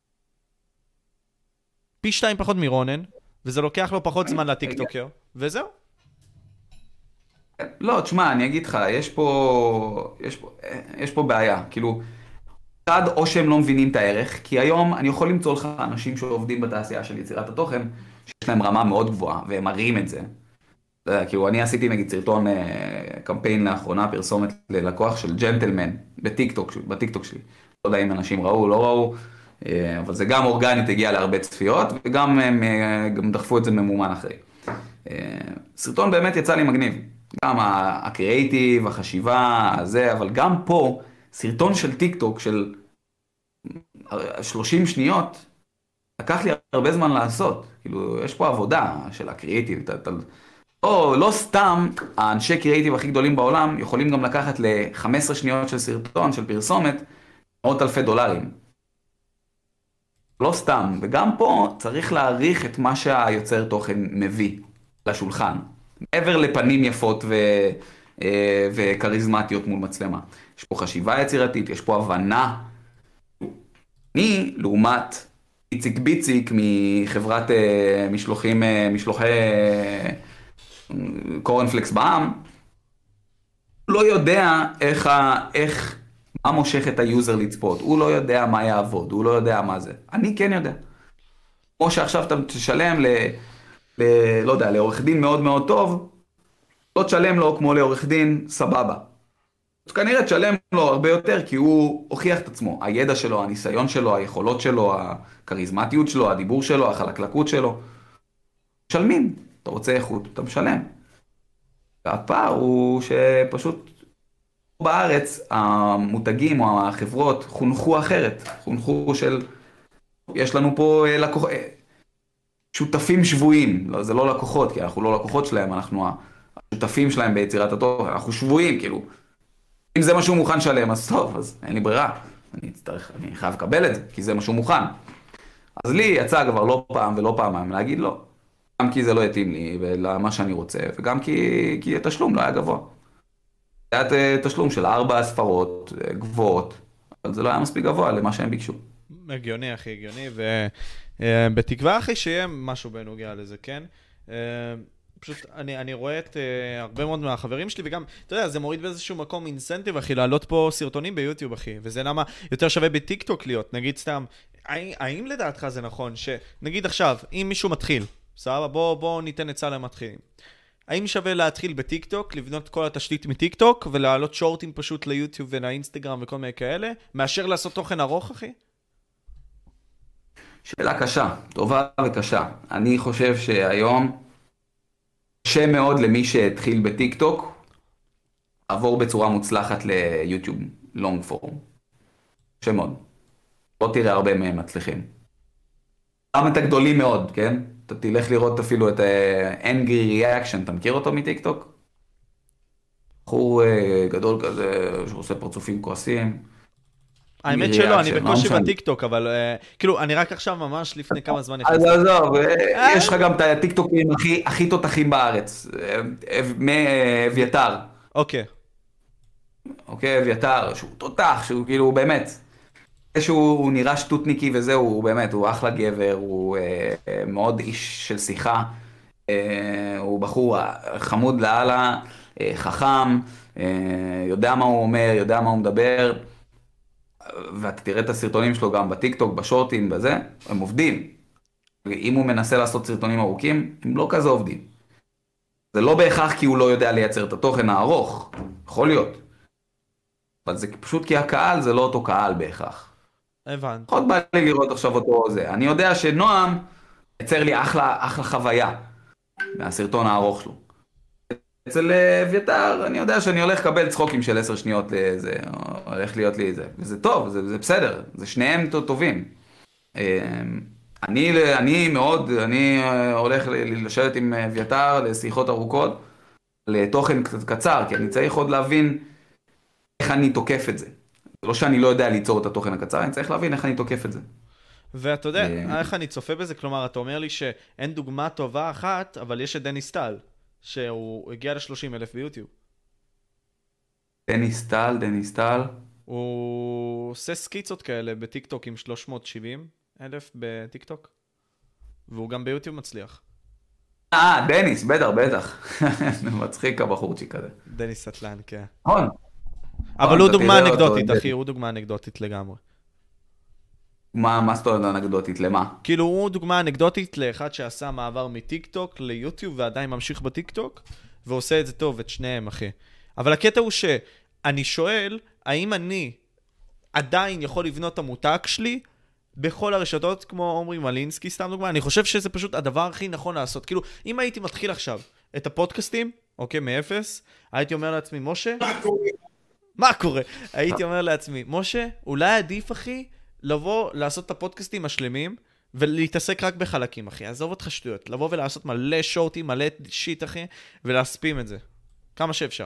פי 2 פחות מרונן, וזה לוקח לו פחות זמן לטיקטוקר, וזהו. לא, תשמע, אני אגיד לך, יש פה בעיה. כאילו, אחד, או שהם לא מבינים את הערך, כי היום אני יכול למצוא לך אנשים שעובדים בתעשייה של יצירת התוכן, שיש להם רמה מאוד גבוהה, והם מראים את זה. כאילו, אני עשיתי נגיד סרטון קמפיין לאחרונה, פרסומת ללקוח של ג'נטלמן, בטיקטוק שלי. לא יודע אם אנשים ראו או לא ראו, אבל זה גם אורגנית הגיע להרבה צפיות, וגם הם גם דחפו את זה ממומן אחרי. סרטון באמת יצא לי מגניב. גם הקריאייטיב, החשיבה, הזה, אבל גם פה, סרטון של טיקטוק של 30 שניות, לקח לי הרבה זמן לעשות. כאילו, יש פה עבודה של הקריאייטיב. לא סתם, האנשי קריאייטיב הכי גדולים בעולם יכולים גם לקחת ל-15 שניות של סרטון, של פרסומת, $100,000. לא סתם. וגם פה צריך להעריך את מה שהיוצר תוכן מביא לשולחן. מעבר לפנים יפות וקריזמטיות מול מצלמה. יש פה חשיבה יצירתית, יש פה הבנה. אני, לעומת איציק ביציק מחברת משלוחי קורנפלקס בעם, לא יודע מה מושך את היוזר לצפות. הוא לא יודע מה יעבוד, הוא לא יודע מה זה. אני כן יודע. כמו שעכשיו אתה תשלם לא יודע, לעורך דין מאוד מאוד טוב, לא תשלם לו כמו לעורך דין סבבה. אז כנראה תשלם לו הרבה יותר, כי הוא הוכיח את עצמו. הידע שלו, הניסיון שלו, היכולות שלו, הקריזמטיות שלו, הדיבור שלו, החלקלקות שלו. משלמים. אתה רוצה איכות, אתה משלם. והפער הוא שפשוט בארץ המותגים או החברות חונכו אחרת. חונכו של, יש לנו פה שותפים שבויים, לא, זה לא לקוחות, כי אנחנו לא לקוחות שלהם, אנחנו השותפים שלהם ביצירת התוכן, אנחנו שבויים, כאילו. אם זה משהו מוכן שלם, אז טוב, אז אין לי ברירה. אני חייב לקבל את זה, כי זה משהו מוכן. אז לי יצא כבר לא פעם ולא פעמיים להגיד לא. גם כי זה לא יתאים לי ולמה שאני רוצה, וגם כי התשלום לא היה גבוה. זה היה תשלום של 4 ספרות גבוהות, אבל זה לא היה מספיק גבוה למה שהם ביקשו. הגיוני, הכי הגיוני, ובתקווה אחי שיהיה משהו בנוגע לזה, כן? פשוט אני רואה את הרבה מאוד מהחברים שלי, וגם, אתה יודע, זה מוריד באיזשהו מקום אינסנטיב, אחי, לעלות פה סרטונים ביוטיוב, אחי, וזה למה יותר שווה בטיקטוק להיות, נגיד סתם, האם לדעתך זה נכון, שנגיד עכשיו, אם מישהו מתחיל, סבבה, בוא ניתן עצה למתחילים. האם שווה להתחיל בטיקטוק, לבנות כל התשתית מטיקטוק, ולהעלות שורטים פשוט ליוטיוב ולאינסטגרם וכל מיני כאלה, מאשר לעשות תוכן ארוך, אחי? שאלה קשה, טובה וקשה. אני חושב שהיום קשה מאוד למי שהתחיל בטיקטוק, לעבור בצורה מוצלחת ליוטיוב, לונג פורם. קשה מאוד. לא תראה הרבה מהם מצליחים. גם את הגדולים מאוד, כן? אתה תלך לראות אפילו את Angry Reaction, אתה מכיר אותו מטיקטוק? בחור גדול כזה, שעושה פרצופים כועסים. האמת שלא, אני בקושי בטיקטוק, אבל כאילו, אני רק עכשיו ממש לפני כמה זמן אז עזוב, יש לך גם את הטיקטוקים הכי תותחים בארץ, מאביתר. אוקיי. אוקיי, אביתר, שהוא תותח, שהוא כאילו באמת, שהוא נראה שטוטניקי וזהו, הוא באמת, הוא אחלה גבר, הוא מאוד איש של שיחה, הוא בחור חמוד לאללה, חכם, יודע מה הוא אומר, יודע מה הוא מדבר, ואתה תראה את הסרטונים שלו גם בטיקטוק, בשורטים, בזה, הם עובדים. אם הוא מנסה לעשות סרטונים ארוכים, הם לא כזה עובדים. זה לא בהכרח כי הוא לא יודע לייצר את התוכן הארוך, יכול להיות. אבל זה פשוט כי הקהל זה לא אותו קהל בהכרח. הבנתי. עוד בא לי לראות עכשיו אותו זה. אני יודע שנועם יצר לי אחלה חוויה מהסרטון הארוך שלו. אצל אביתר, אני יודע שאני הולך לקבל צחוקים של 10 שניות לזה, הולך להיות לי זה. וזה טוב, זה בסדר, זה שניהם טובים. אני הולך לשבת עם אביתר לשיחות ארוכות, לתוכן קצת קצר, כי אני צריך עוד להבין איך אני תוקף את זה. זה לא שאני לא יודע ליצור את התוכן הקצר, אני צריך להבין איך אני תוקף את זה. ואתה יודע, איך אני צופה בזה? כלומר, אתה אומר לי שאין דוגמה טובה אחת, אבל יש את דניס טל, שהוא הגיע ל-30,000 ביוטיוב. דניס טל. הוא עושה סקיצות כאלה בטיקטוק עם 370,000 בטיקטוק, והוא גם ביוטיוב מצליח. דניס, בטח. מצחיק הבחורצ'יק כזה. דניס סטלן, כן. נכון. אבל הוא דוגמה אנקדוטית, אחי, הוא דוגמה אנקדוטית לגמרי. מה זאת אומרת אנקדוטית? למה? כאילו הוא דוגמה אנקדוטית לאחד שעשה מעבר מטיקטוק ליוטיוב ועדיין ממשיך בטיקטוק, ועושה את זה טוב, את שניהם, אחי. אבל הקטע הוא שאני שואל, האם אני עדיין יכול לבנות את המותג שלי בכל הרשתות, כמו עומרי מלינסקי, סתם דוגמה? אני חושב שזה פשוט הדבר הכי נכון לעשות. כאילו, אם הייתי מתחיל עכשיו את הפודקאסטים, אוקיי, מאפס, הייתי אומר לעצמי, משה, מה קורה? הייתי אומר לעצמי, משה, אולי עדיף, אחי, לבוא לעשות את הפודקאסטים השלמים, ולהתעסק רק בחלקים, אחי. עזוב אותך שטויות. לבוא ולעשות מלא שורטים, מלא שיט, אחי, ולהספים את זה. כמה שאפשר.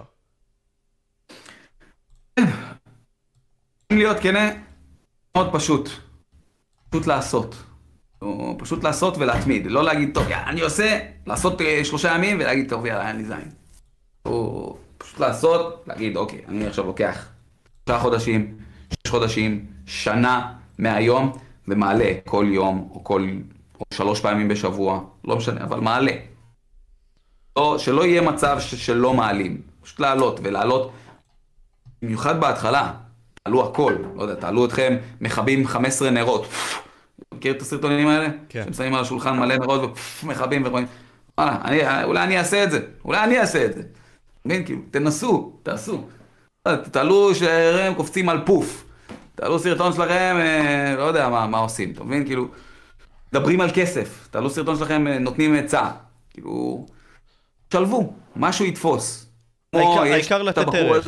אם להיות כנה, מאוד פשוט. פשוט לעשות. פשוט לעשות ולהתמיד. לא להגיד, טוב, אני עושה, לעשות 3 ימים, ולהגיד, טוב, יאללה, אין לי זין. פשוט לעשות, להגיד, אוקיי, אני עכשיו לוקח 3 חודשים, 6 חודשים, שנה מהיום, ומעלה כל יום, או 3 פעמים בשבוע, לא משנה, אבל מעלה. שלא יהיה מצב שלא מעלים. פשוט לעלות, ולעלות, במיוחד בהתחלה, תעלו הכל, לא יודע, תעלו אתכם, מכבים 15 נרות. מכיר את הסרטונים האלה? כן. שהם שמים על השולחן מלא נרות, ומכבים ורואים. אולי אני אעשה את זה. מבין, כאילו, תנסו, תעשו. תעלו שהם קופצים על פוף. תעלו סרטון שלכם, לא יודע מה עושים. אתה מבין, כאילו, מדברים על כסף. תעלו סרטון שלכם, נותנים עצה. כאילו, שלבו, משהו יתפוס. העיקר לתת ערך.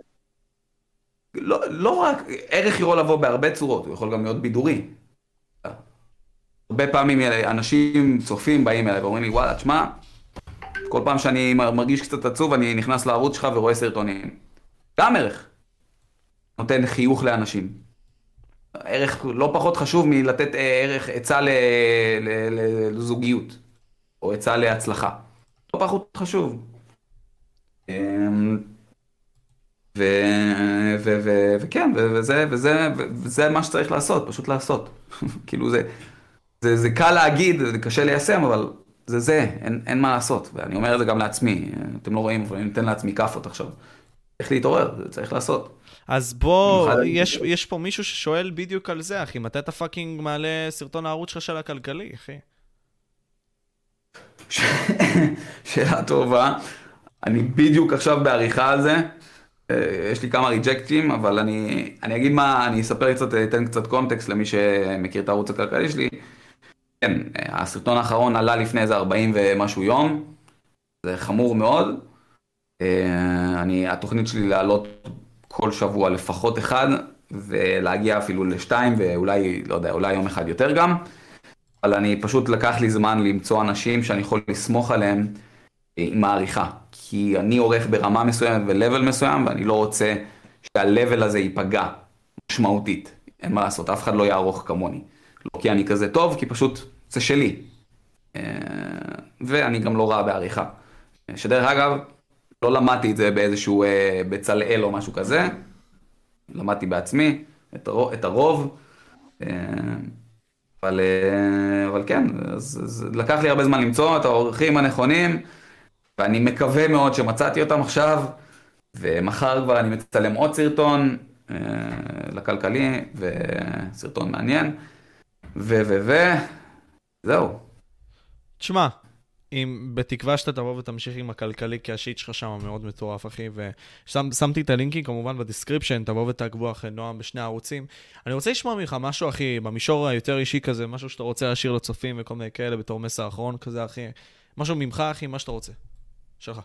לא רק, ערך יכול לבוא בהרבה צורות, הוא יכול גם להיות בידורי. הרבה פעמים אנשים צופים באים אליי ואומרים לי, וואלה, תשמע, כל פעם שאני מרגיש קצת עצוב, אני נכנס לערוץ שלך ורואה סרטונים. גם ערך. נותן חיוך לאנשים. ערך לא פחות חשוב מלתת ערך עצה לזוגיות, או עצה להצלחה. לא פחות חשוב. וכן, וזה מה שצריך לעשות, פשוט לעשות. כאילו זה קל להגיד, זה קשה ליישם, אבל זה, אין מה לעשות. ואני אומר את זה גם לעצמי, אתם לא רואים, אבל אני נותן לעצמי כפות עכשיו. צריך להתעורר, זה צריך לעשות. אז בוא, יש פה מישהו ששואל בדיוק על זה, אחי, מתי אתה פאקינג מעלה סרטון הערוץ שלך של הכלכלי, אחי? שאלה טובה. אני בדיוק עכשיו בעריכה על זה. יש לי כמה ריג'קטים, אבל אני אגיד מה, אני אספר קצת, אתן קצת קונטקסט למי שמכיר את הערוץ הכלכלי שלי. כן, הסרטון האחרון עלה לפני איזה 40 ומשהו יום. זה חמור מאוד. התוכנית שלי לעלות כל שבוע לפחות אחד, ולהגיע אפילו ל2, ואולי, לא יודע, אולי יום אחד יותר גם. אבל אני פשוט לקח לי זמן למצוא אנשים שאני יכול לסמוך עליהם עם העריכה. כי אני עורך ברמה מסוימת ולבל מסוים, ואני לא רוצה שהלבל הזה ייפגע משמעותית. אין מה לעשות, אף אחד לא יערוך כמוני. לא כי אני כזה טוב, כי פשוט זה שלי. ואני גם לא רע בעריכה. שדרך אגב, לא למדתי את זה באיזשהו בצלאל או משהו כזה. למדתי בעצמי את הרוב. אבל כן, אז לקח לי הרבה זמן למצוא את העורכים הנכונים, ואני מקווה מאוד שמצאתי אותם עכשיו, ומחר כבר אני מצלם עוד סרטון לכלכלי, וסרטון מעניין, זהו. תשמע, בתקווה שאתה תבוא ותמשיך עם הכלכלי, כי השיט שלך שם מאוד מטורף, אחי, ושמתי את הלינקים כמובן בדיסקריפשן, תבוא ותעקבו אחרי נועם בשני הערוצים. אני רוצה לשמוע ממך משהו, אחי, במישור היותר אישי כזה, משהו שאתה רוצה להשאיר לצופים וכל מיני כאלה, בתור מסר אחרון כזה, אחי. משהו ממך, אחי, מה שאתה רוצה. שלך.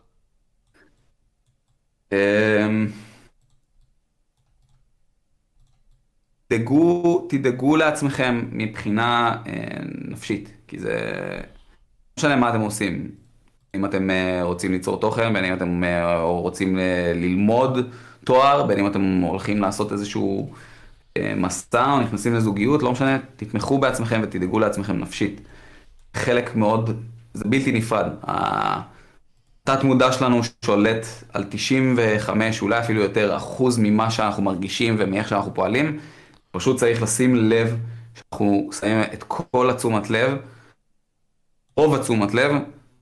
תדאגו לעצמכם מבחינה נפשית, כי זה לא משנה מה אתם עושים. אם אתם רוצים ליצור תוכן, בין אם אתם רוצים ללמוד תואר, בין אם אתם הולכים לעשות איזשהו מסע או נכנסים לזוגיות, לא משנה, תתמכו בעצמכם ותדאגו לעצמכם נפשית. חלק מאוד, זה בלתי נפרד. התת מודע שלנו שולט על 95, אולי אפילו יותר, אחוז ממה שאנחנו מרגישים ומאיך שאנחנו פועלים. פשוט צריך לשים לב שאנחנו שמים את כל התשומת לב, רוב התשומת לב,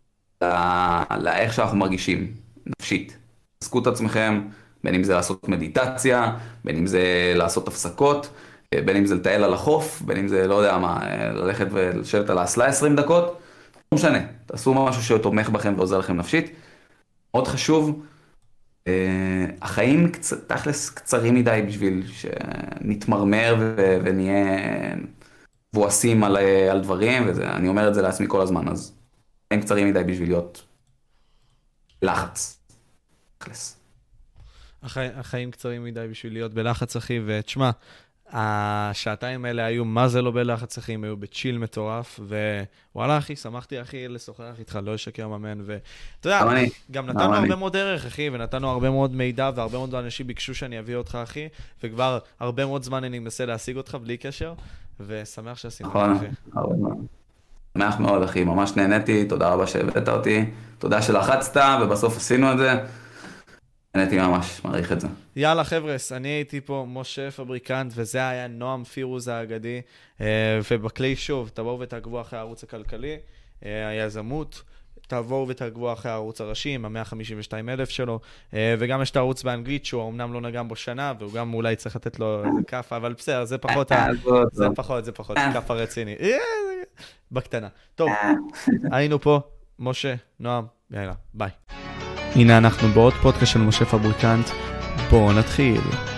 לאיך שאנחנו מרגישים, נפשית. תעסקו את עצמכם, בין אם זה לעשות מדיטציה, בין אם זה לעשות הפסקות, בין אם זה לטייל על החוף, בין אם זה, לא יודע מה, ללכת ולשבת על האסלה 20 דקות, לא משנה, תעשו משהו שתומך בכם ועוזר לכם נפשית. מאוד חשוב, החיים תכלס קצרים מדי בשביל שנתמרמר ונהיה בועסים על דברים, ואני אומר את זה לעצמי כל הזמן, אז חיים קצרים מדי בשביל להיות לחץ. תכלס. החיים קצרים מדי בשביל להיות בלחץ, אחי, ותשמע, השעתיים האלה היו, מה זה לא בלחץ, אחי, הם היו בצ'יל מטורף, ווואלה, אחי, שמחתי, אחי, לשוחח איתך, לא ישקר מאמן, ואתה יודע, גם נתנו הרבה מאוד דרך, אחי, ונתנו הרבה מאוד מידע, והרבה מאוד אנשים ביקשו שאני אביא אותך, אחי, וכבר הרבה מאוד זמן אני מנסה להשיג אותך בלי קשר, ושמח שעשינו, אחי. שמח מאוד, אחי, ממש נהניתי, תודה רבה שהבאת אותי, תודה שלחצת, ובסוף עשינו את זה. נהניתי ממש, מעריך את זה. יאללה חבר'ס, אני הייתי פה משה פבריקנט, וזה היה נועם פירוז האגדי, ובכלי שוב, תבואו ותעקבו אחרי הערוץ הכלכלי, היזמות, תבואו ותעקבו אחרי הערוץ הראשי, עם ה-152,000 שלו, וגם יש את הערוץ באנגלית, שהוא אמנם לא נגע בו שנה, והוא גם אולי צריך לתת לו איזה כפה, אבל בסדר, זה פחות, זה פחות, כפה רציני. בקטנה. טוב, היינו פה, משה, נועם, יאללה, ביי. הנה אנחנו בעוד פודקאסט של משה פבריקנט, בואו נתחיל.